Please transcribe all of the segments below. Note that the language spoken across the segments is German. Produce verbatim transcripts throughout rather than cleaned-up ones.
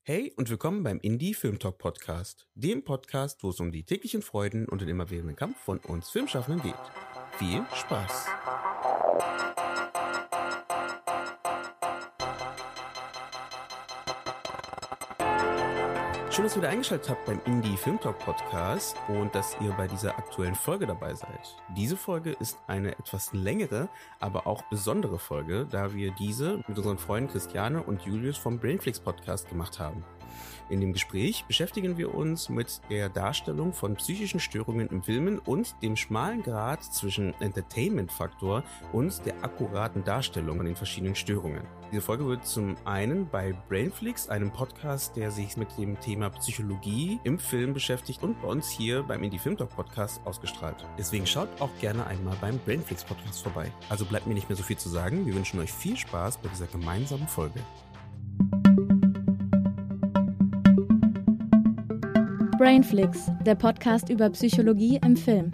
Hey und willkommen beim Indie Film Talk Podcast, dem Podcast, wo es um die täglichen Freuden und den immerwährenden Kampf von uns Filmschaffenden geht. Viel Spaß! Schön, dass ihr wieder eingeschaltet habt beim Indie Film Talk Podcast und dass ihr bei dieser aktuellen Folge dabei seid. Diese Folge ist eine etwas längere, aber auch besondere Folge, da wir diese mit unseren Freunden Christiane und Julius vom Brainflix Podcast gemacht haben. In dem Gespräch beschäftigen wir uns mit der Darstellung von psychischen Störungen im Filmen und dem schmalen Grat zwischen Entertainment-Faktor und der akkuraten Darstellung von den verschiedenen Störungen. Diese Folge wird zum einen bei Brainflix, einem Podcast, der sich mit dem Thema Psychologie im Film beschäftigt, und bei uns hier beim Indie Film Talk Podcast ausgestrahlt. Deswegen schaut auch gerne einmal beim Brainflix Podcast vorbei. Also bleibt mir nicht mehr so viel zu sagen. Wir wünschen euch viel Spaß bei dieser gemeinsamen Folge. Brainflix, der Podcast über Psychologie im Film.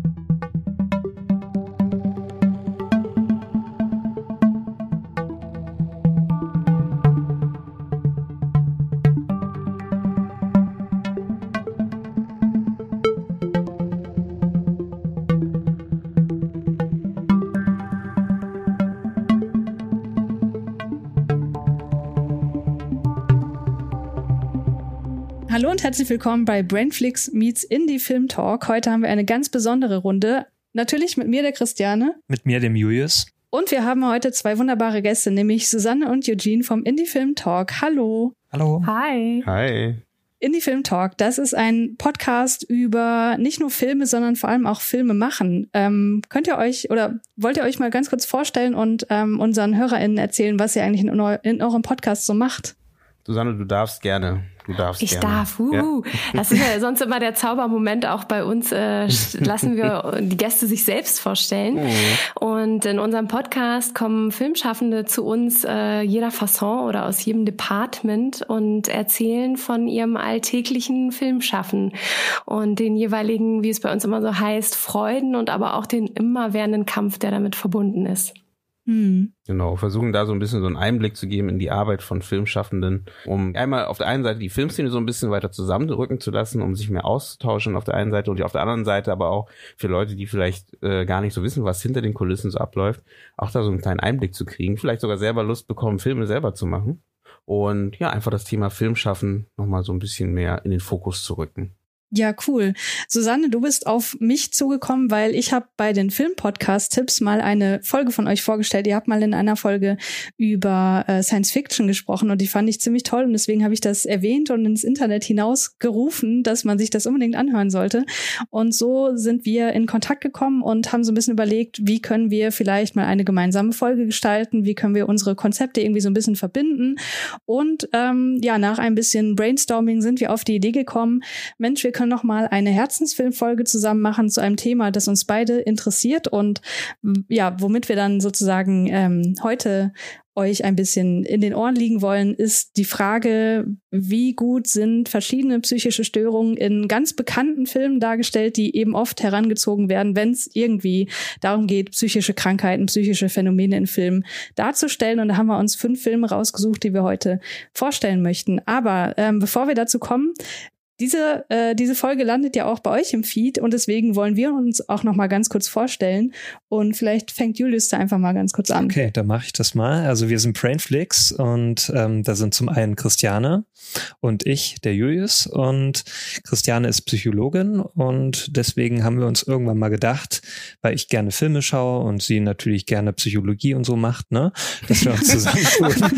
Hallo und herzlich willkommen bei Brainflix meets Indie Film Talk. Heute haben wir eine ganz besondere Runde. Natürlich mit mir, der Christiane. Mit mir, dem Julius. Und wir haben heute zwei wunderbare Gäste, nämlich Susanne und Eugene vom Indie Film Talk. Hallo. Hallo. Hi. Hi. Indie Film Talk, das ist ein Podcast über nicht nur Filme, sondern vor allem auch Filme machen. Ähm, könnt ihr euch oder wollt ihr euch mal ganz kurz vorstellen und ähm, unseren HörerInnen erzählen, was ihr eigentlich in, eu- in eurem Podcast so macht? Susanne, du darfst gerne. Du darfst ich gerne. darf, uh. Ja. Das ist ja sonst immer der Zaubermoment auch bei uns. Äh, lassen wir die Gäste sich selbst vorstellen. Mhm. Und in unserem Podcast kommen Filmschaffende zu uns, äh, jeder Fasson oder aus jedem Department, und erzählen von ihrem alltäglichen Filmschaffen und den jeweiligen, wie es bei uns immer so heißt, Freuden und aber auch den immerwährenden Kampf, der damit verbunden ist. Hm. Genau, versuchen da so ein bisschen so einen Einblick zu geben in die Arbeit von Filmschaffenden, um einmal auf der einen Seite die Filmszene so ein bisschen weiter zusammenrücken zu lassen, um sich mehr auszutauschen auf der einen Seite, und auf der anderen Seite aber auch für Leute, die vielleicht äh, gar nicht so wissen, was hinter den Kulissen so abläuft, auch da so einen kleinen Einblick zu kriegen, vielleicht sogar selber Lust bekommen, Filme selber zu machen und ja, einfach das Thema Filmschaffen nochmal so ein bisschen mehr in den Fokus zu rücken. Ja, cool. Susanne, du bist auf mich zugekommen, weil ich habe bei den Film-Podcast-Tipps mal eine Folge von euch vorgestellt. Ihr habt mal in einer Folge über äh, Science-Fiction gesprochen und die fand ich ziemlich toll und deswegen habe ich das erwähnt und ins Internet hinausgerufen, dass man sich das unbedingt anhören sollte. Und so sind wir in Kontakt gekommen und haben so ein bisschen überlegt, wie können wir vielleicht mal eine gemeinsame Folge gestalten, wie können wir unsere Konzepte irgendwie so ein bisschen verbinden. Und ähm, ja, nach ein bisschen Brainstorming sind wir auf die Idee gekommen, Mensch, wir können noch mal eine Herzensfilmfolge zusammen machen zu einem Thema, das uns beide interessiert und ja, womit wir dann sozusagen ähm, heute euch ein bisschen in den Ohren liegen wollen, ist die Frage, wie gut sind verschiedene psychische Störungen in ganz bekannten Filmen dargestellt, die eben oft herangezogen werden, wenn es irgendwie darum geht, psychische Krankheiten, psychische Phänomene in Filmen darzustellen. Und da haben wir uns fünf Filme rausgesucht, die wir heute vorstellen möchten. Aber ähm, bevor wir dazu kommen, Diese, äh, diese Folge landet ja auch bei euch im Feed und deswegen wollen wir uns auch noch mal ganz kurz vorstellen und vielleicht fängt Julius da einfach mal ganz kurz an. Okay, dann mache ich das mal. Also wir sind Brainflix und ähm, da sind zum einen Christiane und ich, der Julius, und Christiane ist Psychologin und deswegen haben wir uns irgendwann mal gedacht, weil ich gerne Filme schaue und sie natürlich gerne Psychologie und so macht, ne, dass wir uns zusammentun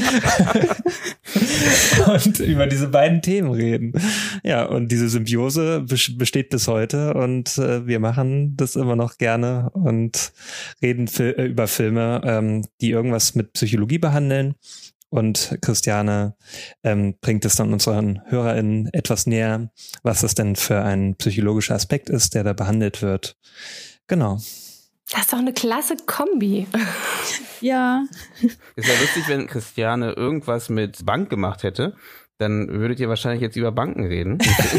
und über diese beiden Themen reden. Ja, und diese Symbiose besteht bis heute und äh, wir machen das immer noch gerne und reden fil- äh, über Filme, ähm, die irgendwas mit Psychologie behandeln. Und Christiane ähm, bringt es dann unseren HörerInnen etwas näher, was das denn für ein psychologischer Aspekt ist, der da behandelt wird. Genau. Das ist doch eine klasse Kombi. Ja. Ist ja lustig, wenn Christiane irgendwas mit Bank gemacht hätte, dann würdet ihr wahrscheinlich jetzt über Banken reden.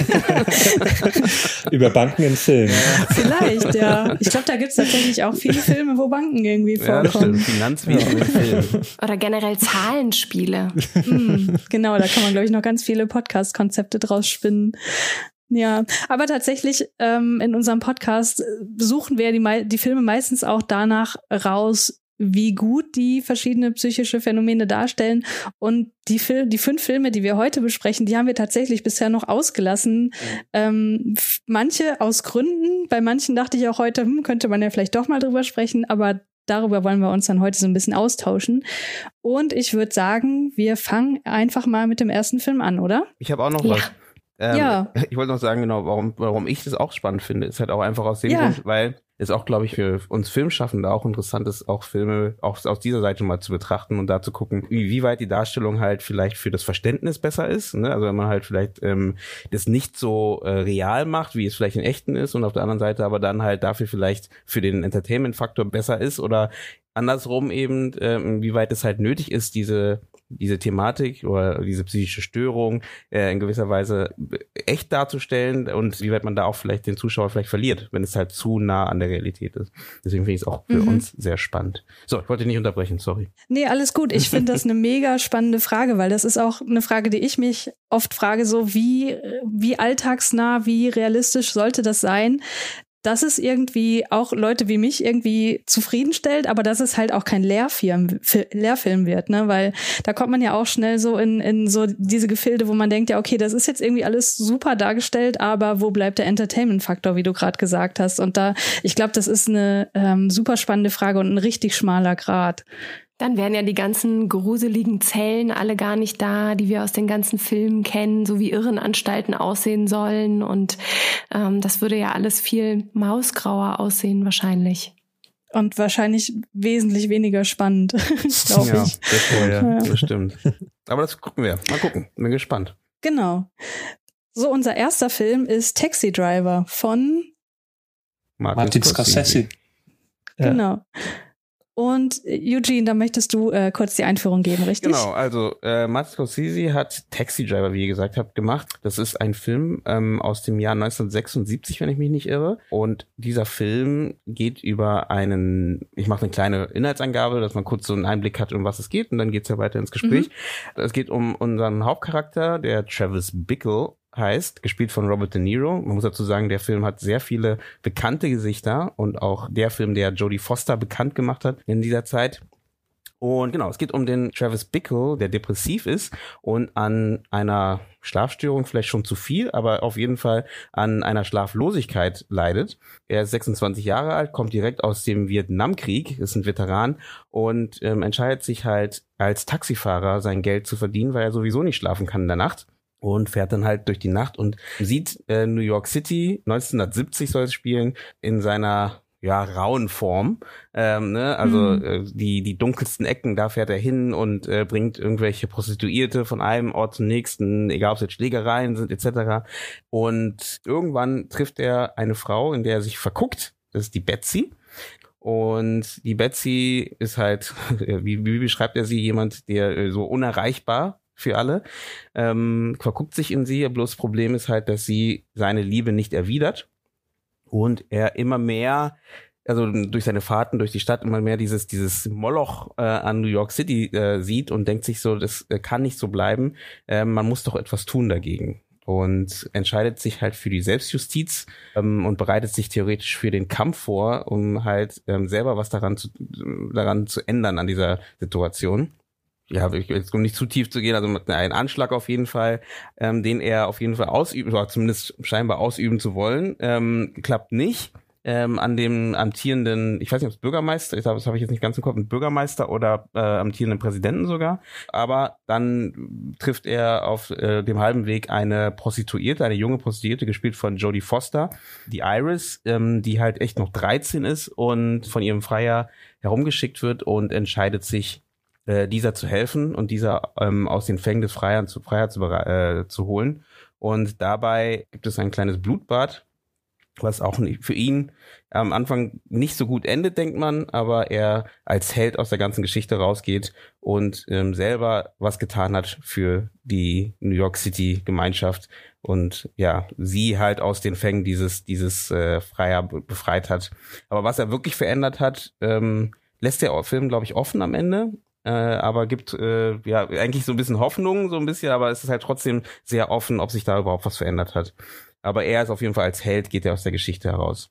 Über Banken in Filmen. Vielleicht, ja. Ich glaube, da gibt es tatsächlich auch viele Filme, wo Banken irgendwie vorkommen. Ja, das stimmt. Finanzwesen in Filmen. Oder generell Zahlenspiele. Mm, genau, da kann man, glaube ich, noch ganz viele Podcast-Konzepte draus spinnen. Ja, aber tatsächlich ähm, in unserem Podcast suchen wir die, die Filme meistens auch danach raus, wie gut die verschiedene psychische Phänomene darstellen. Und die, Fil- die fünf Filme, die wir heute besprechen, die haben wir tatsächlich bisher noch ausgelassen. Mhm. Ähm, f- manche aus Gründen, bei manchen dachte ich auch heute, hm, könnte man ja vielleicht doch mal drüber sprechen, aber darüber wollen wir uns dann heute so ein bisschen austauschen. Und ich würde sagen, wir fangen einfach mal mit dem ersten Film an, oder? Ich habe auch noch ja. was. Ähm, ja. Ich wollte noch sagen, genau, warum, warum ich das auch spannend finde, ist halt auch einfach aus dem ja. Grund, weil es auch, glaube ich, für uns Filmschaffende auch interessant ist, auch Filme auch aus dieser Seite mal zu betrachten und da zu gucken, wie, wie weit die Darstellung halt vielleicht für das Verständnis besser ist. Ne? Also wenn man halt vielleicht ähm, das nicht so äh, real macht, wie es vielleicht in echten ist und auf der anderen Seite aber dann halt dafür vielleicht für den Entertainment-Faktor besser ist oder andersrum eben, ähm, wie weit es halt nötig ist, diese diese Thematik oder diese psychische Störung äh, in gewisser Weise echt darzustellen und wie weit man da auch vielleicht den Zuschauer vielleicht verliert, wenn es halt zu nah an der Realität ist. Deswegen finde ich es auch für mhm. uns sehr spannend. So, ich wollte nicht unterbrechen, sorry. Nee, alles gut. Ich finde das eine mega spannende Frage, weil das ist auch eine Frage, die ich mich oft frage, so wie, wie alltagsnah, wie realistisch sollte das sein, dass es irgendwie auch Leute wie mich irgendwie zufriedenstellt, aber dass es halt auch kein Lehrfilm, Lehrfilm wird, ne, weil da kommt man ja auch schnell so in, in so diese Gefilde, wo man denkt, ja, okay, das ist jetzt irgendwie alles super dargestellt, aber wo bleibt der Entertainment-Faktor, wie du gerade gesagt hast? Und da, ich glaube, das ist eine ähm, super spannende Frage und ein richtig schmaler Grat. Dann wären ja die ganzen gruseligen Zellen alle gar nicht da, die wir aus den ganzen Filmen kennen, so wie Irrenanstalten aussehen sollen. Und ähm, das würde ja alles viel mausgrauer aussehen wahrscheinlich. Und wahrscheinlich wesentlich weniger spannend, glaube ja, ich. Das, ja, ja, das stimmt. Aber das gucken wir. Mal gucken. Bin gespannt. Genau. So, unser erster Film ist Taxi Driver von Martin, Martin Scorsese. Genau. Ja. Und Eugene, da möchtest du äh, kurz die Einführung geben, richtig? Genau, also äh, Martin Scorsese hat Taxi Driver, wie ihr gesagt habt, gemacht. Das ist ein Film ähm, aus dem Jahr neunzehnhundertsechsundsiebzig, wenn ich mich nicht irre. Und dieser Film geht über einen, ich mache eine kleine Inhaltsangabe, dass man kurz so einen Einblick hat, um was es geht. Und dann geht's ja weiter ins Gespräch. Mhm. Es geht um unseren Hauptcharakter, der Travis Bickle heißt, gespielt von Robert De Niro. Man muss dazu sagen, der Film hat sehr viele bekannte Gesichter und auch der Film, der Jodie Foster bekannt gemacht hat in dieser Zeit. Und genau, es geht um den Travis Bickle, der depressiv ist und an einer Schlafstörung, vielleicht schon zu viel, aber auf jeden Fall an einer Schlaflosigkeit leidet. Er ist sechsundzwanzig Jahre alt, kommt direkt aus dem Vietnamkrieg, ist ein Veteran und ähm, entscheidet sich halt als Taxifahrer sein Geld zu verdienen, weil er sowieso nicht schlafen kann in der Nacht. Und fährt dann halt durch die Nacht und sieht äh, New York City, neunzehnhundertsiebzig soll es spielen, in seiner ja rauen Form. Ähm, ne? Also mhm. äh, die die dunkelsten Ecken, da fährt er hin und äh, bringt irgendwelche Prostituierte von einem Ort zum nächsten, egal ob es jetzt Schlägereien sind et cetera. Und irgendwann trifft er eine Frau, in der er sich verguckt. Das ist die Betsy. Und die Betsy ist halt, wie, wie beschreibt er sie, jemand, der äh, so unerreichbar für alle, ähm, verguckt sich in sie, bloß das Problem ist halt, dass sie seine Liebe nicht erwidert und er immer mehr, also durch seine Fahrten durch die Stadt immer mehr dieses dieses Moloch äh, an New York City äh, sieht und denkt sich so, das äh, kann nicht so bleiben, äh, man muss doch etwas tun dagegen. Und entscheidet sich halt für die Selbstjustiz ähm, und bereitet sich theoretisch für den Kampf vor, um halt ähm, selber was daran zu, daran zu ändern an dieser Situation. Ja, jetzt um nicht zu tief zu gehen, also ein Anschlag auf jeden Fall, ähm, den er auf jeden Fall ausüben, oder zumindest scheinbar ausüben zu wollen, ähm, klappt nicht. Ähm, an dem amtierenden, ich weiß nicht, ob es Bürgermeister, ich glaube, das habe ich jetzt nicht ganz im Kopf, ein Bürgermeister oder äh, amtierenden Präsidenten sogar. Aber dann trifft er auf äh, dem halben Weg eine Prostituierte, eine junge Prostituierte, gespielt von Jodie Foster, die Iris, ähm, die halt echt noch dreizehn ist und von ihrem Freier herumgeschickt wird und entscheidet sich, dieser zu helfen und dieser ähm, aus den Fängen des Freiers zu, Freier zu, äh, zu holen. Und dabei gibt es ein kleines Blutbad was auch nicht, für ihn am Anfang nicht so gut endet, denkt man, aber er als Held aus der ganzen Geschichte rausgeht und ähm, selber was getan hat für die New York City Gemeinschaft und ja, sie halt aus den Fängen dieses dieses äh, Freier befreit hat. Aber was er wirklich verändert hat, ähm, lässt der Film, glaube ich, offen am Ende. Äh, aber gibt äh, ja eigentlich so ein bisschen Hoffnung, so ein bisschen, aber es ist halt trotzdem sehr offen, ob sich da überhaupt was verändert hat. Aber er ist auf jeden Fall als Held, geht er aus der Geschichte heraus.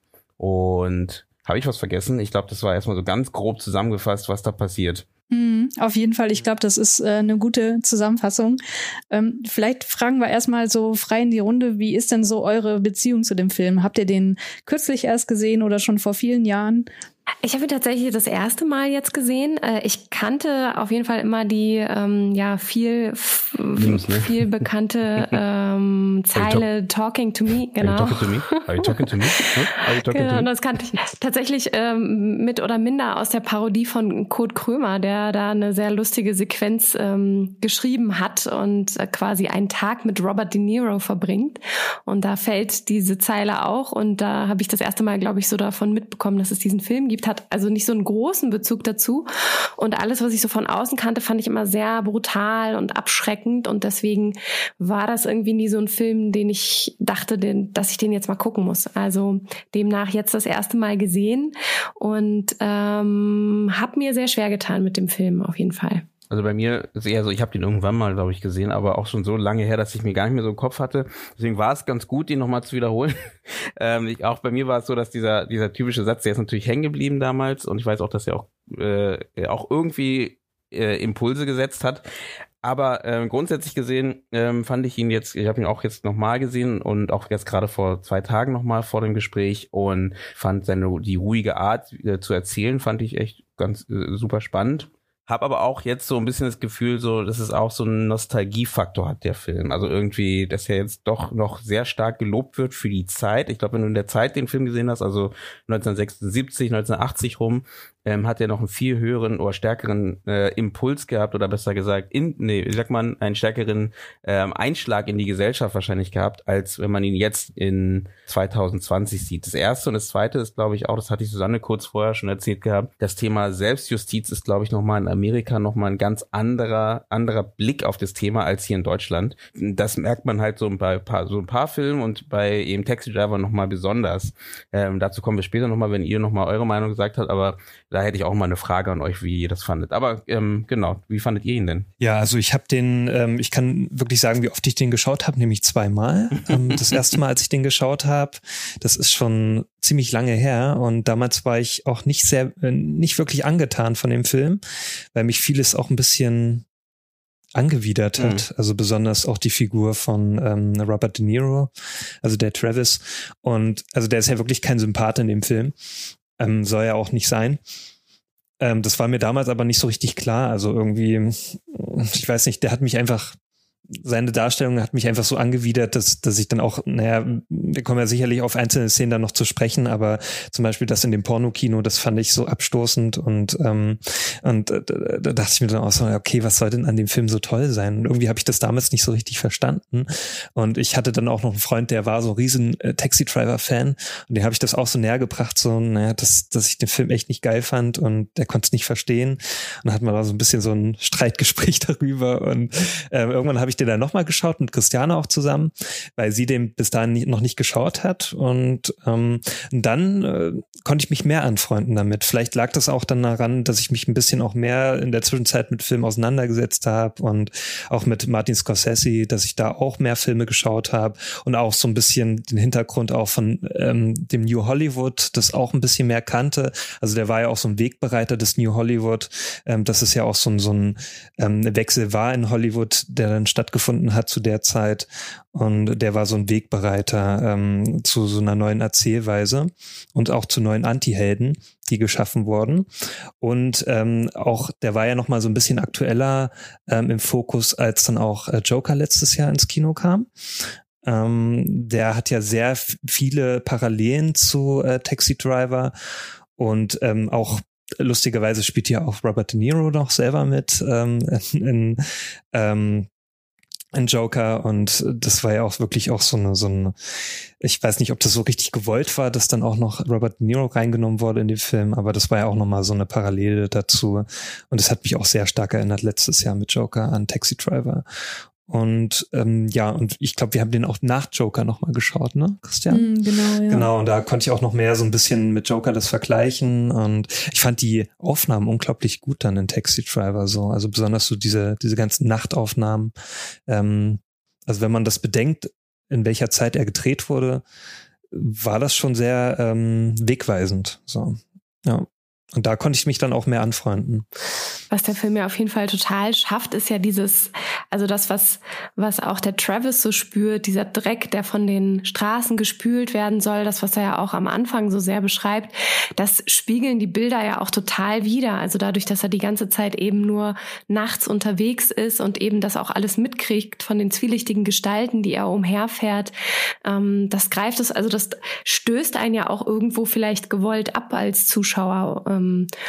Und habe ich was vergessen? Ich glaube, das war erstmal so ganz grob zusammengefasst, was da passiert. Mhm, auf jeden Fall, ich glaube, das ist äh, eine gute Zusammenfassung. Ähm, vielleicht fragen wir erstmal so frei in die Runde, wie ist denn so eure Beziehung zu dem Film? Habt ihr den kürzlich erst gesehen oder schon vor vielen Jahren? Ich habe ihn tatsächlich das erste Mal jetzt gesehen. Ich kannte auf jeden Fall immer die ähm, ja viel f- Links, ne? viel bekannte ähm, Zeile Talking to Me, genau. Are you talking to me? Are you talking to me? Are you talking Genau, to und me? das kannte ich tatsächlich ähm, mit oder minder aus der Parodie von Kurt Krömer, der da eine sehr lustige Sequenz ähm, geschrieben hat und äh, quasi einen Tag mit Robert De Niro verbringt. Und da fällt diese Zeile auch. Und da habe ich das erste Mal, glaube ich, so davon mitbekommen, dass es diesen Film gibt. Hat also nicht so einen großen Bezug dazu. Und alles, was ich so von außen kannte, fand ich immer sehr brutal und abschreckend. Und deswegen war das irgendwie nie so ein Film, den ich dachte, den, dass ich den jetzt mal gucken muss. Also demnach jetzt das erste Mal gesehen und ähm, habe mir sehr schwer getan mit dem Film auf jeden Fall. Also bei mir ist eher so, ich habe den irgendwann mal, glaube ich, gesehen, aber auch schon so lange her, dass ich mir gar nicht mehr so im Kopf hatte. Deswegen war es ganz gut, den nochmal zu wiederholen. ähm, ich, auch bei mir war es so, dass dieser dieser typische Satz, der ist natürlich hängen geblieben damals und ich weiß auch, dass er auch äh, auch irgendwie äh, Impulse gesetzt hat. Aber ähm, grundsätzlich gesehen ähm, fand ich ihn jetzt, ich habe ihn auch jetzt nochmal gesehen und auch jetzt gerade vor zwei Tagen nochmal vor dem Gespräch und fand seine die ruhige Art äh, zu erzählen, fand ich echt ganz äh, super spannend. Hab aber auch jetzt so ein bisschen das Gefühl, so, dass es auch so einen Nostalgiefaktor hat, der Film. Also irgendwie, dass er jetzt doch noch sehr stark gelobt wird für die Zeit. Ich glaube, wenn du in der Zeit den Film gesehen hast, also neunzehnhundertsechsundsiebzig, neunzehnhundertachtzig rum, ähm, hat er noch einen viel höheren oder stärkeren äh, Impuls gehabt oder besser gesagt, in, nee, wie sagt man, einen stärkeren ähm, Einschlag in die Gesellschaft wahrscheinlich gehabt, als wenn man ihn jetzt in zwanzig zwanzig sieht. Das erste und das zweite ist, glaube ich, auch, das hatte ich Susanne kurz vorher schon erzählt gehabt, das Thema Selbstjustiz ist, glaube ich, nochmal in Amerika nochmal ein ganz anderer anderer Blick auf das Thema als hier in Deutschland. Das merkt man halt so bei paar, so ein paar Filmen und bei eben Taxi Driver nochmal besonders. Ähm, dazu kommen wir später nochmal, wenn ihr nochmal eure Meinung gesagt habt, aber da hätte ich auch mal eine Frage an euch, wie ihr das fandet. Aber ähm, genau, wie fandet ihr ihn denn? Ja, also ich habe den, ähm, ich kann wirklich sagen, wie oft ich den geschaut habe, nämlich zweimal. ähm, das erste Mal, als ich den geschaut habe, das ist schon ziemlich lange her und damals war ich auch nicht sehr, äh, nicht wirklich angetan von dem Film, weil mich vieles auch ein bisschen angewidert hat, mhm. also besonders auch die Figur von ähm, Robert De Niro, also der Travis, und also der ist ja wirklich kein Sympath in dem Film. Ähm, soll ja auch nicht sein. Ähm, das war mir damals aber nicht so richtig klar. Also irgendwie, ich weiß nicht, der hat mich einfach, seine Darstellung hat mich einfach so angewidert, dass, dass ich dann auch, naja, wir kommen ja sicherlich auf einzelne Szenen dann noch zu sprechen, aber zum Beispiel das in dem Pornokino, das fand ich so abstoßend und, ähm, und äh, da dachte ich mir dann auch so, okay, was soll denn an dem Film so toll sein? Und irgendwie habe ich das damals nicht so richtig verstanden. Und ich hatte dann auch noch einen Freund, der war so riesen äh, Taxi-Driver-Fan und dem habe ich das auch so näher gebracht, so, naja, dass, dass ich den Film echt nicht geil fand und der konnte es nicht verstehen. Und dann hatten wir da so ein bisschen so ein Streitgespräch darüber und äh, irgendwann habe ich den dann nochmal geschaut, mit Christiane auch zusammen, weil sie den bis dahin nie, noch nicht geschaut hat und ähm, dann äh, konnte ich mich mehr anfreunden damit. Vielleicht lag das auch dann daran, dass ich mich ein bisschen auch mehr in der Zwischenzeit mit Filmen auseinandergesetzt habe und auch mit Martin Scorsese, dass ich da auch mehr Filme geschaut habe und auch so ein bisschen den Hintergrund auch von ähm, dem New Hollywood, das auch ein bisschen mehr kannte. Also der war ja auch so ein Wegbereiter des New Hollywood, ähm, dass es ja auch so ein, so ein ähm, Wechsel war in Hollywood, der dann stattgefunden hat zu der Zeit und der war so ein Wegbereiter ähm, zu so einer neuen Erzählweise und auch zu neuen Antihelden, die geschaffen wurden und ähm, auch der war ja noch mal so ein bisschen aktueller ähm, im Fokus, als dann auch äh, Joker letztes Jahr ins Kino kam. Ähm, der hat ja sehr f- viele Parallelen zu äh, Taxi Driver und ähm, auch lustigerweise spielt ja auch Robert De Niro noch selber mit ähm, in, in ähm, ein Joker, und das war ja auch wirklich auch so eine, so eine, ich weiß nicht, ob das so richtig gewollt war, dass dann auch noch Robert De Niro reingenommen wurde in den Film, aber das war ja auch nochmal so eine Parallele dazu, und das hat mich auch sehr stark erinnert letztes Jahr mit Joker an Taxi Driver. Und ähm, ja, und ich glaube, wir haben den auch nach Joker nochmal geschaut, ne, Christian? Mm, genau, ja. Genau, und da konnte ich auch noch mehr so ein bisschen mit Joker das vergleichen, und ich fand die Aufnahmen unglaublich gut dann in Taxi Driver so, also besonders so diese diese ganzen Nachtaufnahmen. Ähm, also wenn man das bedenkt, in welcher Zeit er gedreht wurde, war das schon sehr ähm, wegweisend. So, ja. Und da konnte ich mich dann auch mehr anfreunden. Was der Film ja auf jeden Fall total schafft, ist ja dieses, also das, was was auch der Travis so spürt, dieser Dreck, der von den Straßen gespült werden soll, das, was er ja auch am Anfang so sehr beschreibt, das spiegeln die Bilder ja auch total wider. Also dadurch, dass er die ganze Zeit eben nur nachts unterwegs ist und eben das auch alles mitkriegt von den zwielichtigen Gestalten, die er umherfährt, ähm, das greift es, also das stößt einen ja auch irgendwo vielleicht gewollt ab als Zuschauer. Ähm,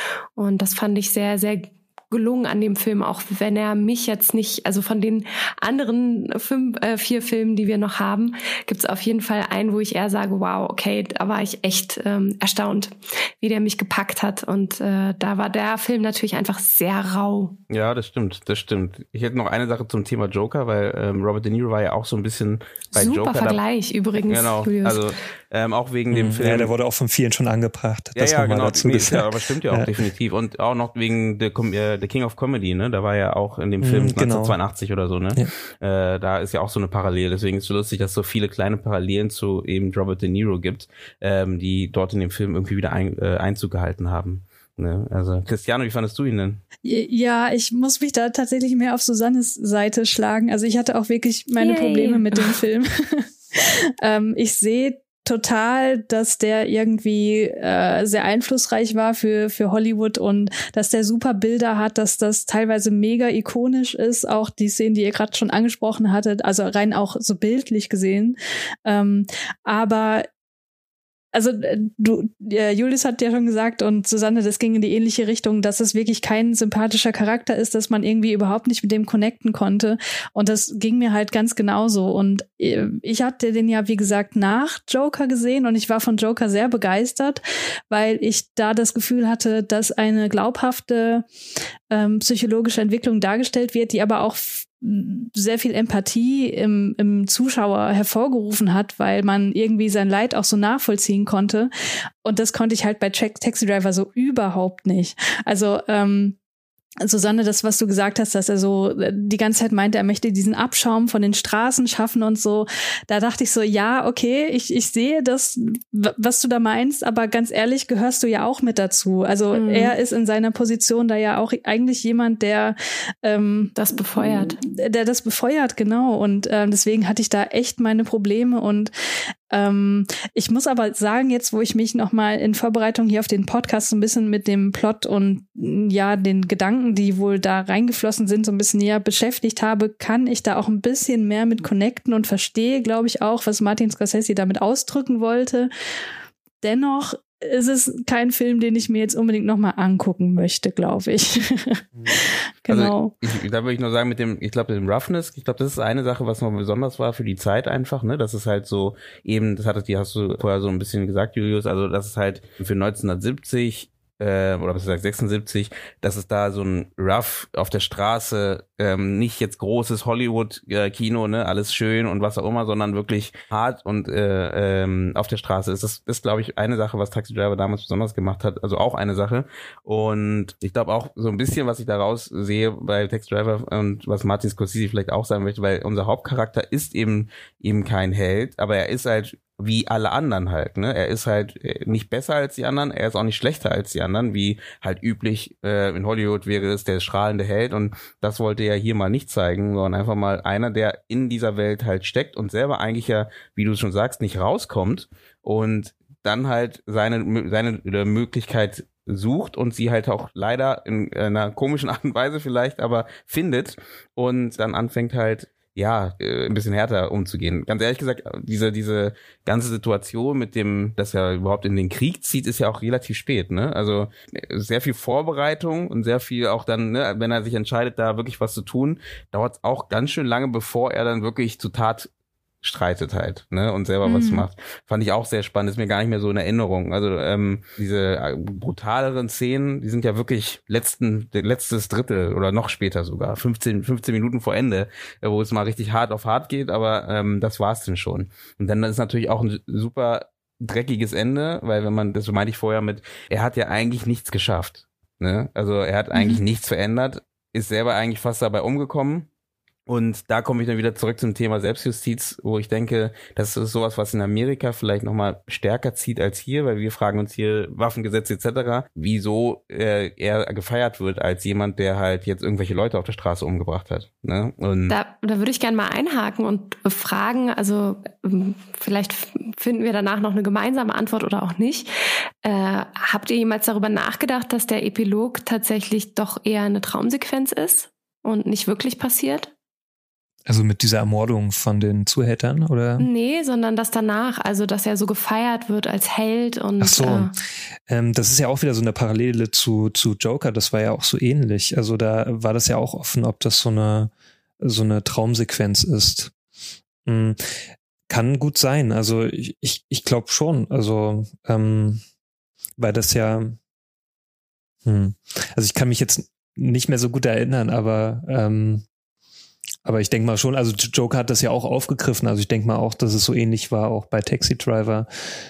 Und das fand ich sehr, sehr gelungen an dem Film, auch wenn er mich jetzt nicht, also von den anderen fünf, äh, vier Filmen, die wir noch haben, gibt es auf jeden Fall einen, wo ich eher sage, wow, okay, da war ich echt ähm, erstaunt, wie der mich gepackt hat, und äh, da war der Film natürlich einfach sehr rau. Ja, das stimmt, das stimmt. Ich hätte noch eine Sache zum Thema Joker, weil ähm, Robert De Niro war ja auch so ein bisschen bei Super Joker. Super Vergleich da, übrigens, genau, Julius. Also ähm, auch wegen dem mhm. Film. Ja, der wurde auch von vielen schon angebracht. Ja, das ja, genau, dazu nee, ja, aber stimmt ja auch ja. definitiv. Und auch noch wegen The, äh, The King of Comedy, ne? Da war ja auch in dem Film mhm, genau. neunzehnhundertzweiundachtzig oder so, ne? Ja. Äh, da ist ja auch so eine Parallele. Deswegen ist es so lustig, dass es so viele kleine Parallelen zu eben Robert De Niro gibt, ähm, die dort in dem Film irgendwie wieder ein, äh, Einzug gehalten haben. Ne? Also, Christiane, wie fandest du ihn denn? Ja, ich muss mich da tatsächlich mehr auf Susannes Seite schlagen. Also ich hatte auch wirklich meine Yay. Probleme mit dem Film. ähm, ich sehe total, dass der irgendwie äh, sehr einflussreich war für für Hollywood und dass der super Bilder hat, dass das teilweise mega ikonisch ist, auch die Szenen, die ihr gerade schon angesprochen hattet, also rein auch so bildlich gesehen. Ähm, aber Also du, äh, Julius hat ja schon gesagt und Susanne, das ging in die ähnliche Richtung, dass es wirklich kein sympathischer Charakter ist, dass man irgendwie überhaupt nicht mit dem connecten konnte, und das ging mir halt ganz genauso, und ich hatte den ja wie gesagt nach Joker gesehen und ich war von Joker sehr begeistert, weil ich da das Gefühl hatte, dass eine glaubhafte ähm, psychologische Entwicklung dargestellt wird, die aber auch sehr viel Empathie im, im Zuschauer hervorgerufen hat, weil man irgendwie sein Leid auch so nachvollziehen konnte. Und das konnte ich halt bei Taxi Driver so überhaupt nicht. Also, ähm, Susanne, das, was du gesagt hast, dass er so die ganze Zeit meinte, er möchte diesen Abschaum von den Straßen schaffen und so, da dachte ich so, ja, okay, ich ich sehe das, was du da meinst, aber ganz ehrlich, gehörst du ja auch mit dazu. Also mhm. er ist in seiner Position da ja auch eigentlich jemand, der ähm, das befeuert. Der das befeuert, genau. Und ähm, deswegen hatte ich da echt meine Probleme, und Ähm, ich muss aber sagen, jetzt, wo ich mich nochmal in Vorbereitung hier auf den Podcast so ein bisschen mit dem Plot und ja, den Gedanken, die wohl da reingeflossen sind, so ein bisschen näher beschäftigt habe, kann ich da auch ein bisschen mehr mit connecten und verstehe, glaube ich, auch, was Martin Scorsese damit ausdrücken wollte. Dennoch ist es kein Film, den ich mir jetzt unbedingt nochmal angucken möchte, glaube ich. Genau. Also ich, da würde ich nur sagen, mit dem, ich glaube, mit dem Roughness, ich glaube, das ist eine Sache, was noch besonders war für die Zeit einfach, ne, das ist halt so eben, das hattest, die hast du vorher so ein bisschen gesagt, Julius, also das ist halt für neunzehnhundertsiebzig äh, oder was gesagt sechsundsiebzig, dass es da so ein Rough auf der Straße, ähm, nicht jetzt großes Hollywood-Kino, ne, alles schön und was auch immer, sondern wirklich hart und äh, ähm, auf der Straße ist. Das ist, glaube ich, eine Sache, was Taxi Driver damals besonders gemacht hat, also auch eine Sache. Und ich glaube auch so ein bisschen, was ich daraus sehe bei Taxi Driver und was Martin Scorsese vielleicht auch sagen möchte, weil unser Hauptcharakter ist eben eben kein Held, aber er ist halt wie alle anderen halt, ne? Er ist halt nicht besser als die anderen, er ist auch nicht schlechter als die anderen, wie halt üblich äh, in Hollywood wäre es der strahlende Held, und das wollte er hier mal nicht zeigen, sondern einfach mal einer, der in dieser Welt halt steckt und selber eigentlich ja, wie du schon sagst, nicht rauskommt und dann halt seine seine Möglichkeit sucht und sie halt auch leider in einer komischen Art und Weise vielleicht aber findet und dann anfängt halt ja, ein bisschen härter umzugehen. Ganz ehrlich gesagt, diese diese ganze Situation mit dem, dass er überhaupt in den Krieg zieht, ist ja auch relativ spät, ne? Also sehr viel Vorbereitung und sehr viel auch dann, ne, wenn er sich entscheidet, da wirklich was zu tun, dauert es auch ganz schön lange, bevor er dann wirklich zu Tat streitet halt, ne, und selber mhm. was macht. Fand ich auch sehr spannend, ist mir gar nicht mehr so in Erinnerung. Also ähm, diese brutaleren Szenen, die sind ja wirklich letzten, letztes Drittel oder noch später sogar, fünfzehn, fünfzehn Minuten vor Ende, wo es mal richtig hart auf hart geht, aber ähm, das war's denn schon. Und dann ist natürlich auch ein super dreckiges Ende, weil wenn man, das meinte ich vorher mit, er hat ja eigentlich nichts geschafft, ne, also er hat eigentlich mhm. nichts verändert, ist selber eigentlich fast dabei umgekommen. Und da komme ich dann wieder zurück zum Thema Selbstjustiz, wo ich denke, das ist sowas, was in Amerika vielleicht nochmal stärker zieht als hier, weil wir fragen uns hier Waffengesetze et cetera, wieso äh, er gefeiert wird als jemand, der halt jetzt irgendwelche Leute auf der Straße umgebracht hat. Ne? Und da, da würde ich gerne mal einhaken und fragen, also vielleicht finden wir danach noch eine gemeinsame Antwort oder auch nicht. Äh, habt ihr jemals darüber nachgedacht, dass der Epilog tatsächlich doch eher eine Traumsequenz ist und nicht wirklich passiert? Also mit dieser Ermordung von den Zuhältern, oder? Nee, sondern das danach, also dass er so gefeiert wird als Held und. Ach so, äh, ähm, das ist ja auch wieder so eine Parallele zu zu Joker, das war ja auch so ähnlich. Also da war das ja auch offen, ob das so eine so eine Traumsequenz ist. Mhm. Kann gut sein, also ich ich, ich glaube schon, also ähm, weil das ja hm. also ich kann mich jetzt nicht mehr so gut erinnern, aber ähm, Aber ich denke mal schon, also Joker hat das ja auch aufgegriffen, also ich denke mal auch, dass es so ähnlich war, auch bei Taxi Driver.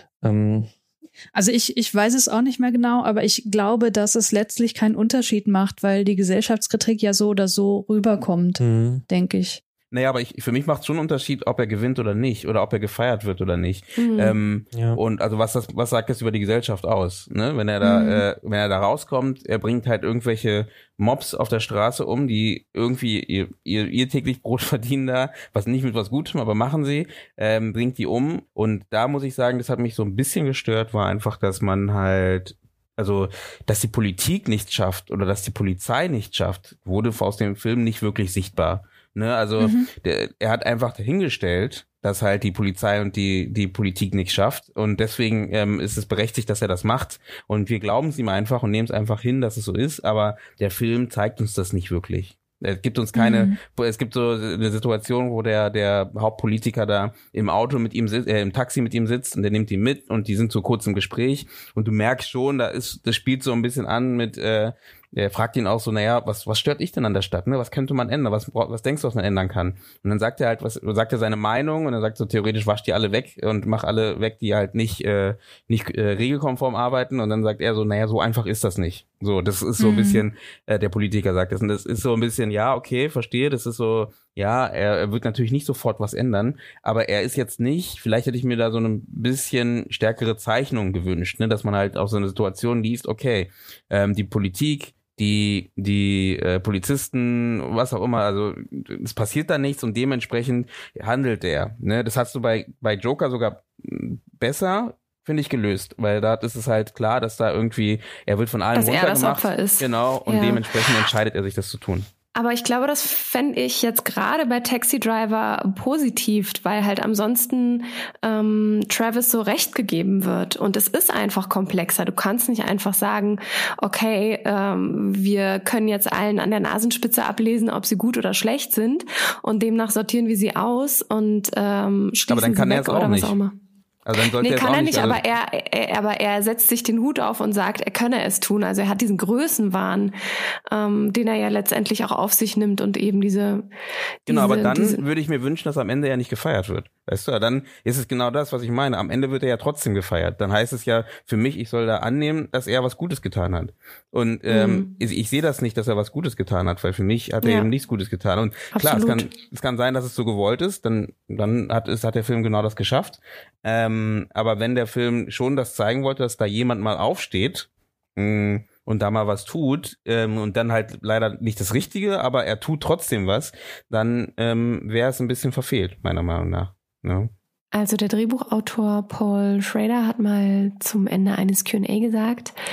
Ähm also ich, ich weiß es auch nicht mehr genau, aber ich glaube, dass es letztlich keinen Unterschied macht, weil die Gesellschaftskritik ja so oder so rüberkommt, mhm. denke ich. Naja, aber ich, für mich macht es schon einen Unterschied, ob er gewinnt oder nicht oder ob er gefeiert wird oder nicht. Mhm. Ähm, ja. Und also was das, was sagt das über die Gesellschaft aus? Ne? Wenn er da, Mhm. äh, wenn er da rauskommt, er bringt halt irgendwelche Mobs auf der Straße um, die irgendwie ihr, ihr, ihr täglich Brot verdienen da, was nicht mit was Gutem, aber machen sie, ähm, bringt die um. Und da muss ich sagen, das hat mich so ein bisschen gestört, war einfach, dass man halt also, dass die Politik nichts schafft oder dass die Polizei nichts schafft, wurde aus dem Film nicht wirklich sichtbar. Ne, also mhm. der, er hat einfach dahingestellt, dass halt die Polizei und die die Politik nichts schafft und deswegen ähm, ist es berechtigt, dass er das macht und wir glauben es ihm einfach und nehmen es einfach hin, dass es so ist, aber der Film zeigt uns das nicht wirklich. Es gibt uns keine, mhm. es gibt so eine Situation, wo der der Hauptpolitiker da im Auto mit ihm sitzt, äh, im Taxi mit ihm sitzt und der nimmt ihn mit und die sind so kurz im Gespräch und du merkst schon, da ist, das spielt so ein bisschen an mit, äh, er fragt ihn auch so, naja, was was stört dich denn an der Stadt, ne? Was könnte man ändern? Was was denkst du, was man ändern kann? Und dann sagt er halt, was sagt er seine Meinung und dann sagt so theoretisch wasch die alle weg und mach alle weg, die halt nicht äh, nicht äh, regelkonform arbeiten und dann sagt er so, naja, so einfach ist das nicht. So, das ist so ein bisschen äh, der Politiker sagt das und das ist so ein bisschen, ja, okay, verstehe, das ist so, ja, er, er wird natürlich nicht sofort was ändern, aber er ist jetzt nicht, vielleicht hätte ich mir da so ein bisschen stärkere Zeichnung gewünscht, ne, dass man halt auch so eine Situation liest, okay, ähm, die Politik die die äh, Polizisten, was auch immer, also es passiert da nichts und dementsprechend handelt er. Ne? Das hast du bei bei Joker sogar besser, finde ich, gelöst, weil da ist es halt klar, dass da irgendwie, er wird von allen dass runtergemacht. Er das Opfer ist. Genau, und ja. dementsprechend entscheidet er sich, das zu tun. Aber ich glaube, das fände ich jetzt gerade bei Taxi Driver positiv, weil halt ansonsten ähm, Travis so recht gegeben wird. Und es ist einfach komplexer. Du kannst nicht einfach sagen, okay, ähm, wir können jetzt allen an der Nasenspitze ablesen, ob sie gut oder schlecht sind. Und demnach sortieren wir sie aus und ähm, schließen aber dann kann sie er weg es auch oder nicht. was auch immer. Also dann sollte nee, er kann auch er nicht, nicht, also aber er, er, aber er setzt sich den Hut auf und sagt, er könne es tun. Also er hat diesen Größenwahn, ähm, den er ja letztendlich auch auf sich nimmt und eben diese, diese Genau, aber dann diese würde ich mir wünschen, dass am Ende ja nicht gefeiert wird. Weißt du, dann ist es genau das, was ich meine. Am Ende wird er ja trotzdem gefeiert. Dann heißt es ja für mich, ich soll da annehmen, dass er was Gutes getan hat. Und ähm, mhm. ich, ich sehe das nicht, dass er was Gutes getan hat, weil für mich hat er ja. eben nichts Gutes getan. Und klar, es kann, es kann sein, dass es so gewollt ist, dann, dann hat es, hat der Film genau das geschafft. Ähm, aber wenn der Film schon das zeigen wollte, dass da jemand mal aufsteht mh, und da mal was tut ähm, und dann halt leider nicht das Richtige, aber er tut trotzdem was, dann ähm, wäre es ein bisschen verfehlt, meiner Meinung nach. Ja. Also der Drehbuchautor Paul Schrader hat mal zum Ende eines Q and A gesagt,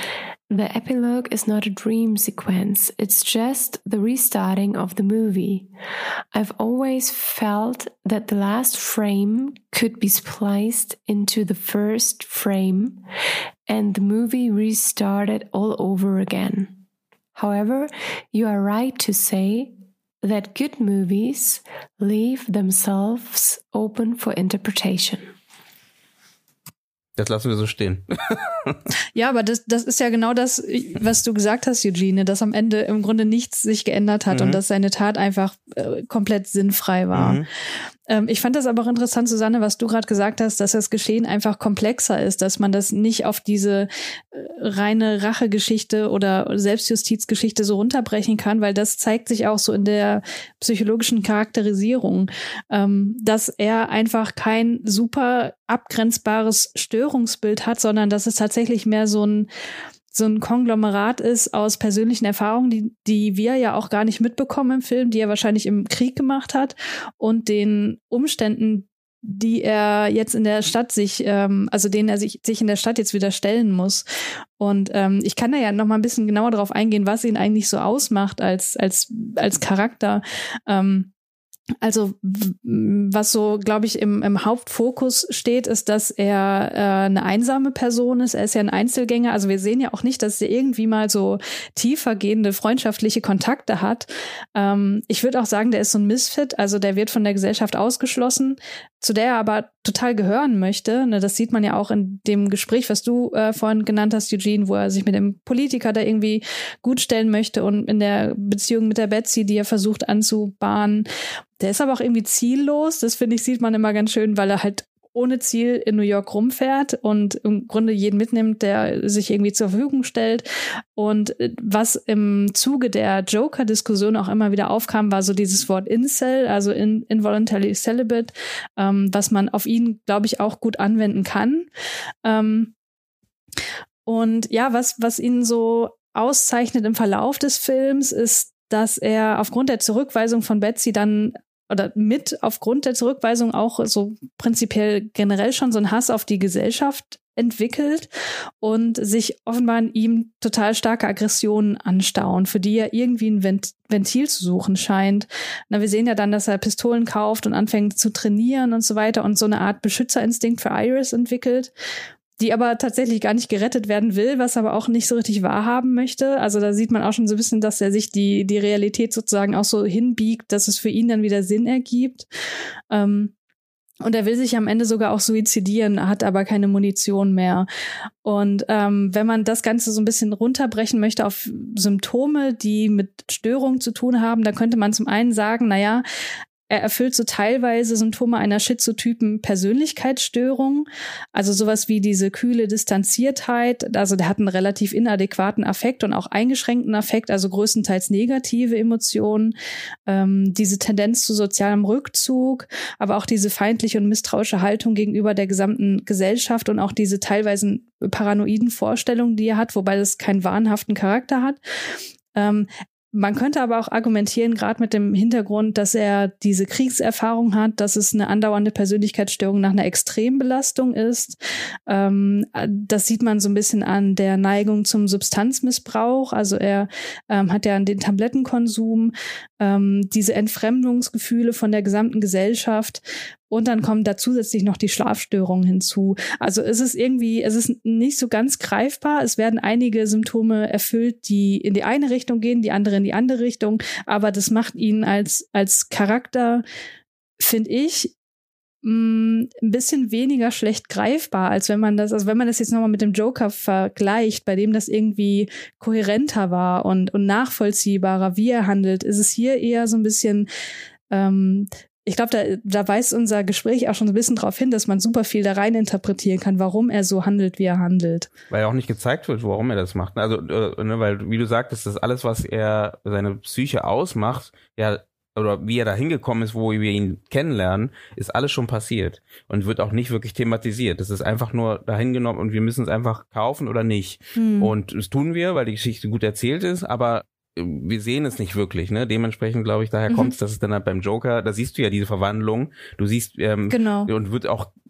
The epilogue is not a dream sequence, it's just the restarting of the movie. I've always felt that the last frame could be spliced into the first frame and the movie restarted all over again. However, you are right to say that good movies leave themselves open for interpretation. Das lassen wir so stehen. Ja, aber das, das ist ja genau das, was du gesagt hast, Eugene, dass am Ende im Grunde nichts sich geändert hat mhm. und dass seine Tat einfach äh, komplett sinnfrei war. Mhm. Ähm, ich fand das aber auch interessant, Susanne, was du gerade gesagt hast, dass das Geschehen einfach komplexer ist, dass man das nicht auf diese äh, reine Rachegeschichte oder Selbstjustizgeschichte so runterbrechen kann, weil das zeigt sich auch so in der psychologischen Charakterisierung, ähm, dass er einfach kein super abgrenzbares Störungsbild hat, sondern dass es tatsächlich mehr so ein so ein Konglomerat ist aus persönlichen Erfahrungen, die, die wir ja auch gar nicht mitbekommen im Film, die er wahrscheinlich im Krieg gemacht hat und den Umständen, die er jetzt in der Stadt sich, ähm, also denen er sich, sich in der Stadt jetzt wieder stellen muss. Und ähm, ich kann da ja noch mal ein bisschen genauer drauf eingehen, was ihn eigentlich so ausmacht als, als, als Charakter. Ähm, Also was so, glaube ich, im, im Hauptfokus steht, ist, dass er äh, eine einsame Person ist. Er ist ja ein Einzelgänger. Also wir sehen ja auch nicht, dass er irgendwie mal so tiefergehende freundschaftliche Kontakte hat. Ähm, ich würde auch sagen, der ist so ein Misfit. Also der wird von der Gesellschaft ausgeschlossen, zu der er aber total gehören möchte. Ne, das sieht man ja auch in dem Gespräch, was du äh, vorhin genannt hast, Eugene, wo er sich mit dem Politiker da irgendwie gutstellen möchte und in der Beziehung mit der Betsy, die er versucht anzubahnen. Der ist aber auch irgendwie ziellos. Das, finde ich, sieht man immer ganz schön, weil er halt ohne Ziel in New York rumfährt und im Grunde jeden mitnimmt, der sich irgendwie zur Verfügung stellt. Und was im Zuge der Joker-Diskussion auch immer wieder aufkam, war so dieses Wort Incel, also in, involuntary celibate, ähm, was man auf ihn, glaube ich, auch gut anwenden kann. Ähm, und ja, was, was ihn so auszeichnet im Verlauf des Films, ist, dass er aufgrund der Zurückweisung von Betsy dann oder mit aufgrund der Zurückweisung auch so prinzipiell generell schon so ein Hass auf die Gesellschaft entwickelt und sich offenbar in ihm total starke Aggressionen anstauen, für die er irgendwie ein Vent- Ventil zu suchen scheint. Na, wir sehen ja dann, dass er Pistolen kauft und anfängt zu trainieren und so weiter und so eine Art Beschützerinstinkt für Iris entwickelt, die aber tatsächlich gar nicht gerettet werden will, was aber auch nicht so richtig wahrhaben möchte. Also da sieht man auch schon so ein bisschen, dass er sich die die Realität sozusagen auch so hinbiegt, dass es für ihn dann wieder Sinn ergibt. Ähm, und er will sich am Ende sogar auch suizidieren, hat aber keine Munition mehr. Und ähm, wenn man das Ganze so ein bisschen runterbrechen möchte auf Symptome, die mit Störungen zu tun haben, dann könnte man zum einen sagen, naja, er erfüllt so teilweise Symptome einer schizotypen Persönlichkeitsstörung, also sowas wie diese kühle Distanziertheit, also der hat einen relativ inadäquaten Affekt und auch eingeschränkten Affekt, also größtenteils negative Emotionen, ähm, diese Tendenz zu sozialem Rückzug, aber auch diese feindliche und misstrauische Haltung gegenüber der gesamten Gesellschaft und auch diese teilweise paranoiden Vorstellungen, die er hat, wobei das keinen wahnhaften Charakter hat. Ähm, Man könnte aber auch argumentieren, gerade mit dem Hintergrund, dass er diese Kriegserfahrung hat, dass es eine andauernde Persönlichkeitsstörung nach einer Extrembelastung ist. Ähm, das sieht man so ein bisschen an der Neigung zum Substanzmissbrauch. Also er ähm, hat ja den Tablettenkonsum, ähm, diese Entfremdungsgefühle von der gesamten Gesellschaft. Und dann kommen da zusätzlich noch die Schlafstörungen hinzu. Also es ist irgendwie, es ist nicht so ganz greifbar. Es werden einige Symptome erfüllt, die in die eine Richtung gehen, die andere in die andere Richtung. Aber das macht ihn als, als Charakter, finde ich, mh, ein bisschen weniger schlecht greifbar, als wenn man das, also wenn man das jetzt nochmal mit dem Joker vergleicht, bei dem das irgendwie kohärenter war und, und nachvollziehbarer, wie er handelt, ist es hier eher so ein bisschen, ähm, ich glaube, da, da weist unser Gespräch auch schon ein bisschen darauf hin, dass man super viel da rein interpretieren kann, warum er so handelt, wie er handelt. Weil ja auch nicht gezeigt wird, warum er das macht. Also, äh, ne, weil, wie du sagtest, das alles, was er, seine Psyche ausmacht, ja, oder wie er da hingekommen ist, wo wir ihn kennenlernen, ist alles schon passiert und wird auch nicht wirklich thematisiert. Das ist einfach nur dahin genommen und wir müssen es einfach kaufen oder nicht. Hm. Und das tun wir, weil die Geschichte gut erzählt ist, aber wir sehen es nicht wirklich, ne? Dementsprechend glaube ich, daher mhm. kommt es, dass es dann halt beim Joker, da siehst du ja diese Verwandlung, du siehst, ähm, genau. und wird auch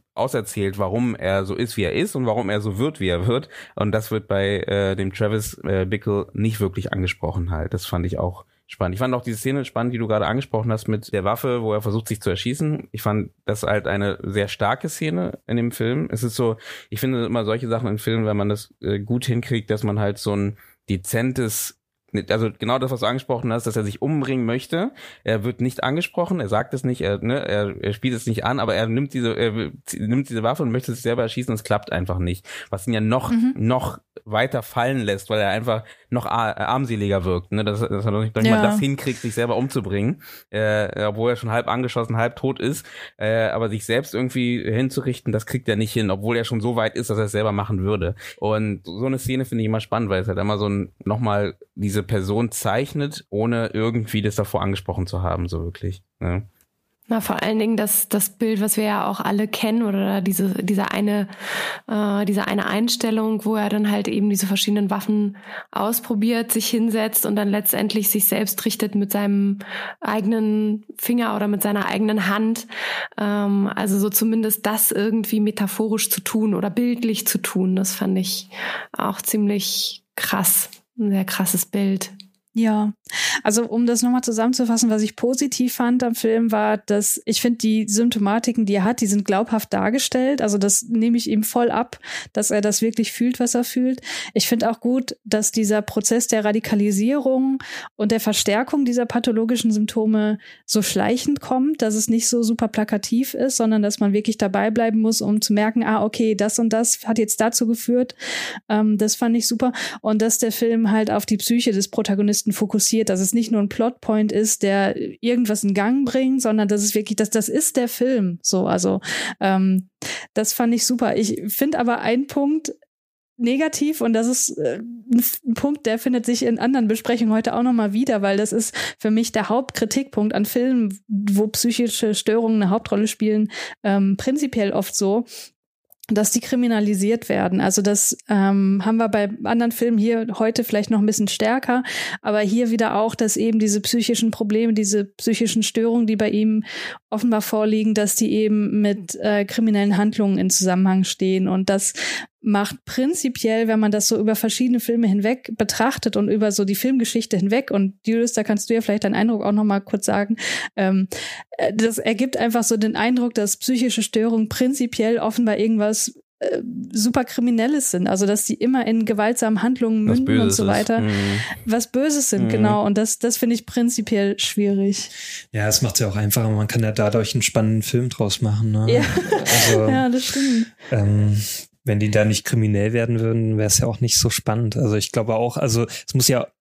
auserzählt, warum er so ist, wie er ist und warum er so wird, wie er wird. Und das wird bei äh, dem Travis äh, Bickle nicht wirklich angesprochen halt. Das fand ich auch spannend. Ich fand auch diese Szene spannend, die du gerade angesprochen hast mit der Waffe, wo er versucht, sich zu erschießen. Ich fand das halt eine sehr starke Szene in dem Film. Es ist so, ich finde immer solche Sachen in Filmen, wenn man das äh, gut hinkriegt, dass man halt so ein dezentes, also genau das, was du angesprochen hast, dass er sich umbringen möchte. Er wird nicht angesprochen, er sagt es nicht, er, ne, er, er spielt es nicht an, aber er nimmt diese, er nimmt diese Waffe und möchte sich selber erschießen und es klappt einfach nicht. Was ihn ja noch, mhm. noch weiter fallen lässt, weil er einfach noch armseliger wirkt, ne, dass, dass er noch nicht, noch nicht ja. mal das hinkriegt, sich selber umzubringen, äh, obwohl er schon halb angeschossen, halb tot ist, äh, aber sich selbst irgendwie hinzurichten, das kriegt er nicht hin, obwohl er schon so weit ist, dass er es selber machen würde. Und so eine Szene finde ich immer spannend, weil es halt immer so ein, nochmal diese Person zeichnet, ohne irgendwie das davor angesprochen zu haben, so wirklich. Ne? Na, vor allen Dingen das, das Bild, was wir ja auch alle kennen, oder diese, diese eine, äh, diese eine Einstellung, wo er dann halt eben diese verschiedenen Waffen ausprobiert, sich hinsetzt und dann letztendlich sich selbst richtet mit seinem eigenen Finger oder mit seiner eigenen Hand. Ähm, also so zumindest das irgendwie metaphorisch zu tun oder bildlich zu tun, das fand ich auch ziemlich krass. Ein sehr krasses Bild. Ja, also um das nochmal zusammenzufassen, was ich positiv fand am Film war, dass ich finde, die Symptomatiken, die er hat, die sind glaubhaft dargestellt. Also das nehme ich ihm voll ab, dass er das wirklich fühlt, was er fühlt. Ich finde auch gut, dass dieser Prozess der Radikalisierung und der Verstärkung dieser pathologischen Symptome so schleichend kommt, dass es nicht so super plakativ ist, sondern dass man wirklich dabei bleiben muss, um zu merken, ah, okay, das und das hat jetzt dazu geführt. Ähm, das fand ich super. Und dass der Film halt auf die Psyche des Protagonisten fokussiert, dass es nicht nur ein Plotpoint ist, der irgendwas in Gang bringt, sondern dass es wirklich, dass das ist der Film. So, also ähm, das fand ich super. Ich finde aber einen Punkt negativ und das ist äh, ein Punkt, der findet sich in anderen Besprechungen heute auch nochmal wieder, weil das ist für mich der Hauptkritikpunkt an Filmen, wo psychische Störungen eine Hauptrolle spielen, ähm, prinzipiell oft so, dass die kriminalisiert werden. Also das ähm, haben wir bei anderen Filmen hier heute vielleicht noch ein bisschen stärker, aber hier wieder auch, dass eben diese psychischen Probleme, diese psychischen Störungen, die bei ihm offenbar vorliegen, dass die eben mit äh, kriminellen Handlungen in Zusammenhang stehen. Und das macht prinzipiell, wenn man das so über verschiedene Filme hinweg betrachtet und über so die Filmgeschichte hinweg, und Julius, da kannst du ja vielleicht deinen Eindruck auch noch mal kurz sagen, ähm, das ergibt einfach so den Eindruck, dass psychische Störungen prinzipiell offenbar irgendwas äh, super Kriminelles sind, also dass die immer in gewaltsamen Handlungen münden und so weiter, mhm. was Böses sind, mhm. genau, und das, das finde ich prinzipiell schwierig. Ja, es macht es ja auch einfacher, man kann ja dadurch einen spannenden Film draus machen, ne? Ja, also, ja das stimmt. Ähm, wenn die da nicht kriminell werden würden, wäre es ja auch nicht so spannend. Also ich glaube auch, also es muss ja,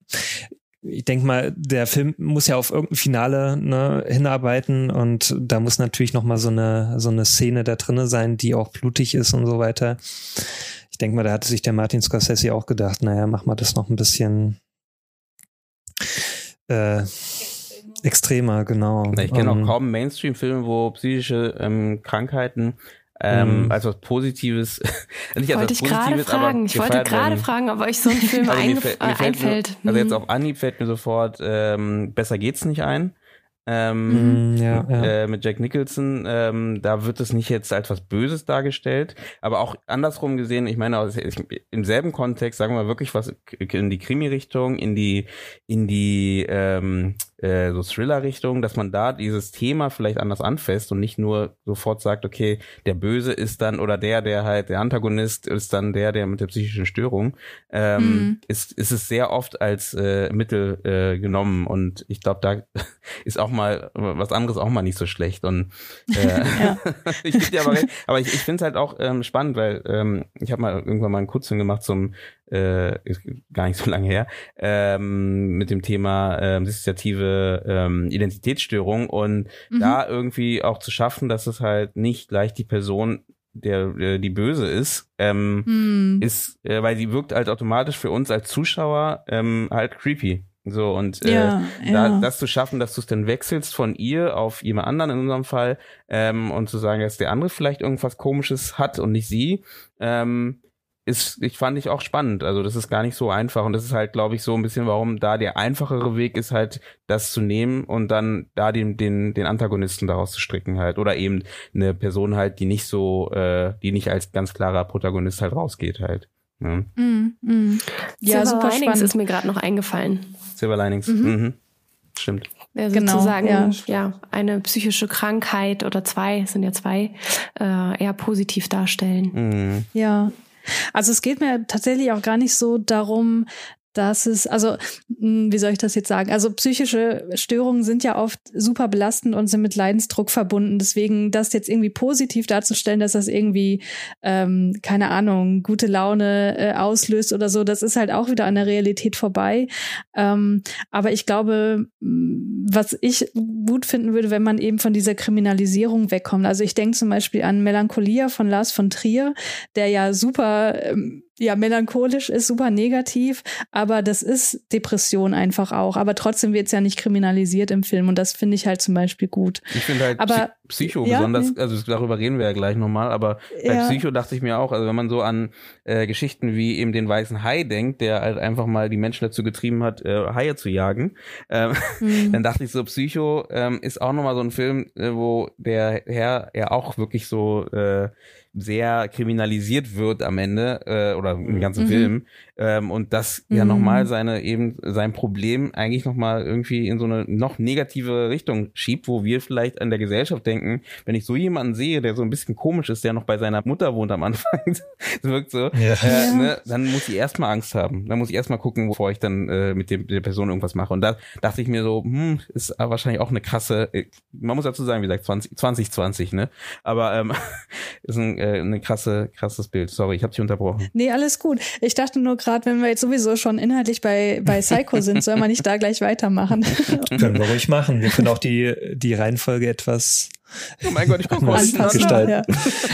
ich denke mal, der Film muss ja auf irgendein Finale, ne, hinarbeiten, und da muss natürlich noch mal so eine so eine Szene da drinne sein, die auch blutig ist und so weiter. Ich denke mal, da hatte sich der Martin Scorsese auch gedacht, naja, mach mal das noch ein bisschen äh, extremer, genau. Ich kenne um, auch kaum Mainstream-Filme, wo psychische ähm, Krankheiten Ähm, mm. also was Positives. Nicht wollte ich gerade fragen. Ich wollte gerade fragen, ob euch so ein Film also eingef- fällt, äh, einfällt. Mir, also jetzt auf Anhieb fällt mir sofort ähm, Besser geht's nicht ein. Ähm, mm, ja, ja. Äh, mit Jack Nicholson. Ähm, da wird es nicht jetzt als was Böses dargestellt, aber auch andersrum gesehen. Ich meine, im selben Kontext, sagen wir mal wirklich was in die Krimi-Richtung, in die in die ähm, äh, so Thriller-Richtung, dass man da dieses Thema vielleicht anders anfasst und nicht nur sofort sagt, okay, der Böse ist dann, oder der, der halt, der Antagonist ist dann der, der mit der psychischen Störung, ähm, mhm. ist, ist es sehr oft als äh, Mittel äh, genommen, und ich glaube, da ist auch mal was anderes auch mal nicht so schlecht, und äh, ich gebe dir aber recht, aber ich, ich finde es halt auch ähm, spannend, weil ähm, ich habe mal irgendwann mal einen Kurzfilm gemacht zum Äh, ist gar nicht so lange her, ähm, mit dem Thema ähm, dissoziative ähm, Identitätsstörung, und mhm. da irgendwie auch zu schaffen, dass es halt nicht gleich die Person, der äh, die böse ist, ähm, mhm. ist, äh, weil sie wirkt halt automatisch für uns als Zuschauer ähm, halt creepy. So, und äh, ja, da, ja. das zu schaffen, dass du es dann wechselst von ihr auf jemand anderen in unserem Fall, ähm, und zu sagen, dass der andere vielleicht irgendwas Komisches hat und nicht sie, ähm, ist, ich fand ich auch spannend. Also das ist gar nicht so einfach und das ist halt, glaube ich, so ein bisschen, warum da der einfachere Weg ist halt, das zu nehmen und dann da den den den Antagonisten daraus zu stricken halt oder eben eine Person halt, die nicht so, äh, die nicht als ganz klarer Protagonist halt rausgeht halt. Ja, mm, mm. Ja, Silver super Linings spannend. ist mir gerade noch eingefallen. Silver Linings, Mhm. mhm. Stimmt. Ja, Genau, sozusagen ja. ja. eine psychische Krankheit oder zwei, es sind ja zwei, äh, eher positiv darstellen. Mhm. Ja, also es geht mir tatsächlich auch gar nicht so darum, dass es, also mh, wie soll ich das jetzt sagen? Also psychische Störungen sind ja oft super belastend und sind mit Leidensdruck verbunden. Deswegen das jetzt irgendwie positiv darzustellen, dass das irgendwie, ähm, keine Ahnung, gute Laune äh, auslöst oder so, das ist halt auch wieder an der Realität vorbei. Ähm, aber ich glaube, mh, was ich gut finden würde, wenn man eben von dieser Kriminalisierung wegkommt. Also ich denke zum Beispiel an Melancholia von Lars von Trier, der ja super ähm, ja, melancholisch ist, super negativ, aber das ist Depression einfach auch. Aber trotzdem wird es ja nicht kriminalisiert im Film und das finde ich halt zum Beispiel gut. Ich finde halt aber, Psycho ja, besonders, nee. also darüber reden wir ja gleich nochmal, aber bei Ja. Psycho dachte ich mir auch, also wenn man so an äh, Geschichten wie eben den Weißen Hai denkt, der halt einfach mal die Menschen dazu getrieben hat, äh, Haie zu jagen, ähm, Mhm. dann dachte ich so, Psycho ähm, ist auch nochmal so ein Film, äh, wo der Herr ja auch wirklich so äh, sehr kriminalisiert wird am Ende äh, oder im ganzen Mhm. Film ähm, und das ja Mhm. nochmal seine eben sein Problem eigentlich nochmal irgendwie in so eine noch negative Richtung schiebt, wo wir vielleicht an der Gesellschaft denken, wenn ich so jemanden sehe, der so ein bisschen komisch ist, der noch bei seiner Mutter wohnt am Anfang, das wirkt so, Ja. äh, Ja. ne, dann muss ich erstmal Angst haben, dann muss ich erstmal gucken, bevor ich dann äh, mit dem, der Person irgendwas mache und da dachte ich mir so, hm, ist wahrscheinlich auch eine krasse, äh, man muss dazu sagen, wie gesagt, zwanzig zwanzig, ne, aber ähm, ist ein äh, eine krasse, krasses Bild. Sorry, ich habe dich unterbrochen. Nee, alles gut. Ich dachte nur gerade, wenn wir jetzt sowieso schon inhaltlich bei, bei Psycho sind, soll man nicht da gleich weitermachen. Können wir ruhig machen. Wir können auch die, die Reihenfolge etwas Oh mein Gott, ich komme anders raus. gestalten. Ja.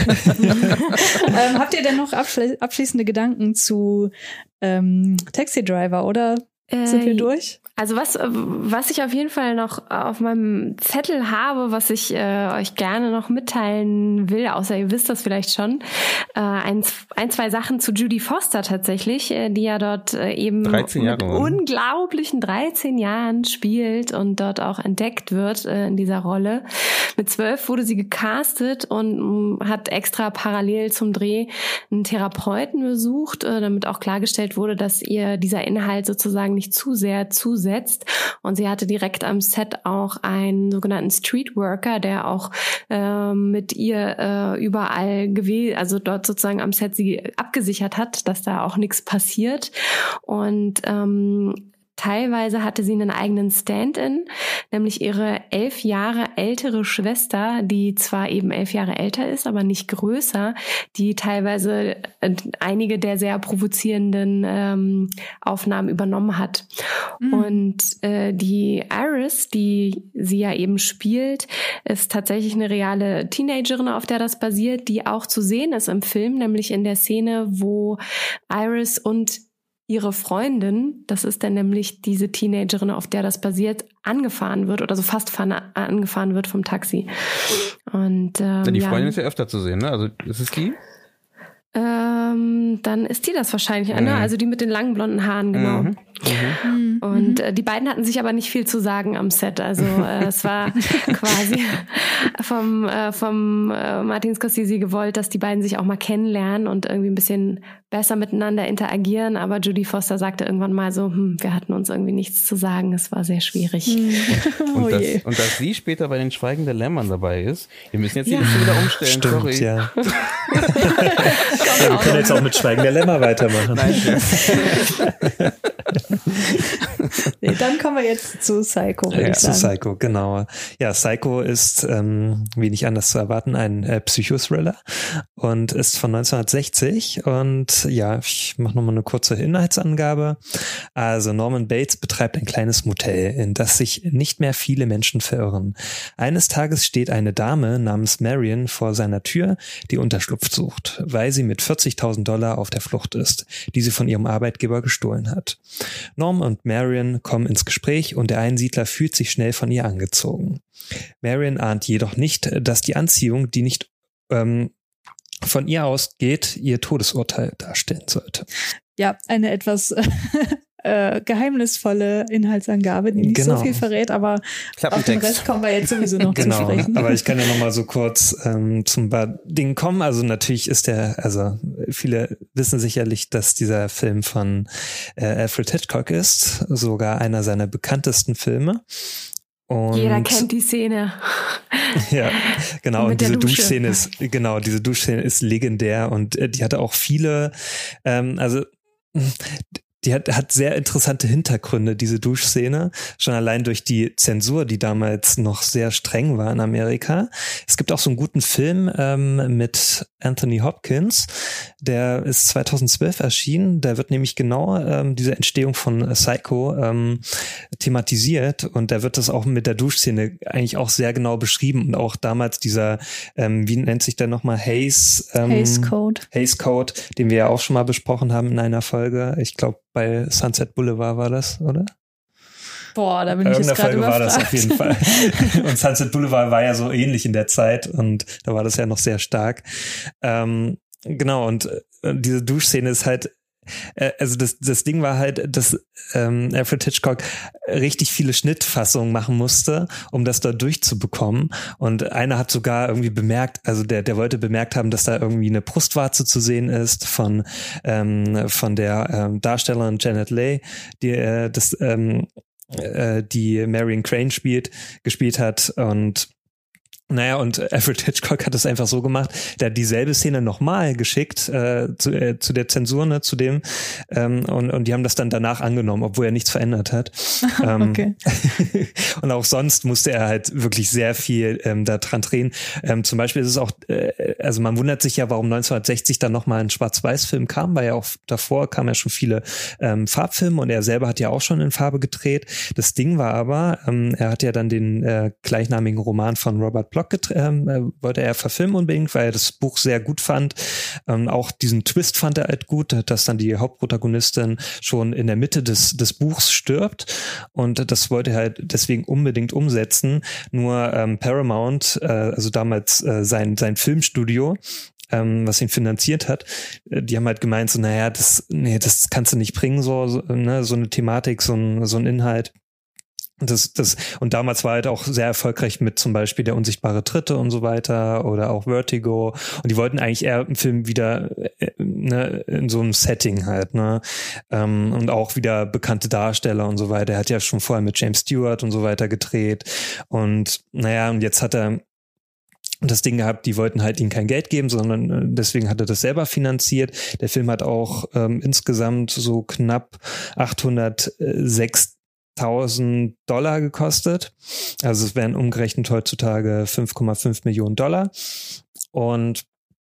ähm, habt ihr denn noch abschli- abschließende Gedanken zu ähm, Taxi Driver oder sind wir Äh, durch? Also was, was ich auf jeden Fall noch auf meinem Zettel habe, was ich äh, euch gerne noch mitteilen will, außer ihr wisst das vielleicht schon, äh, ein, ein, zwei Sachen zu Judy Foster tatsächlich, äh, die ja dort äh, eben dreizehn Jahre, mit oder? unglaublichen dreizehn Jahren spielt und dort auch entdeckt wird äh, in dieser Rolle. Mit zwölf wurde sie gecastet und mh, hat extra parallel zum Dreh einen Therapeuten besucht, äh, damit auch klargestellt wurde, dass ihr dieser Inhalt sozusagen nicht zu sehr zusetzt. Und sie hatte direkt am Set auch einen sogenannten Streetworker, der auch äh, mit ihr äh, überall gewesen, also dort sozusagen am Set sie abgesichert hat, dass da auch nichts passiert. Und ähm, teilweise hatte sie einen eigenen Stand-in, nämlich ihre elf Jahre ältere Schwester, die zwar eben elf Jahre älter ist, aber nicht größer, die teilweise äh, einige der sehr provozierenden ähm, Aufnahmen übernommen hat. Mhm. Und äh, die Iris, die sie ja eben spielt, ist tatsächlich eine reale Teenagerin, auf der das basiert, die auch zu sehen ist im Film, nämlich in der Szene, wo Iris und ihre Freundin, das ist dann nämlich diese Teenagerin, auf der das basiert, angefahren wird oder so fast fahren, angefahren wird vom Taxi. Und ähm, ja, die Freundin ja, ist ja öfter zu sehen, ne? Also ist es die? Ähm, dann ist die das wahrscheinlich, mhm. ne? Also die mit den langen blonden Haaren, genau. Mhm. Mhm. Und äh, die beiden hatten sich aber nicht viel zu sagen am Set. Also äh, es war quasi vom, äh, vom äh, Martin Scorsese gewollt, dass die beiden sich auch mal kennenlernen und irgendwie ein bisschen besser miteinander interagieren. Aber Judy Foster sagte irgendwann mal so, hm, wir hatten uns irgendwie nichts zu sagen. Es war sehr schwierig. Mhm. Und, oh dass, je. und dass sie später bei den Schweigen der Lämmern dabei ist. Wir müssen jetzt die Ja. Liste wieder umstellen. Stimmt, Sorry. ja. ja. Wir können jetzt auch mit Schweigen der Lämmer weitermachen. Nein, Nee, dann kommen wir jetzt zu Psycho, würde Ja, ich zu sagen. Psycho, genau. Ja, Psycho ist, ähm, wie nicht anders zu erwarten, ein äh, Psychothriller und ist von neunzehnhundertsechzig. Und ja, ich mache nochmal eine kurze Inhaltsangabe. Also Norman Bates betreibt ein kleines Motel, in das sich nicht mehr viele Menschen verirren. Eines Tages steht eine Dame namens Marion vor seiner Tür, die Unterschlupf sucht, weil sie mit vierzigtausend Dollar auf der Flucht ist, die sie von ihrem Arbeitgeber gestohlen hat. Norm und Marion kommen ins Gespräch und der Einsiedler fühlt sich schnell von ihr angezogen. Marion ahnt jedoch nicht, dass die Anziehung, die nicht ähm, von ihr ausgeht, ihr Todesurteil darstellen sollte. Ja, eine etwas äh, geheimnisvolle Inhaltsangabe, die nicht genau. so viel verrät, aber auf den Rest kommen wir jetzt sowieso noch genau. zu sprechen. Aber ich kann ja noch mal so kurz ähm, zum paar Dingen kommen. Also natürlich ist der, also viele wissen sicherlich, dass dieser Film von äh, Alfred Hitchcock ist, sogar einer seiner bekanntesten Filme. Und jeder kennt die Szene. Ja, genau. Und diese Dusche. Duschszene ist, genau, diese Duschszene ist legendär und äh, die hatte auch viele, ähm, also die hat, hat sehr interessante Hintergründe, diese Duschszene. Schon allein durch die Zensur, die damals noch sehr streng war in Amerika. Es gibt auch so einen guten Film ähm, mit Anthony Hopkins. Der ist zweitausendzwölf erschienen. Da wird nämlich genau ähm, diese Entstehung von Psycho ähm, thematisiert. Und da wird das auch mit der Duschszene eigentlich auch sehr genau beschrieben. Und auch damals dieser, ähm, wie nennt sich der nochmal, Hays ähm, Hays Code. Hays Code, den wir ja auch schon mal besprochen haben in einer Folge. Ich glaube, bei Sunset Boulevard war das, oder? Boah, da bin ich jetzt gerade überfragt. War das auf jeden Fall. Und Sunset Boulevard war ja so ähnlich in der Zeit und da war das ja noch sehr stark. Ähm, genau, und äh, diese Duschszene ist halt, äh, also das das Ding war halt, dass ähm, Alfred Hitchcock richtig viele Schnittfassungen machen musste, um das da durchzubekommen. Und einer hat sogar irgendwie bemerkt, also der der wollte bemerkt haben, dass da irgendwie eine Brustwarze zu sehen ist von ähm, von der ähm, Darstellerin Janet Leigh, die äh, das ähm, äh, die Marion Crane spielt gespielt hat. Und naja, und Alfred Hitchcock hat es einfach so gemacht, der hat dieselbe Szene nochmal geschickt äh, zu, äh, zu der Zensur, ne, zu dem ähm, und, und die haben das dann danach angenommen, obwohl er nichts verändert hat. ähm, okay. Und auch sonst musste er halt wirklich sehr viel ähm, da dran drehen. Ähm, zum Beispiel ist es auch, äh, also man wundert sich ja, warum neunzehnhundertsechzig dann nochmal ein Schwarz-Weiß-Film kam, weil ja auch davor kamen ja schon viele ähm, Farbfilme und er selber hat ja auch schon in Farbe gedreht. Das Ding war aber, ähm, er hat ja dann den äh, gleichnamigen Roman von Robert Bloch ähm, äh, wollte er verfilmen unbedingt, weil er das Buch sehr gut fand. Ähm, auch diesen Twist fand er halt gut, dass dann die Hauptprotagonistin schon in der Mitte des des Buchs stirbt und das wollte er halt deswegen unbedingt umsetzen. Nur ähm, Paramount, äh, also damals äh, sein sein Filmstudio, ähm, was ihn finanziert hat, die haben halt gemeint so, naja, das nee, das kannst du nicht bringen, so, so, ne, so eine Thematik, so ein so ein Inhalt. Das, das, und damals war halt auch sehr erfolgreich mit zum Beispiel Der unsichtbare Dritte und so weiter oder auch Vertigo. Und die wollten eigentlich eher im Film wieder äh, ne, in so einem Setting halt, ne? Ähm, und auch wieder bekannte Darsteller und so weiter. Er hat ja schon vorher mit James Stewart und so weiter gedreht. Und naja, und jetzt hat er das Ding gehabt, die wollten halt ihm kein Geld geben, sondern deswegen hat er das selber finanziert. Der Film hat auch ähm, insgesamt so knapp achthundertsechstausend Dollar gekostet. Also es wären umgerechnet heutzutage fünf Komma fünf Millionen Dollar. Und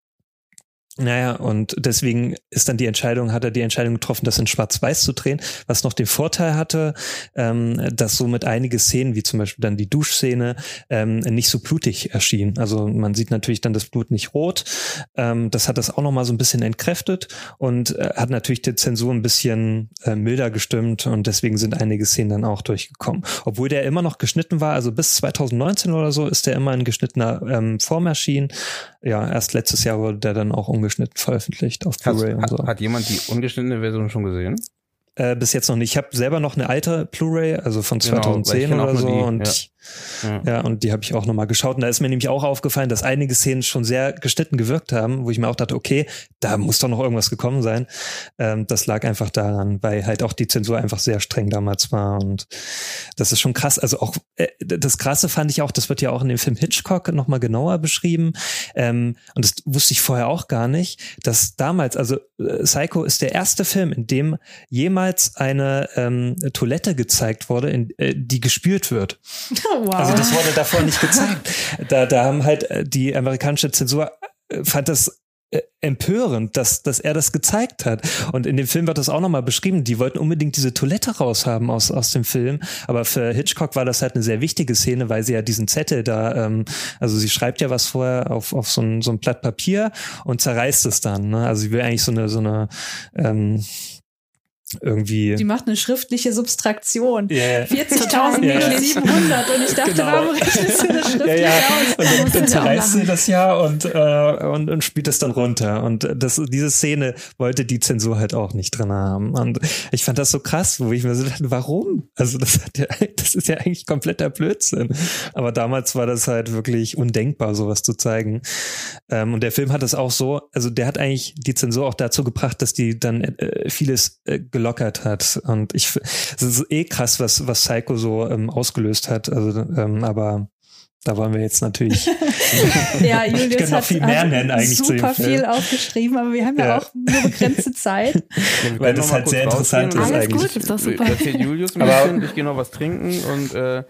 naja, und deswegen ist dann die Entscheidung, hat er die Entscheidung getroffen, das in Schwarz-Weiß zu drehen, was noch den Vorteil hatte, ähm, dass somit einige Szenen, wie zum Beispiel dann die Duschszene, ähm, nicht so blutig erschienen. Also man sieht natürlich dann das Blut nicht rot. Ähm, das hat das auch nochmal so ein bisschen entkräftet und äh, hat natürlich die Zensur ein bisschen äh, milder gestimmt und deswegen sind einige Szenen dann auch durchgekommen. Obwohl der immer noch geschnitten war, also bis zweitausendneunzehn oder so ist der immer in geschnittener ähm, Form erschienen. Ja, erst letztes Jahr wurde der dann auch ungeschnitten veröffentlicht auf Blu-ray und so. Hat, hat jemand die ungeschnittene Version schon gesehen? Äh, bis jetzt noch nicht. Ich habe selber noch eine alte Blu-ray, also von zweitausendzehn genau, oder so. Die, und ja. Ja. ja, und die habe ich auch nochmal geschaut. Und da ist mir nämlich auch aufgefallen, dass einige Szenen schon sehr geschnitten gewirkt haben, wo ich mir auch dachte, okay, da muss doch noch irgendwas gekommen sein. Ähm, das lag einfach daran, weil halt auch die Zensur einfach sehr streng damals war. Und das ist schon krass. Also auch äh, das Krasse fand ich auch, das wird ja auch in dem Film Hitchcock nochmal genauer beschrieben. Ähm, und das wusste ich vorher auch gar nicht, dass damals, also äh, Psycho ist der erste Film, in dem jemals eine ähm, Toilette gezeigt wurde, in, äh, die gespült wird. Wow. Also das wurde davor nicht gezeigt. Da, da haben halt die amerikanische Zensur äh, fand das äh, empörend, dass, dass er das gezeigt hat. Und in dem Film wird das auch nochmal beschrieben. Die wollten unbedingt diese Toilette raushaben aus, aus dem Film. Aber für Hitchcock war das halt eine sehr wichtige Szene, weil sie ja diesen Zettel da, ähm, also sie schreibt ja was vorher auf, auf so ein, so ein Blatt Papier und zerreißt es dann. Ne? Also sie will eigentlich so eine, so eine, ähm, irgendwie. Die macht eine schriftliche Subtraktion. Yeah. vierzigtausend yeah. minus siebenhundert. Und ich dachte, Genau. warum rechnest du das schriftlich ja, ja. aus? Und dann, dann zerreißt sie machen. das ja und, äh, und, und spielt das dann runter. Und das, diese Szene wollte die Zensur halt auch nicht drin haben. Und ich fand das so krass, wo ich mir so dachte, warum? Also das, hat ja, das ist ja eigentlich kompletter Blödsinn. Aber damals war das halt wirklich undenkbar, sowas zu zeigen. Ähm, und der Film hat das auch so, also der hat eigentlich die Zensur auch dazu gebracht, dass die dann äh, vieles äh, gelockert hat. Und ich, es ist eh krass, was, was Psycho so ähm, ausgelöst hat. Also, ähm, aber da wollen wir jetzt natürlich. Ja, Julius ich kann noch hat, viel mehr hat nennen eigentlich zu dem super Film. viel aufgeschrieben, aber wir haben ja, Ja. auch nur begrenzte Zeit. Weil das halt sehr interessant ist Alles eigentlich. gut, ist doch super. Da erzählt Julius ein Aber- bisschen, ich gehe noch was trinken und äh,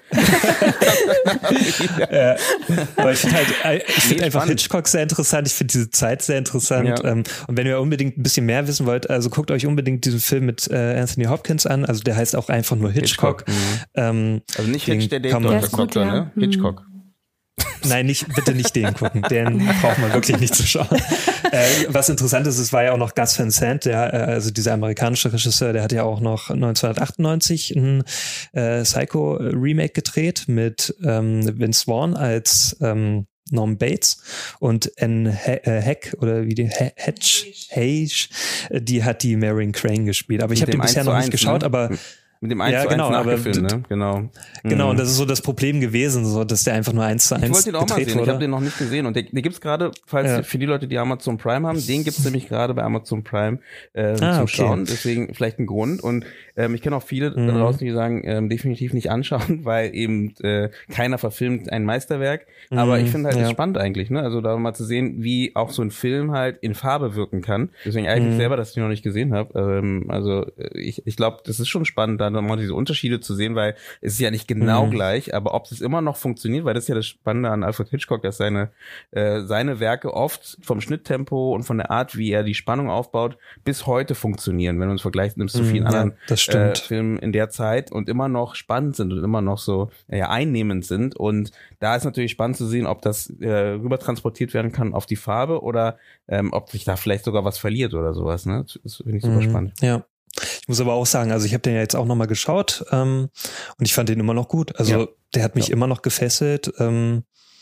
Ja, aber ich finde halt, äh, ich finde Nee, einfach spannend. Hitchcock sehr interessant. Ich finde diese Zeit sehr interessant. Ja. Ähm, und wenn ihr unbedingt ein bisschen mehr wissen wollt, also guckt euch unbedingt diesen Film mit äh, Anthony Hopkins an. Also der heißt auch einfach nur Hitchcock. Hitchcock, mhm. Ähm, also nicht Den Hitch, der kann man- Date Der ist gut, Doktor, ja. ne? Mhm. Hitchcock. Nein, nicht, bitte nicht den gucken. Den braucht man wirklich nicht zu schauen. Äh, was interessant ist, es war ja auch noch Gus Van Sant, der, äh, also dieser amerikanische Regisseur, der hat ja auch noch neunzehnhundertachtundneunzig ein äh, Psycho-Remake gedreht mit ähm, Vince Vaughn als ähm, Norman Bates und Anne He- äh, Heck oder wie die He- Hedge, Hage, äh, die hat die Marion Crane gespielt. Aber ich habe Mit den dem bisher eins zu noch nicht eins, geschaut, ne? aber Mit dem eins Ja, zu eins genau, aber nachgefilmt, d- ne? Genau. genau, Mhm. und das ist so das Problem gewesen, so dass der einfach nur eins zu Ich eins wollte den auch mal gedreht sehen, ich wurde. habe den noch nicht gesehen und der, der gibt's gerade, falls Ja. für die Leute, die Amazon Prime haben, den gibt's nämlich gerade bei Amazon Prime äh, Ah, zum okay. Schauen, deswegen vielleicht ein Grund und ähm, ich kenne auch viele Mhm. da draußen, die sagen, ähm, definitiv nicht anschauen, weil eben äh, keiner verfilmt ein Meisterwerk, aber Mhm, ich finde halt ja. das spannend eigentlich, ne? Also da mal zu sehen, wie auch so ein Film halt in Farbe wirken kann, deswegen eigentlich Mhm. selber, dass ich ihn noch nicht gesehen habe, ähm, also äh, ich, ich glaube, das ist schon spannend, da nochmal diese Unterschiede zu sehen, weil es ist ja nicht genau Mhm. gleich, aber ob es immer noch funktioniert, weil das ist ja das Spannende an Alfred Hitchcock, dass seine äh, seine Werke oft vom Schnitttempo und von der Art, wie er die Spannung aufbaut, bis heute funktionieren, wenn du uns vergleichst, nimmst du Mhm, vielen ja, anderen das äh, stimmt. Filmen in der Zeit und immer noch spannend sind und immer noch so ja, einnehmend sind und da ist natürlich spannend zu sehen, ob das äh, rüber transportiert werden kann auf die Farbe oder ähm, ob sich da vielleicht sogar was verliert oder sowas, ne? Das finde ich super Mhm, spannend. Ja. Ich muss aber auch sagen, also ich habe den ja jetzt auch nochmal geschaut ähm, und ich fand den immer noch gut. Also Ja. der hat mich Ja. immer noch gefesselt. Ähm,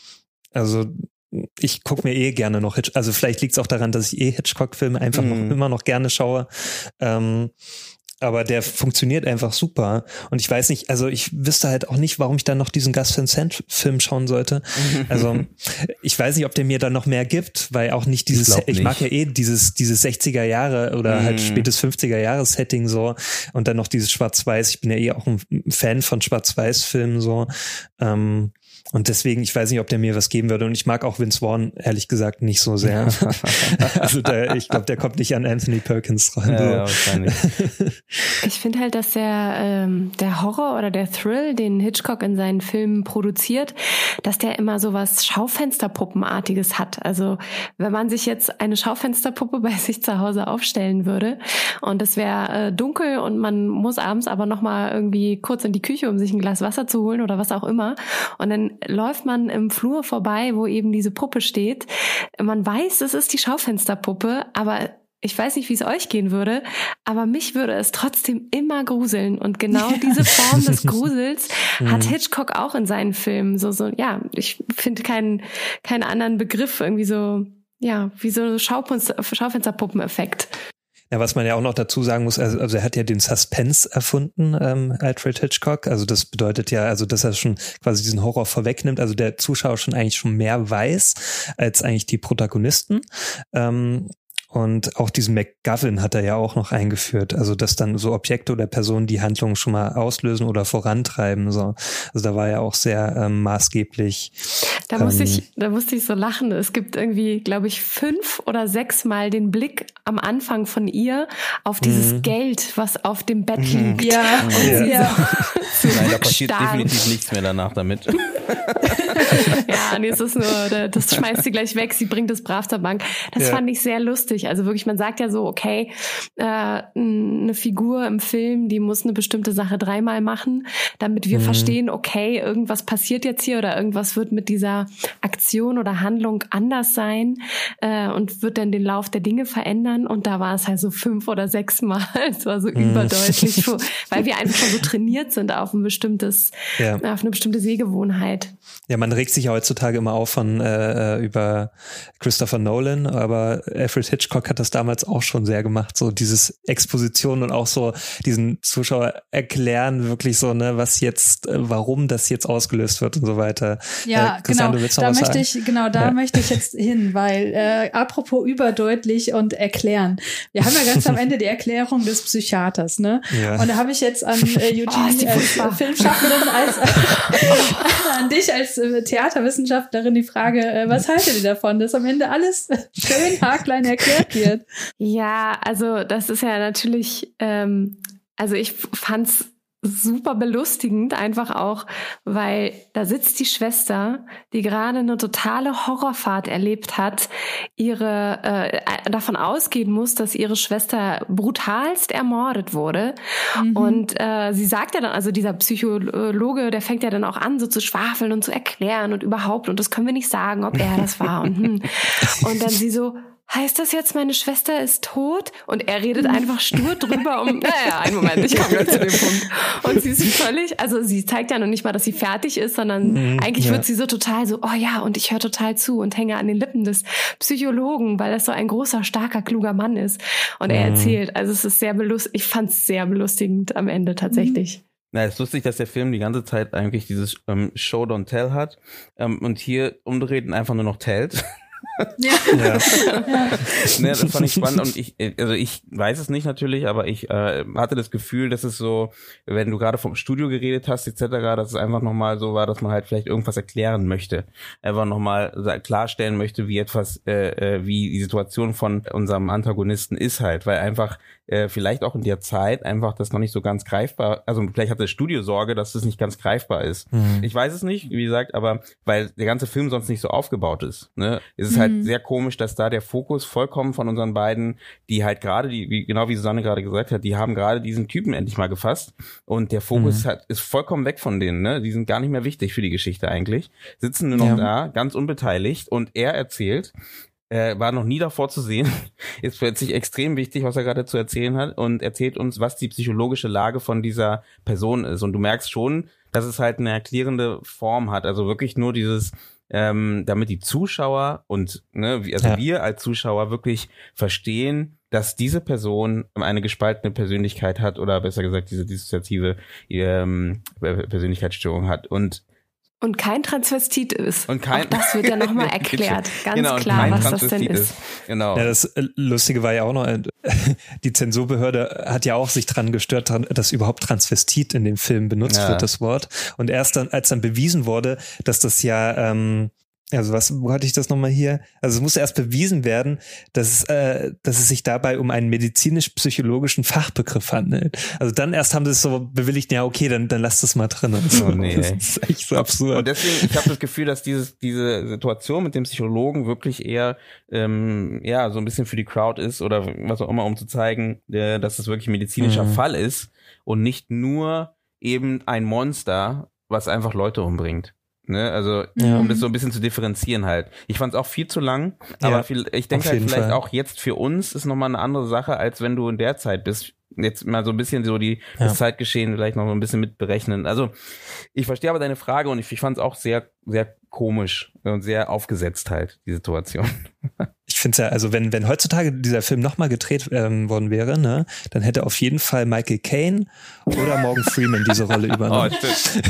also ich gucke mir eh gerne noch Hitchcock. Also vielleicht liegt es auch daran, dass ich eh Hitchcock-Filme einfach Mhm. noch immer noch gerne schaue. Ähm, aber der funktioniert einfach super. Und ich weiß nicht, also ich wüsste halt auch nicht, warum ich dann noch diesen Gus Van Sant-Film schauen sollte. Also ich weiß nicht, ob der mir dann noch mehr gibt, weil auch nicht dieses, Ich ich, glaub nicht. mag ja eh dieses, dieses sechziger Jahre oder Mm. halt spätes fünfziger Jahres Setting so und dann noch dieses Schwarz-Weiß. Ich bin ja eh auch ein Fan von Schwarz-Weiß-Filmen so. Ähm, und deswegen, ich weiß nicht, ob der mir was geben würde. Und ich mag auch Vince Vaughn, ehrlich gesagt, nicht so sehr. Also der, ich glaube, der kommt nicht an Anthony Perkins ran. Ja, so. ja, wahrscheinlich. Ich finde halt, dass der, ähm, der Horror oder der Thrill, den Hitchcock in seinen Filmen produziert, dass der immer so was Schaufensterpuppenartiges hat. Also wenn man sich jetzt eine Schaufensterpuppe bei sich zu Hause aufstellen würde und es wäre äh, dunkel und man muss abends aber nochmal irgendwie kurz in die Küche, um sich ein Glas Wasser zu holen oder was auch immer und dann läuft man im Flur vorbei, wo eben diese Puppe steht. Man weiß, es ist die Schaufensterpuppe, aber ich weiß nicht, wie es euch gehen würde, aber mich würde es trotzdem immer gruseln. Und genau diese Form des Grusels hat Hitchcock auch in seinen Filmen. So, so, ja, ich finde keinen, keinen anderen Begriff, irgendwie so, ja, wie so Schaufenster, Schaufensterpuppeneffekt. Ja, was man ja auch noch dazu sagen muss, also, also er hat ja den Suspense erfunden, ähm, Alfred Hitchcock. Also das bedeutet ja, also dass er schon quasi diesen Horror vorwegnimmt, also der Zuschauer schon eigentlich schon mehr weiß als eigentlich die Protagonisten. Ähm, Und auch diesen MacGuffin hat er ja auch noch eingeführt. Also, dass dann so Objekte oder Personen die Handlung schon mal auslösen oder vorantreiben. So. Also, da war er auch sehr ähm, maßgeblich. Da ähm, musste ich, da musste ich so lachen. Es gibt irgendwie, glaube ich, fünf oder sechs Mal den Blick am Anfang von ihr auf dieses Mhm. Geld, was auf dem Bett liegt. Ja, Und sie ja. so Nein, da passiert zurückstarrt. definitiv nichts mehr danach damit. Ja, nee, es ist nur, das schmeißt sie gleich weg, sie bringt es brav zur Bank. Das ja. fand ich sehr lustig. Also wirklich, man sagt ja so, okay, äh, eine Figur im Film, die muss eine bestimmte Sache dreimal machen, damit wir mhm. verstehen, okay, irgendwas passiert jetzt hier oder irgendwas wird mit dieser Aktion oder Handlung anders sein äh, und wird dann den Lauf der Dinge verändern. Und da war es halt so fünf oder sechs Mal. Es war so mhm. überdeutlich, weil wir einfach schon so trainiert sind auf ein bestimmtes, ja. auf eine bestimmte Sehgewohnheit. Ja, man regt sich ja heutzutage immer auf von äh, über Christopher Nolan, aber Alfred Hitchcock hat das damals auch schon sehr gemacht, so dieses Exposition und auch so diesen Zuschauer erklären wirklich so, ne, was jetzt, äh, warum das jetzt ausgelöst wird und so weiter. Ja, äh, genau. Du willst noch da was möchte sagen? ich, genau, da ja. möchte ich jetzt hin, weil äh, apropos überdeutlich und erklären. Wir haben ja ganz am Ende die Erklärung des Psychiaters, ne? Ja. Und da habe ich jetzt an äh, Eugene oh, als äh, Filmschaffenden, als äh, an dich als äh, Theaterwissenschaftlerin die Frage, äh, was haltet ihr davon, dass am Ende alles schön haarklein erklärt wird? Ja, also das ist ja natürlich, ähm, also ich fand's super belustigend, einfach auch, weil da sitzt die Schwester, die gerade eine totale Horrorfahrt erlebt hat, ihre äh, davon ausgehen muss, dass ihre Schwester brutalst ermordet wurde. Mhm. Und äh, sie sagt ja dann, also dieser Psychologe, der fängt ja dann auch an, so zu schwafeln und zu erklären und überhaupt, und das können wir nicht sagen, ob er das war. Und, hm. und dann sie so, heißt das jetzt, meine Schwester ist tot? Und er redet einfach stur drüber um, naja, einen Moment, ich komme gleich zu dem Punkt. Und sie ist völlig, also sie zeigt ja noch nicht mal, dass sie fertig ist, sondern mhm, eigentlich ja. wird sie so total so, oh ja, und ich höre total zu und hänge an den Lippen des Psychologen, weil das so ein großer, starker, kluger Mann ist. Und er mhm. erzählt, also es ist sehr belustigend, ich fand es sehr belustigend am Ende tatsächlich. Mhm. Na, es ist lustig, dass der Film die ganze Zeit eigentlich dieses ähm, Show Don't Tell hat ähm, und hier umdreht und einfach nur noch tellt. Ja. ja. ja. Ne, das fand ich spannend und ich, also ich weiß es nicht natürlich, aber ich äh, hatte das Gefühl, dass es so, wenn du gerade vom Studio geredet hast et cetera, dass es einfach nochmal so war, dass man halt vielleicht irgendwas erklären möchte, einfach nochmal klarstellen möchte, wie etwas, äh, wie die Situation von unserem Antagonisten ist halt, weil einfach äh, vielleicht auch in der Zeit einfach das noch nicht so ganz greifbar, also vielleicht hat das Studio Sorge, dass das nicht ganz greifbar ist. Mhm. Ich weiß es nicht, wie gesagt, aber weil der ganze Film sonst nicht so aufgebaut ist, ne, ist es mhm. halt sehr komisch, dass da der Fokus vollkommen von unseren beiden, die halt gerade, die wie genau wie Susanne gerade gesagt hat, die haben gerade diesen Typen endlich mal gefasst und der Fokus mhm. hat, ist vollkommen weg von denen, ne? Die sind gar nicht mehr wichtig für die Geschichte eigentlich, sitzen nur noch ja. da, ganz unbeteiligt und er erzählt, äh, war noch nie davor zu sehen, ist plötzlich extrem wichtig, was er gerade zu erzählen hat und erzählt uns, was die psychologische Lage von dieser Person ist und du merkst schon, dass es halt eine erklärende Form hat, also wirklich nur dieses Ähm, damit die Zuschauer und ne, also ja. wir als Zuschauer wirklich verstehen, dass diese Person eine gespaltene Persönlichkeit hat oder besser gesagt diese dissoziative ähm, Persönlichkeitsstörung hat und Und kein Transvestit ist. Und kein, auch das wird ja nochmal erklärt. Ganz genau, klar, was das denn ist. ist. Genau. Ja, das Lustige war ja auch noch, die Zensurbehörde hat ja auch sich dran gestört, dass überhaupt Transvestit in dem Film benutzt ja. wird, das Wort. Und erst dann, als dann bewiesen wurde, dass das ja, ähm, also was, wo hatte ich das nochmal hier? Also es musste erst bewiesen werden, dass, äh, dass es sich dabei um einen medizinisch-psychologischen Fachbegriff handelt. Also dann erst haben sie es so bewilligt, ja okay, dann, dann lass das mal drin. Also, oh nee. Das ist echt so absurd. Und deswegen, ich habe das Gefühl, dass dieses, diese Situation mit dem Psychologen wirklich eher ähm, ja so ein bisschen für die Crowd ist oder was auch immer, um zu zeigen, äh, dass es wirklich ein medizinischer mhm. Fall ist und nicht nur eben ein Monster, was einfach Leute umbringt. Ne, also ja. um das so ein bisschen zu differenzieren halt. Ich fand es auch viel zu lang, aber ja, viel, ich denke halt vielleicht Fall. Auch jetzt für uns ist nochmal eine andere Sache, als wenn du in der Zeit bist. Jetzt mal so ein bisschen so die ja. das Zeitgeschehen vielleicht noch so ein bisschen mit berechnen. Also ich verstehe aber deine Frage und ich, ich fand es auch sehr, sehr komisch und sehr aufgesetzt halt, die Situation. Ich finde es ja, also wenn wenn heutzutage dieser Film nochmal gedreht ähm, worden wäre, ne, dann hätte auf jeden Fall Michael Caine oder Morgan Freeman diese Rolle übernommen. Oh,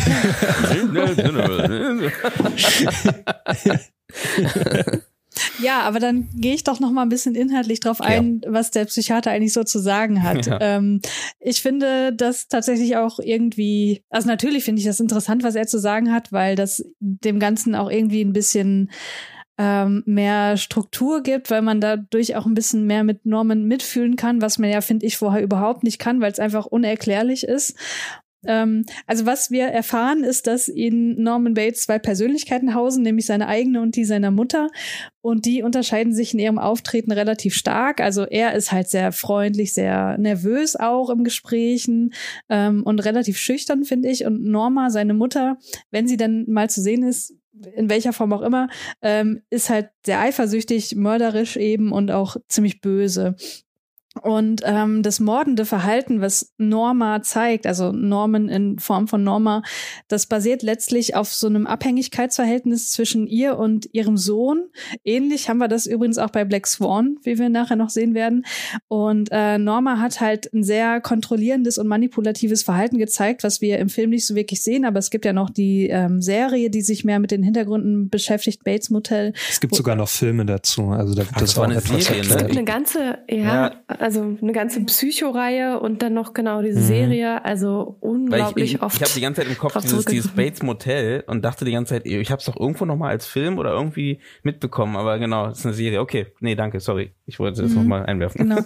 Ja, aber dann gehe ich doch noch mal ein bisschen inhaltlich drauf ein, ja. was der Psychiater eigentlich so zu sagen hat. Ja. Ähm, ich finde das tatsächlich auch irgendwie, also natürlich finde ich das interessant, was er zu sagen hat, weil das dem Ganzen auch irgendwie ein bisschen ähm, mehr Struktur gibt, weil man dadurch auch ein bisschen mehr mit Norman mitfühlen kann, was man ja, finde ich, vorher überhaupt nicht kann, weil es einfach unerklärlich ist. Ähm, also was wir erfahren, ist, dass in Norman Bates zwei Persönlichkeiten hausen, nämlich seine eigene und die seiner Mutter. Und die unterscheiden sich in ihrem Auftreten relativ stark. Also er ist halt sehr freundlich, sehr nervös auch im Gesprächen ähm, und relativ schüchtern, finde ich. Und Norma, seine Mutter, wenn sie dann mal zu sehen ist, in welcher Form auch immer, ähm, ist halt sehr eifersüchtig, mörderisch eben und auch ziemlich böse. Und ähm, das mordende Verhalten, was Norma zeigt, also Norman in Form von Norma, das basiert letztlich auf so einem Abhängigkeitsverhältnis zwischen ihr und ihrem Sohn. Ähnlich haben wir das übrigens auch bei Black Swan, wie wir nachher noch sehen werden. Und äh, Norma hat halt ein sehr kontrollierendes und manipulatives Verhalten gezeigt, was wir im Film nicht so wirklich sehen. Aber es gibt ja noch die ähm, Serie, die sich mehr mit den Hintergründen beschäftigt, Bates Motel. Es gibt sogar noch Filme dazu. Also da, Ach, das, das war auch eine etwas Serie, erklärt. ne? Eine ganze, ja, Ja. also eine ganze Psycho-Reihe und dann noch genau diese Mhm. Serie, also unglaublich Weil ich, ich, oft. ich habe die ganze Zeit im Kopf drauf dieses, dieses zurückgegriffen. Bates Motel und dachte die ganze Zeit, ich habe es doch irgendwo noch mal als Film oder irgendwie mitbekommen, aber genau, es ist eine Serie. Okay, nee, danke, sorry. Ich wollte das Mhm. noch mal einwerfen. Genau.